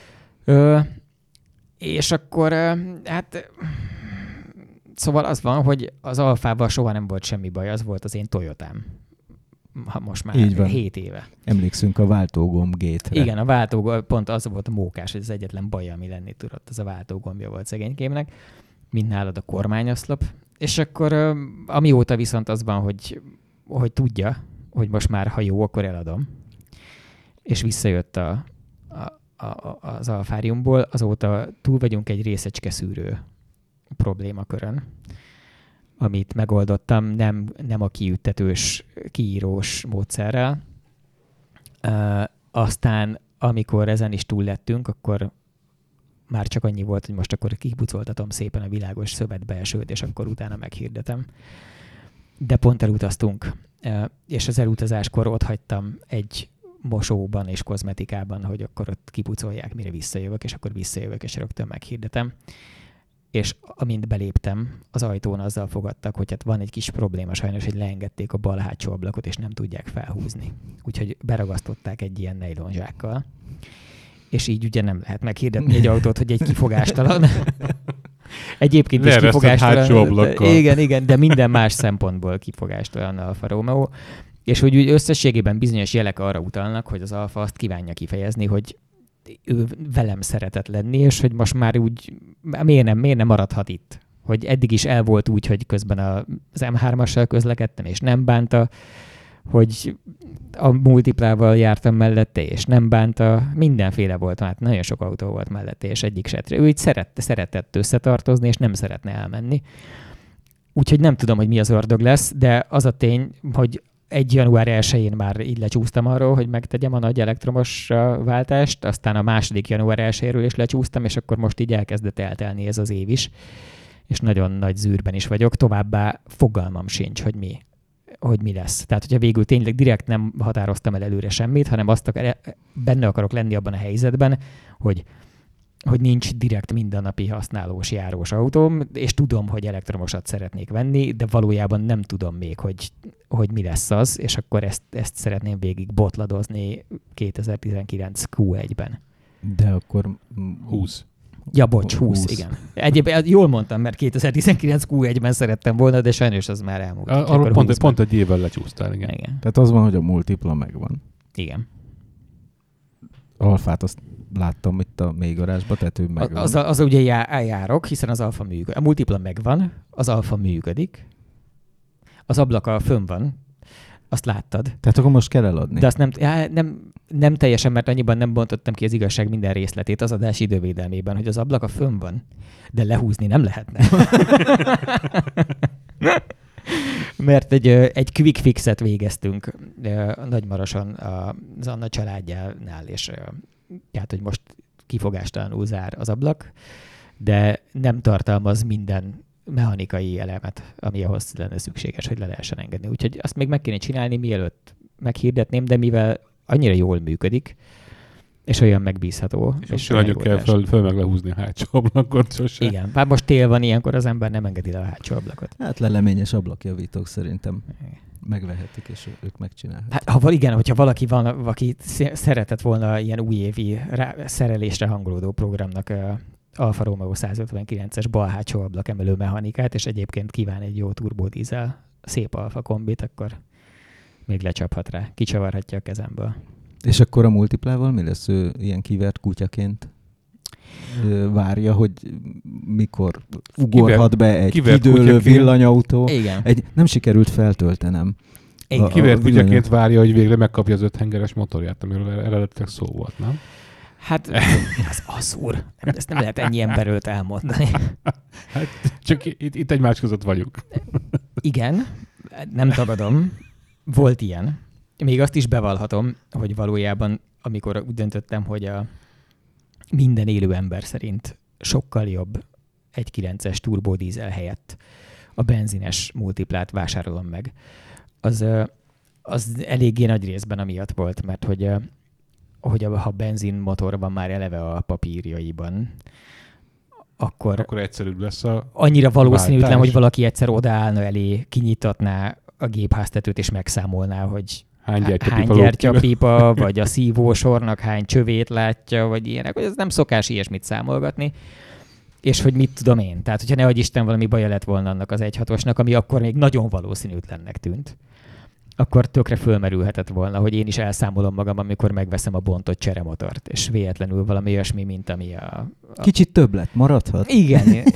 És akkor hát szóval az van, hogy az Alfával soha nem volt semmi baj, az volt az én Toyotám. Most már 7 éve. Emlékszünk a váltógomb gétre. Igen, a váltógomb, pont az volt a mókás, hogy az egyetlen baj, ami lenni tudott, az a váltógombja volt szegénykémnek, mint nálad a kormányoszlop. És akkor amióta viszont az van, hogy tudja, hogy most már, ha jó, akkor eladom. És visszajött az Alfáriumból, azóta túl vagyunk egy részecske szűrő problémakörön, amit megoldottam, nem a kiüttetős, kiírós módszerrel. Aztán, amikor ezen is túl lettünk, akkor már csak annyi volt, hogy most akkor kipucoltatom szépen a világos szövet belsőt, és akkor utána meghirdetem. De pont elutaztunk, és az elutazáskor ott hagytam egy mosóban és kozmetikában, hogy akkor ott kipucolják, mire visszajövök, és akkor visszajövök, és rögtön meghirdetem. És amint beléptem, az ajtón azzal fogadtak, hogy hát van egy kis probléma sajnos, hogy leengedték a bal hátsó ablakot, és nem tudják felhúzni. Úgyhogy beragasztották egy ilyen nejlonzsákkal. És így ugye nem lehet meghirdetni egy autót, hogy egy kifogástalan. Egyébként is kifogástalan. Igen, de minden más szempontból kifogástalan Alfa Romeo. És hogy úgy összességében bizonyos jelek arra utalnak, hogy az Alfa azt kívánja kifejezni, hogy ő velem szeretett lenni, és hogy most már úgy miért nem maradhat itt. Hogy eddig is el volt úgy, hogy közben az M3-assal közlekedtem, és nem bánta, hogy a Multiplával jártam mellette, és nem bánta, mindenféle volt, hát nagyon sok autó volt mellette, és egyik setre. Ő így szeretett összetartozni, és nem szeretne elmenni. Úgyhogy nem tudom, hogy mi az ördög lesz, de az a tény, hogy 1. január 1-én már így lecsúsztam arról, hogy megtegyem a nagy elektromos váltást, aztán a 2. január 1-ről is lecsúsztam, és akkor most így elkezdett eltelni ez az év is, és nagyon nagy zűrben is vagyok, továbbá fogalmam sincs, hogy mi lesz. Tehát, hogyha végül tényleg direkt nem határoztam el előre semmit, hanem benne akarok lenni abban a helyzetben, hogy nincs direkt mindennapi használós, járós autóm, és tudom, hogy elektromosat szeretnék venni, de valójában nem tudom még, hogy mi lesz az, és akkor ezt szeretném végig botladozni 2019 Q1-ben. De akkor 20. Ja, bocs, 20, igen. Egyébként jól mondtam, mert 2019 Q1-ben szerettem volna, de sajnos az már elmúlt. Arról pont egy évvel lecsúsztál, igen. Tehát az van, hogy a Multipla megvan. Igen. Alfát azt láttam itt a mélygarázsba, tehát ő megvan. Az ugye járok, hiszen az Alfa működik. A Multipla megvan, az Alfa működik, az ablaka fönn van, azt láttad. Tehát akkor most kell eladni. De azt nem teljesen, mert annyiban nem bontottam ki az igazság minden részletét az adás idővédelmében, hogy az ablaka fönn van, de lehúzni nem lehetne. Mert egy quick fixet végeztünk Nagymarason az Anna családjánál, és hát, hogy most kifogástalanul zár az ablak, de nem tartalmaz minden mechanikai elemet, ami ahhoz lenne szükséges, hogy le lehessen engedni. Úgyhogy azt még meg kéne csinálni, mielőtt meghirdetném, de mivel annyira jól működik, és olyan megbízható. És nagyon kell föl meg lehúzni a hátsó ablakot sose. Igen, bár most tél van, ilyenkor az ember nem engedi le a hátsó ablakot. Hát leleményes ablakjavítók szerintem megvehetik, és ők megcsinálják. Hát, hogyha valaki van, aki szeretett volna ilyen újévi szerelésre hangolódó programnak Alfa Romeo 159-es bal hátsó ablak emelő mechanikát, és egyébként kíván egy jó turbodízel szép Alfa kombit, akkor még lecsaphat rá, kicsavarhatja a kezemből. És akkor a multiplával mi lesz? Ő ilyen kivert kutyaként várja, hogy mikor ugorhat be egy kidőlő villanyautó. Igen. Nem sikerült feltöltenem. Kivert kutyaként várja, hogy végre megkapja az 5 hengeres motorját, amiről eredetileg szó volt, nem? Hát, az asszúr. Ezt nem lehet ennyi emberről elmondani. Hát, csak itt egymás között vagyunk. Igen, nem tagadom. Volt ilyen. Még azt is bevallhatom, hogy valójában, amikor úgy döntöttem, hogy a minden élő ember szerint sokkal jobb 1.9-es turbodízel helyett a benzines multiplát vásárolom meg, az eléggé nagy részben amiatt volt, mert hogy ha benzinmotor van már eleve a papírjaiban, akkor egyszerűbb lesz annyira valószínűtlen, váltás, hogy valaki egyszer odaállna elé, kinyitatná a gépháztetőt és megszámolná, hogy hány gyertyapipa, vagy a szívósornak hány csövét látja, vagy ilyenek, hogy ez nem szokás ilyesmit számolgatni. És hogy mit tudom én. Tehát, hogyha nehogy Isten valami baja lett volna annak az 1.6-osnak, ami akkor még nagyon valószínűtlennek tűnt, akkor tökre fölmerülhetett volna, hogy én is elszámolom magam, amikor megveszem a bontott cseremotort, és véletlenül valami olyasmi, mint ami a... Kicsit többlet maradhat? Igen.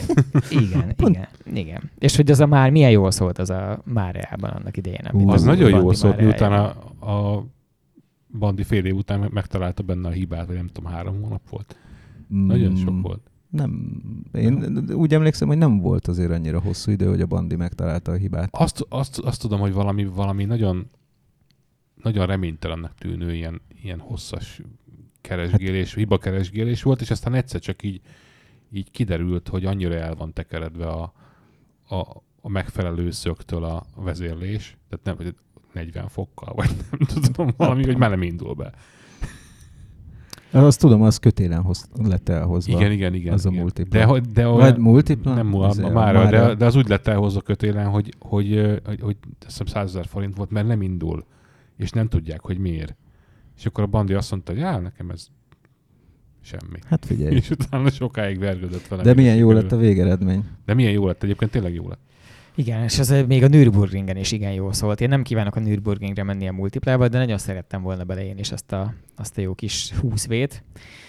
És hogy az a már milyen jól szólt az a Máreában annak idején. Az nagyon jól szólt, miután a Bandi fél év után megtalálta benne a hibát, vagy nem tudom, 3 hónap volt. Nagyon sok volt. Nem. Én úgy emlékszem, hogy nem volt azért annyira hosszú idő, hogy a Bandi megtalálta a hibát. Azt tudom, hogy valami nagyon, nagyon reménytelennek tűnő ilyen hosszas keresgélés, hibakeresgélés volt, és aztán egyszer csak így kiderült, hogy annyira el van tekeredve a megfelelő szögtől a vezérlés, tehát nem 40 fokkal, vagy nem tudom, valami, hogy már nem indul be. Azt tudom, az kötélen lett elhozva. Igen. Az a multipla. Vagy multipla? Nem már, de az úgy lett elhozva kötélen, hogy azt hiszem 100 000 forint volt, mert nem indul. És nem tudják, hogy miért. És akkor a Bandi azt mondta, hogy nekem ez semmi. Hát figyelj. És utána sokáig vergődött vele. De milyen jó lett a végeredmény. De milyen jó lett, egyébként tényleg jó lett. Igen, és ez még a Nürburgringen is igen jó szólt. Én nem kívánok a Nürburgringre menni a multiplával, de nagyon szerettem volna bele én is azt a jó kis 20V-t.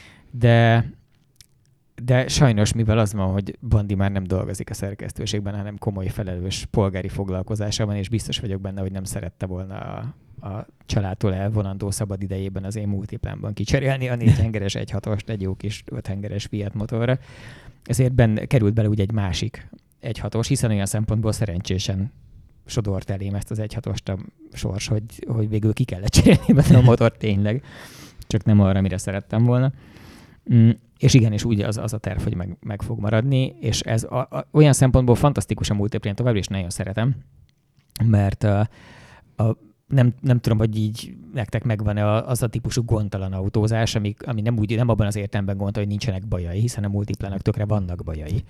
De sajnos, mivel az van, hogy Bandi már nem dolgozik a szerkesztőségben, hanem komoly felelős polgári foglalkozása van, és biztos vagyok benne, hogy nem szerette volna a családtól elvonandó szabad idejében az én multiplámban kicserélni a 4 hengeres 1.6-ost egy jó kis 5 hengeres Fiat motorra. Ezért került bele úgy egy másik 1.6-os, hiszen olyan szempontból szerencsésen sodort elém ezt az 1.6-ost a sors, hogy végül ki kellett cserélni benne a motor tényleg, csak nem arra, mire szerettem volna. És igen, és úgy az a terv, hogy meg fog maradni, és ez olyan szempontból fantasztikus a multiplán, továbbra is nagyon szeretem, mert nem tudom, hogy így nektek megvan-e az a típusú gondtalan autózás, ami nem abban az értelemben gond, hogy nincsenek bajai, hiszen a multiplának tökre vannak bajai.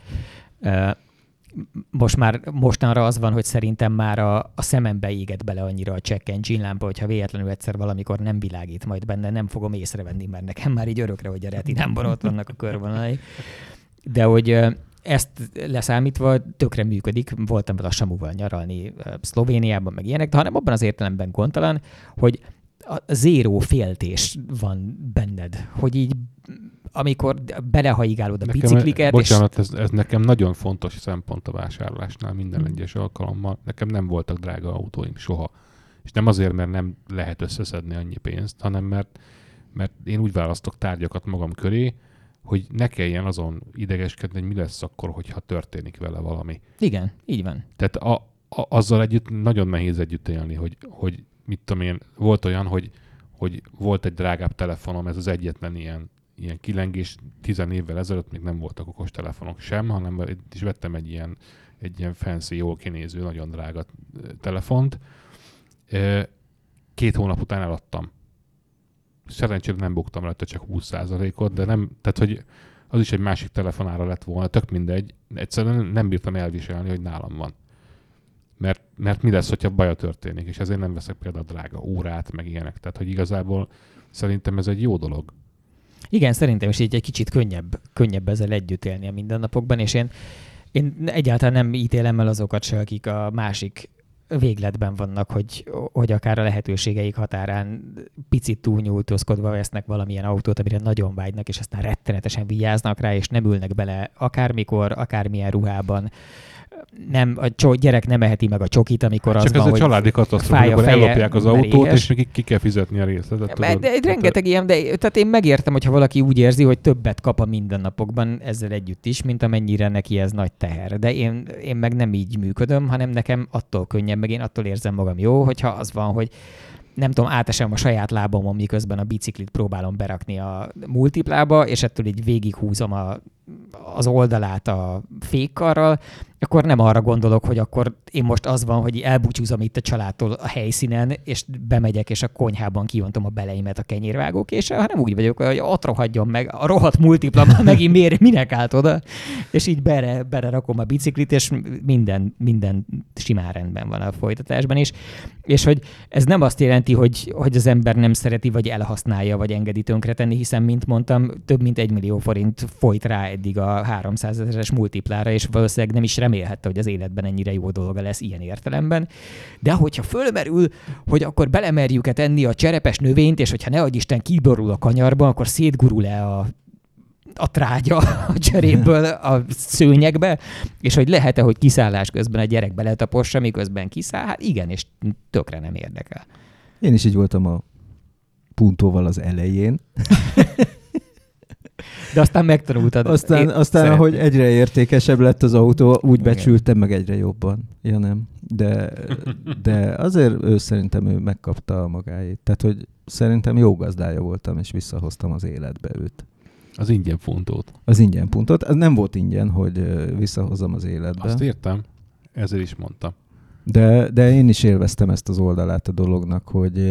Mostanra az van, hogy szerintem már a szemembe éget bele annyira a check engine lámpa, hogyha véletlenül egyszer valamikor nem világít majd benne, nem fogom észrevenni, mert nekem már így örökre, hogy a retinámban ott vannak a körvonalai. De hogy ezt leszámítva tökre működik, voltam vele a Samuval nyaralni Szlovéniában, meg ilyenek, de hanem abban az értelemben gondtalan, hogy a zéró féltés van benned, hogy így amikor belehaigálod a bicikliket. Bocsánat, ez nekem nagyon fontos szempont a vásárlásnál minden egyes alkalommal. Nekem nem voltak drága autóim soha. És nem azért, mert nem lehet összeszedni annyi pénzt, hanem mert én úgy választok tárgyakat magam köré, hogy ne kelljen azon idegeskedni, hogy mi lesz akkor, hogyha történik vele valami. Igen, így van. Tehát azzal együtt nagyon nehéz együtt élni, hogy mit tudom én, volt olyan, hogy volt egy drágább telefonom, ez az egyetlen ilyen ilyen kilengés 10 évvel ezelőtt még nem voltak okostelefonok sem, hanem is vettem egy ilyen fancy, jól kinéző, nagyon drága telefont. 2 hónap után eladtam. Szerencsére nem buktam rajta csak 20%-ot, de nem, tehát hogy az is egy másik telefonára lett volna, tök mindegy. Egyszerűen nem bírtam elviselni, hogy nálam van. Mert mi lesz, hogyha baja történik, és ezért nem veszek például drága órát, meg ilyenek. Tehát, hogy igazából szerintem ez egy jó dolog. Igen, szerintem is így egy kicsit könnyebb ezzel együtt élni a mindennapokban, és én egyáltalán nem ítélem el azokat se, akik a másik végletben vannak, hogy akár a lehetőségeik határán picit túlnyújtózkodva vesznek valamilyen autót, amire nagyon vágynak, és aztán rettenetesen vigyáznak rá, és nem ülnek bele akármikor, akármilyen ruhában. A gyerek nem eheti meg a csokit, amikor csak az van, hogy... Csak ez a családi katasztrófa, amikor ellopják az autót, és neki ki kell fizetni a részletet. De rengeteg ilyen, de tehát én megértem, hogyha valaki úgy érzi, hogy többet kap a mindennapokban ezzel együtt is, mint amennyire neki ez nagy teher. De én meg nem így működöm, hanem nekem attól könnyebb, meg én attól érzem magam jó, hogyha az van, hogy nem tudom, átesem a saját lábamon, miközben a biciklit próbálom berakni a multiplába, és ettől így végighúzom az oldalát a fékkarral, akkor nem arra gondolok, hogy akkor én most az van, hogy elbúcsúzom itt a családtól a helyszínen, és bemegyek, és a konyhában kiontom a beleimet a kenyérvágókéssel, hanem úgy vagyok, hogy ott rohadjon meg a rohadt multiplában, megint minek állt oda, és így bere rakom a biciklit, és minden simán rendben van a folytatásban is. És hogy ez nem azt jelenti, hogy az ember nem szereti, vagy elhasználja, vagy engedi tönkretenni, hiszen, mint mondtam, több mint 1 millió forint folyt rá eddig a 300 000-es multiplára, és valószínűleg nem is remélhette, hogy az életben ennyire jó dolga lesz ilyen értelemben. De hogyha fölmerül, hogy akkor belemerjük-e tenni a cserepes növényt, és hogyha ne adj Isten kiborul a kanyarba, akkor szétgurul-e a trágya a cserépből a szőnyegbe, és hogy lehet-e, hogy kiszállás közben a gyerek beletapossa, miközben kiszáll? Hát igen, és tökre nem érdekel. Én is így voltam a Puntóval az elején. De aztán megtanultad. Aztán ahogy egyre értékesebb lett az autó, úgy becsültem meg egyre jobban. Ja nem. De azért szerintem ő megkapta a magáét. Tehát, hogy szerintem jó gazdája voltam, és visszahoztam az életbe őt. Az ingyen Puntót. Az ingyen Puntót. Az nem volt ingyen, hogy visszahozzam az életbe. Azt értem. Ezért is mondtam. De én is élveztem ezt az oldalát a dolognak,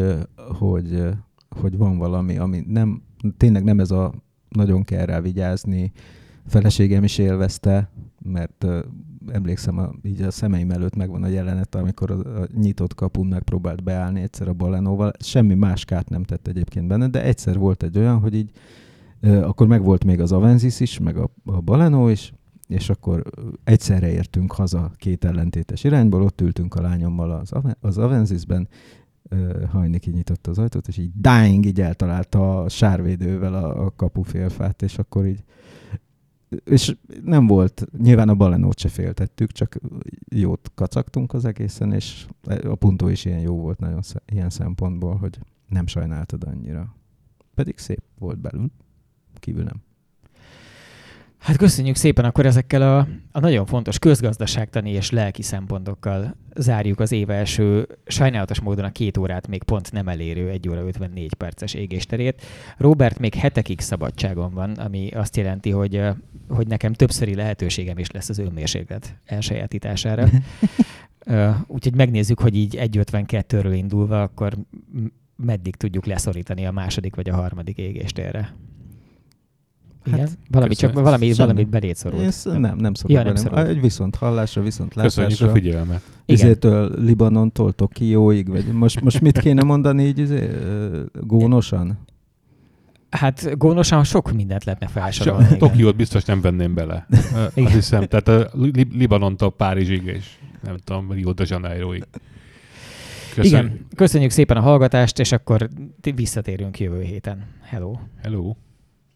hogy van valami, ami tényleg nem ez a nagyon kell rá vigyázni. A feleségem is élvezte, mert emlékszem, így a szemeim előtt megvan a jelenet, amikor a nyitott kapun megpróbált beállni egyszer a Balenóval. Semmi más kárt nem tett egyébként benne, de egyszer volt egy olyan, hogy így akkor megvolt még az Avensis is, meg a Baleno is, és akkor egyszerre értünk haza 2 ellentétes irányból, ott ültünk a lányommal az Avensisben, Hajni kinyitotta az ajtót, és így dying, így eltalálta a sárvédővel a kapufélfát, és akkor így, és nem volt, nyilván a Balenót se féltettük, csak jót kacagtunk az egészen, és a Punto is ilyen jó volt nagyon ilyen szempontból, hogy nem sajnáltad annyira. Pedig szép volt belül, kívül nem. Hát köszönjük szépen, akkor ezekkel a nagyon fontos közgazdaságtani és lelki szempontokkal zárjuk az év első, sajnálatos módon a 2 órát még pont nem elérő 1 óra 54 perces égésterét. Robert még hetekig szabadságon van, ami azt jelenti, hogy nekem többszöri lehetőségem is lesz az önmérséklet elsajátítására. Úgyhogy megnézzük, hogy így 1.52-ről indulva, akkor meddig tudjuk leszorítani a második vagy a harmadik égéstérre. Igen? Hát, valamit beléd szorult. Nem szorult velem. Egy viszont hallásra, viszont látásra. Köszönjük a figyelmet. Izétől Libanontól Tokióig, vagy most mit kéne mondani így gónosan? Hát gónosan sok mindent lehetne felsorolni. Tokiót biztos nem venném bele. Azt hiszem, tehát a Libanontól Párizsig és nem tudom, Rio de Janeiroig. Igen, köszönjük szépen a hallgatást, és akkor visszatérünk jövő héten. Hello! Hello!